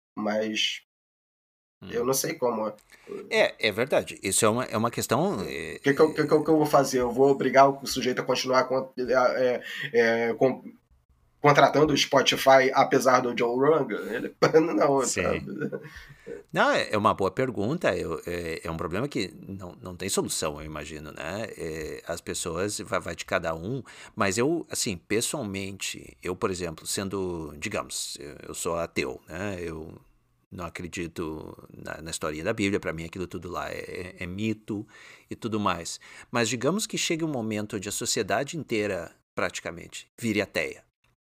mas hum. eu não sei como. É, é verdade. Isso é uma, é uma questão. O é, que, que, que, que, eu vou fazer? Eu vou obrigar o sujeito a continuar com, é, é, com, contratando o Spotify apesar do Joe Rogan? Ele, não, Sim. Não, é uma boa pergunta. Eu, é, é um problema que não, não tem solução, eu imagino, né? É, as pessoas, vai, vai de cada um. Mas eu, assim, pessoalmente, eu, por exemplo, sendo, digamos, eu sou ateu, né? Eu não acredito na, na historinha da Bíblia, para mim aquilo tudo lá é, é, é mito e tudo mais. Mas digamos que chegue um momento onde a sociedade inteira, praticamente, vire ateia.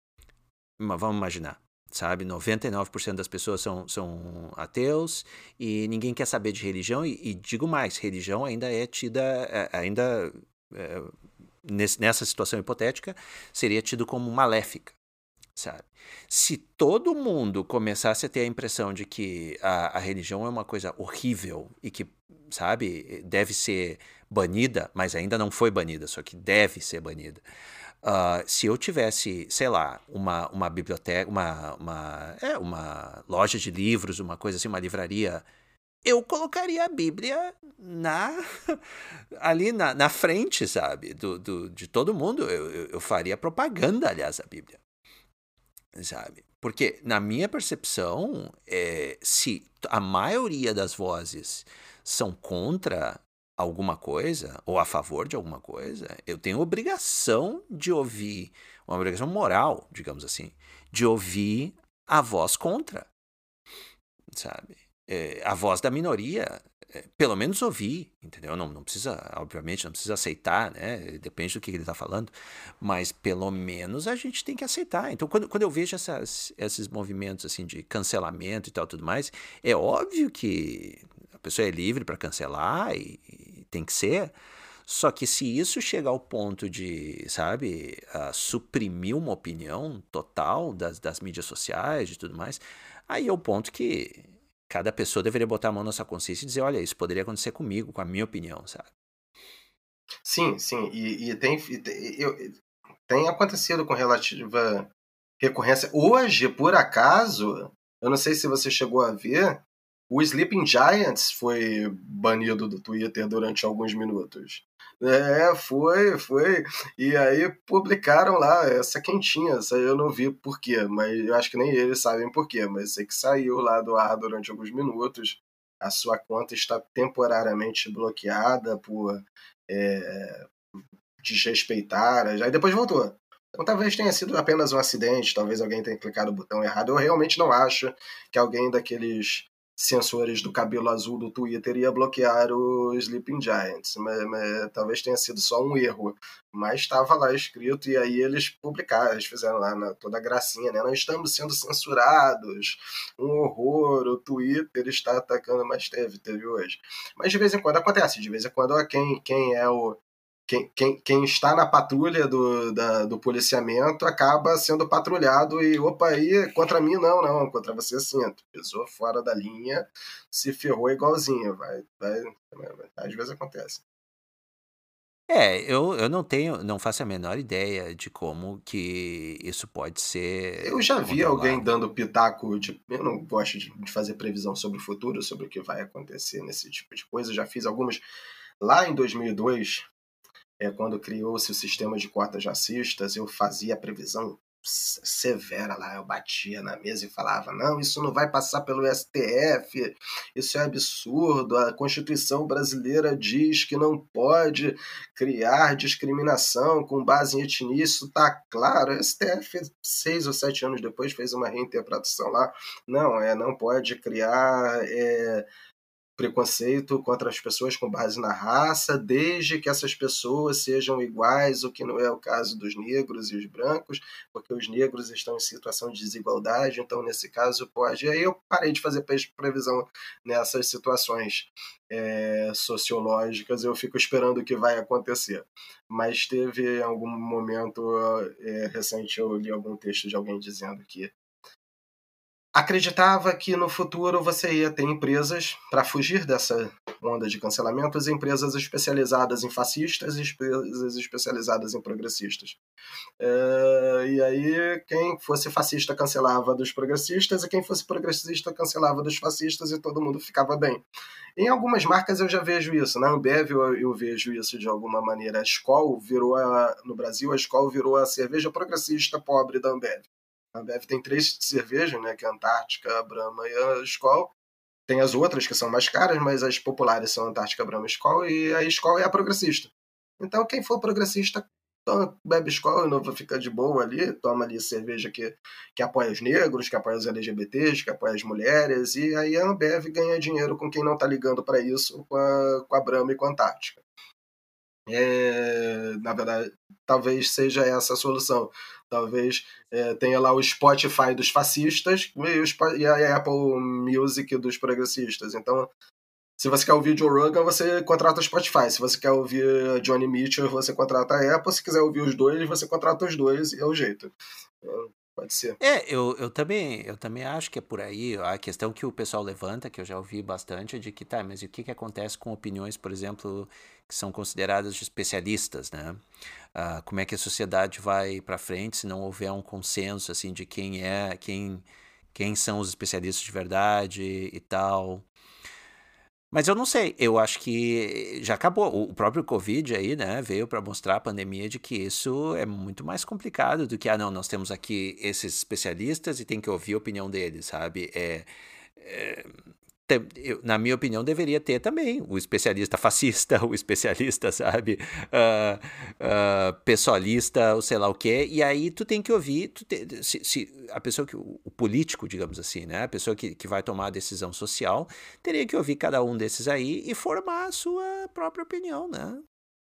Mas vamos imaginar, sabe? noventa e nove por cento das pessoas são, são ateus e ninguém quer saber de religião. E, e digo mais, religião ainda é tida, ainda é, nesse, nessa situação hipotética, seria tido como maléfica. Sabe? Se todo mundo começasse a ter a impressão de que a, a religião é uma coisa horrível e que, sabe, deve ser banida, mas ainda não foi banida, só que deve ser banida. Uh, se eu tivesse, sei lá, uma, uma biblioteca, uma, uma, é, uma loja de livros, uma coisa assim, uma livraria, eu colocaria a Bíblia na, ali na, na frente, sabe, do, do, de todo mundo. Eu, eu, eu faria propaganda, aliás, da Bíblia. Sabe? Porque, na minha percepção, é, se a maioria das vozes são contra alguma coisa ou a favor de alguma coisa, eu tenho obrigação de ouvir, uma obrigação moral, digamos assim, de ouvir a voz contra, sabe? É, a voz da minoria, é, pelo menos ouvir, entendeu? Não, não precisa, obviamente, não precisa aceitar, né? Depende do que ele está falando, mas pelo menos a gente tem que aceitar. Então, quando, quando eu vejo essas, esses movimentos assim de cancelamento e tal, tudo mais, é óbvio que a pessoa é livre para cancelar e, e tem que ser. Só que se isso chega ao ponto de, sabe, uh, suprimir uma opinião total das, das mídias sociais e tudo mais, aí é o ponto que cada pessoa deveria botar a mão na sua consciência e dizer, olha, isso poderia acontecer comigo, com a minha opinião, sabe? Sim, sim. E, e tem, e tem, eu, tem acontecido com relativa recorrência. Hoje, por acaso, eu não sei se você chegou a ver, o Sleeping Giants foi banido do Twitter durante alguns minutos. É, foi, foi. E aí publicaram lá essa quentinha. Essa eu não vi por quê, mas eu acho que nem eles sabem por quê. Mas sei que saiu lá do ar durante alguns minutos. A sua conta está temporariamente bloqueada por é, desrespeitar. Aí depois voltou. Então talvez tenha sido apenas um acidente, talvez alguém tenha clicado o botão errado. Eu realmente não acho que alguém daqueles censores do cabelo azul do Twitter ia bloquear o Sleeping Giants, mas, mas talvez tenha sido só um erro, mas estava lá escrito, e aí eles publicaram, eles fizeram lá na, toda a gracinha, né? Não estamos sendo censurados, um horror, o Twitter está atacando, mas teve, teve hoje. Mas de vez em quando acontece, de vez em quando quem, quem é o Quem, quem, quem está na patrulha do, da, do policiamento acaba sendo patrulhado e, opa, aí, contra mim não, não, contra você sim, pisou fora da linha, se ferrou igualzinho, vai, vai, vai, às vezes acontece. É, eu, eu não tenho, não faço a menor ideia de como que isso pode ser Eu já vi alguém controlado. dando pitaco, de, eu não gosto de, de fazer previsão sobre o futuro, sobre o que vai acontecer nesse tipo de coisa, eu já fiz algumas lá em dois mil e dois, É, quando criou-se o sistema de cotas racistas, eu fazia a previsão severa lá, eu batia na mesa e falava, não, isso não vai passar pelo S T F, isso é absurdo, a Constituição brasileira diz que não pode criar discriminação com base em etnia, isso está claro, o S T F, seis ou sete anos depois, fez uma reinterpretação lá, não, é, não pode criar... É, preconceito contra as pessoas com base na raça, desde que essas pessoas sejam iguais, o que não é o caso dos negros e os brancos, porque os negros estão em situação de desigualdade, então nesse caso pode. E aí eu parei de fazer previsão nessas situações é, sociológicas, eu fico esperando o que vai acontecer. Mas teve algum momento é, recente, eu li algum texto de alguém dizendo que acreditava que no futuro você ia ter empresas, para fugir dessa onda de cancelamentos, empresas especializadas em fascistas e empresas especializadas em progressistas. É, e aí quem fosse fascista cancelava dos progressistas e quem fosse progressista cancelava dos fascistas e todo mundo ficava bem. Em algumas marcas eu já vejo isso. Na Ambev eu, eu vejo isso de alguma maneira. A Skol virou, a, no Brasil, a Skol virou a cerveja progressista pobre da Ambev. A Ambev tem três cervejas, né, que é a Antártica, a Brahma e a Skol. Tem as outras que são mais caras, mas as populares são a Antártica, a Brahma e a Skol, e a Skol é a progressista. Então quem for progressista toma, bebe Skol e não fica de boa ali, toma ali cerveja que, que apoia os negros, que apoia os L G B Ts, que apoia as mulheres, e aí a Ambev ganha dinheiro com quem não está ligando para isso, com a, com a Brahma e com a Antártica. É, na verdade, talvez seja essa a solução. Talvez é, tenha lá o Spotify dos fascistas e a Apple Music dos progressistas. Então, se você quer ouvir Joe Rogan, você contrata o Spotify. Se você quer ouvir Johnny Mitchell, você contrata a Apple. Se quiser ouvir os dois, você contrata os dois e é o jeito. Pode ser. É, eu, eu, também, eu também acho que é por aí. A questão que o pessoal levanta, que eu já ouvi bastante, é de que, tá, mas e o que, que acontece com opiniões, por exemplo, que são consideradas de especialistas, né? Ah, como é que a sociedade vai para frente se não houver um consenso, assim, de quem é, quem, quem são os especialistas de verdade e tal. Mas eu não sei, eu acho que já acabou. O próprio Covid aí, né, veio para mostrar a pandemia de que isso é muito mais complicado do que, ah, não, nós temos aqui esses especialistas e tem que ouvir a opinião deles, sabe? É, é, eu, na minha opinião, deveria ter também o especialista fascista, o especialista, sabe, uh, uh, pessoalista, ou sei lá o quê, e aí tu tem que ouvir, tu te, se, se a pessoa que, o político, digamos assim, né, a pessoa que, que vai tomar a decisão social, teria que ouvir cada um desses aí e formar a sua própria opinião, né?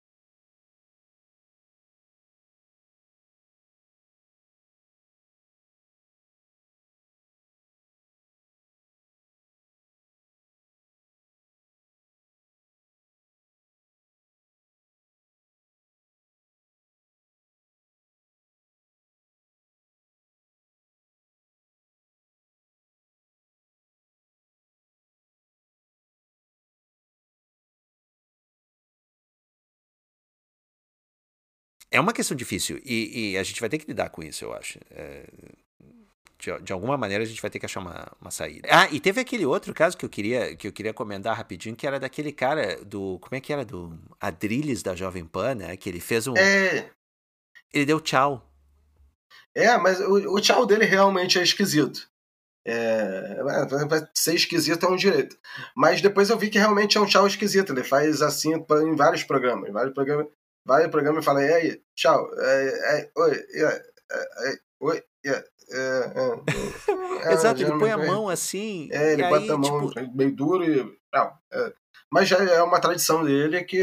É uma questão difícil e, e a gente vai ter que lidar com isso, eu acho. É, de, de alguma maneira a gente vai ter que achar uma, uma saída. Ah, e teve aquele outro caso que eu queria que eu queria comentar rapidinho, que era daquele cara do... Como é que era? Do Adrilles da Jovem Pan, né? Que ele fez um... É, Ele deu tchau. é mas o, o tchau dele realmente é esquisito. É, vai ser esquisito é um direito. Mas depois eu vi que realmente é um tchau esquisito. Ele faz assim em vários programas. Em vários programas, vários programas e fala, e aí, tchau. É, é, oi, é, é, oi, é, é, Exato, ele põe geralmente a vai. mão assim, É, e ele bota a aí, mão tipo, meio duro e. Não, é. Mas já é uma tradição dele que.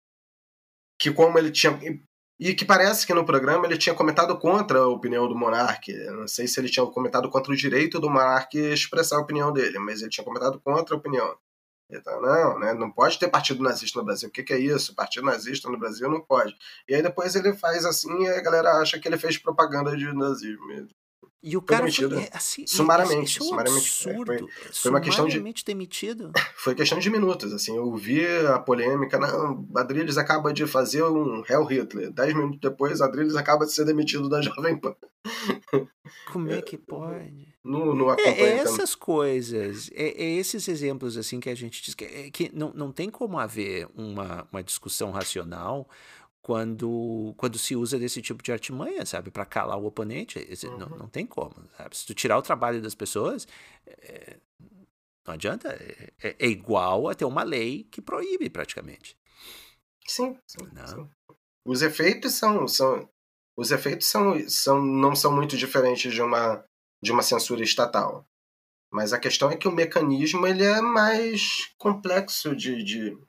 Que como ele tinha. E que parece que no programa ele tinha comentado contra a opinião do monarca. Eu não sei se ele tinha comentado contra o direito do monarca expressar a opinião dele, mas ele tinha comentado contra a opinião. Então, não, né, não pode ter partido nazista no Brasil. O que, que é isso? Partido nazista no Brasil não pode. E aí depois ele faz assim e a galera acha que ele fez propaganda de nazismo. e o Foi cara foi, demitido é, assim, isso, sumariamente. isso é um Sumariamente. Foi, absurdo, é foi uma questão de. sumariamente demitido. Foi questão de minutos, assim, eu vi a polêmica, não, Adrilles acaba de fazer um Hell Hitler, dez minutos depois, Adrilles acaba de ser demitido da Jovem Pan. Como é que pode? Não, não É, é acompanho tanto. essas coisas, é, é esses exemplos assim que a gente diz que, é, que não, não tem como haver uma, uma discussão racional quando, quando se usa desse tipo de artimanha, sabe, para calar o oponente. Esse- Não, Uhum. não tem como, sabe? Se tu tirar o trabalho das pessoas, é, não adianta. É, é- é igual a ter uma lei que proíbe praticamente. Sim, sim, Não. sim. Os efeitos são, são os efeitos são, são, não são muito diferentes de uma, de uma censura estatal. Mas a questão é que o mecanismo ele é mais complexo de, de,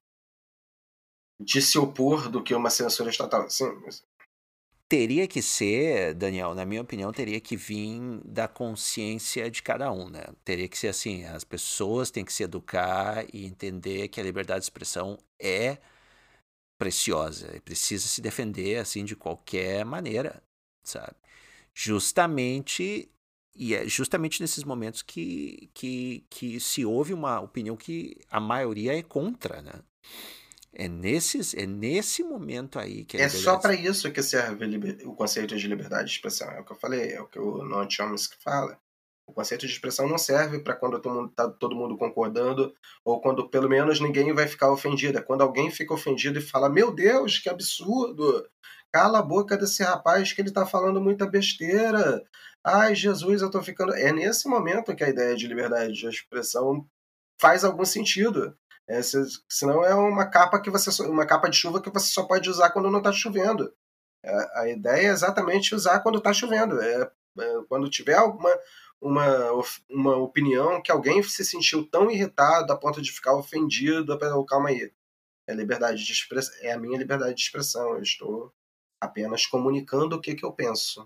de se opor do que uma censura estatal. Sim, Teria que ser, Daniel, na minha opinião, teria que vir da consciência de cada um, né? Teria que ser assim, as pessoas têm que se educar e entender que a liberdade de expressão é preciosa e precisa se defender assim de qualquer maneira, sabe? Justamente e é justamente nesses momentos que, que, que se ouve uma opinião que a maioria é contra, né? É, nesses, é nesse momento aí que a é só liberdade. para isso que serve o conceito de liberdade de expressão. É o que eu falei, é o que o Noam Chomsky fala. O conceito de expressão não serve para quando todo mundo, tá todo mundo concordando ou quando pelo menos ninguém vai ficar ofendido. É quando alguém fica ofendido e fala: Meu Deus, que absurdo! Cala a boca desse rapaz que ele está falando muita besteira. Ai, Jesus, eu tô ficando. É nesse momento que a ideia de liberdade de expressão faz algum sentido. É, se, senão é uma capa que você uma capa de chuva que você só pode usar quando não está chovendo. É, a ideia é exatamente usar quando está chovendo. É, é, quando tiver alguma uma, uma opinião que alguém se sentiu tão irritado a ponto de ficar ofendido, oh, calma aí. É liberdade de expressão, é a minha liberdade de expressão. Eu estou apenas comunicando o que, que eu penso.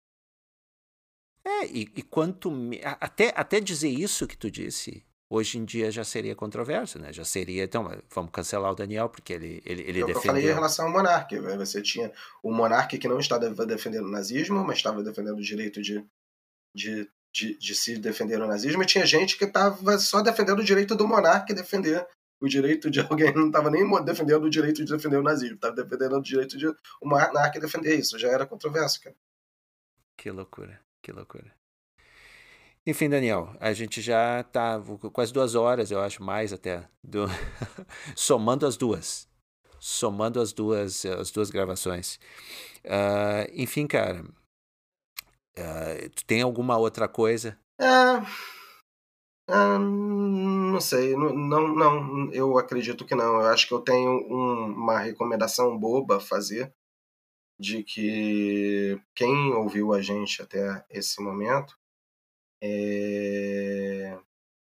É, e, e quanto. me- a- Até, até dizer isso que tu disse, hoje em dia já seria controverso, né? Já seria. Então, vamos cancelar o Daniel, porque ele, ele, ele É o que eu falei em defendeu. relação ao monarca. Você tinha o monarca que não estava defendendo o nazismo, mas estava defendendo o direito de, de, de, de se defender o nazismo, e tinha gente que estava só defendendo o direito do monarca defender o direito de alguém, não estava nem defendendo o direito de defender o nazismo, estava defendendo o direito de o monarca defender isso. Já era controverso, cara. Que loucura, que loucura. Enfim, Daniel, a gente já tá quase duas horas, eu acho, mais até, do... somando as duas. Somando as duas, as duas gravações. Uh, enfim, cara, uh, tu tem alguma outra coisa? É, é, não sei, não, não, não, eu acredito que não. Eu acho que eu tenho um, uma recomendação boba a fazer de que quem ouviu a gente até esse momento, é...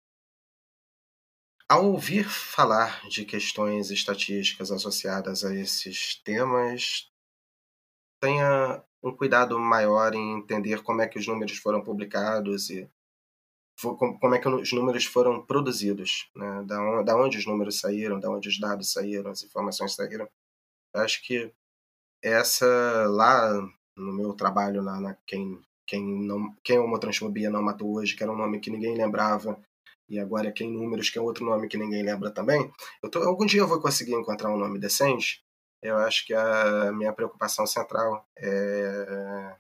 ao ouvir falar de questões estatísticas associadas a esses temas, tenha um cuidado maior em entender como é que os números foram publicados e como é que os números foram produzidos, né? Da onde, da onde os números saíram, da onde os dados saíram, as informações saíram. Eu acho que essa lá no meu trabalho lá na quem quem não quem a homotransfobia não matou hoje, que era um nome que ninguém lembrava e agora é quem números, que é outro nome que ninguém lembra também. Eu tô, algum dia eu vou conseguir encontrar um nome decente. Eu acho que a minha preocupação central é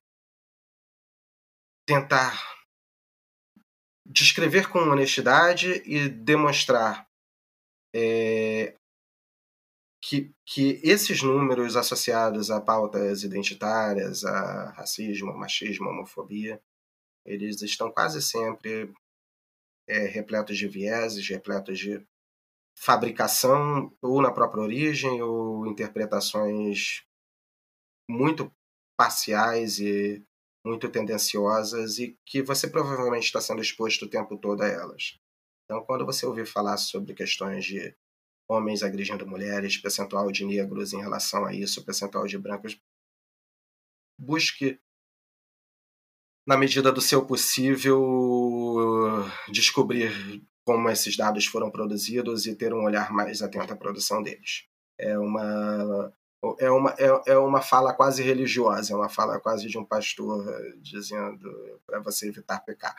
tentar descrever com honestidade e demonstrar é, que, que esses números associados a pautas identitárias, a racismo, machismo, homofobia, eles estão quase sempre é, repletos de vieses, repletos de fabricação, ou na própria origem, ou interpretações muito parciais e muito tendenciosas e que você provavelmente está sendo exposto o tempo todo a elas. Então, quando você ouvir falar sobre questões de homens agredindo mulheres, percentual de negros em relação a isso, percentual de brancos, busque, na medida do seu possível, descobrir como esses dados foram produzidos e ter um olhar mais atento à produção deles. É uma, é uma, é, é uma fala quase religiosa, é uma fala quase de um pastor dizendo para você evitar pecar.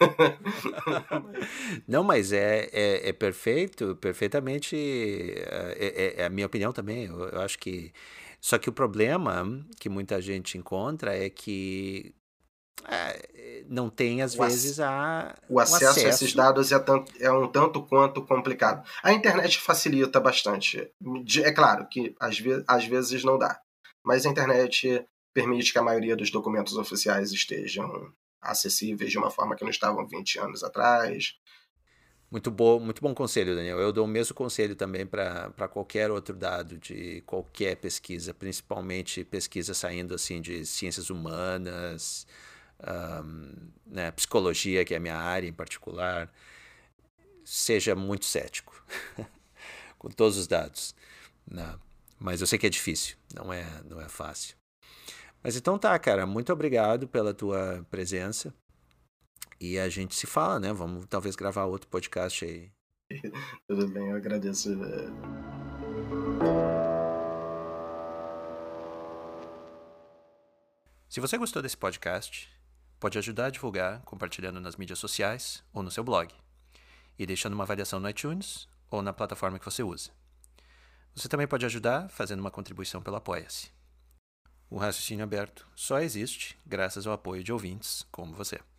Não, mas é, é, é perfeito, perfeitamente, é, é, é a minha opinião também, eu, eu acho que, só que o problema que muita gente encontra é que é, não tem, às O ac- vezes, a, O o acesso a esses acesso. dados é, tanto, é um tanto quanto complicado. A internet facilita bastante. É claro que às, ve às vezes não dá, mas a internet permite que a maioria dos documentos oficiais estejam acessíveis de uma forma que não estavam vinte anos atrás. Muito bom, muito bom conselho, Daniel. Eu dou o mesmo conselho também para qualquer outro dado de qualquer pesquisa, principalmente pesquisa saindo assim de ciências humanas, um, né, psicologia, que é a minha área em particular. Seja muito cético com todos os dados, né? Mas eu sei que é difícil, não é, não é fácil. Mas então tá, cara, muito obrigado pela tua presença. E a gente se fala, né? Vamos talvez gravar outro podcast aí. Tudo bem, eu agradeço. Se você gostou desse podcast, pode ajudar a divulgar compartilhando nas mídias sociais ou no seu blog e deixando uma avaliação no iTunes ou na plataforma que você usa. Você também pode ajudar fazendo uma contribuição pelo Apoia-se. O Raciocínio Aberto só existe graças ao apoio de ouvintes como você.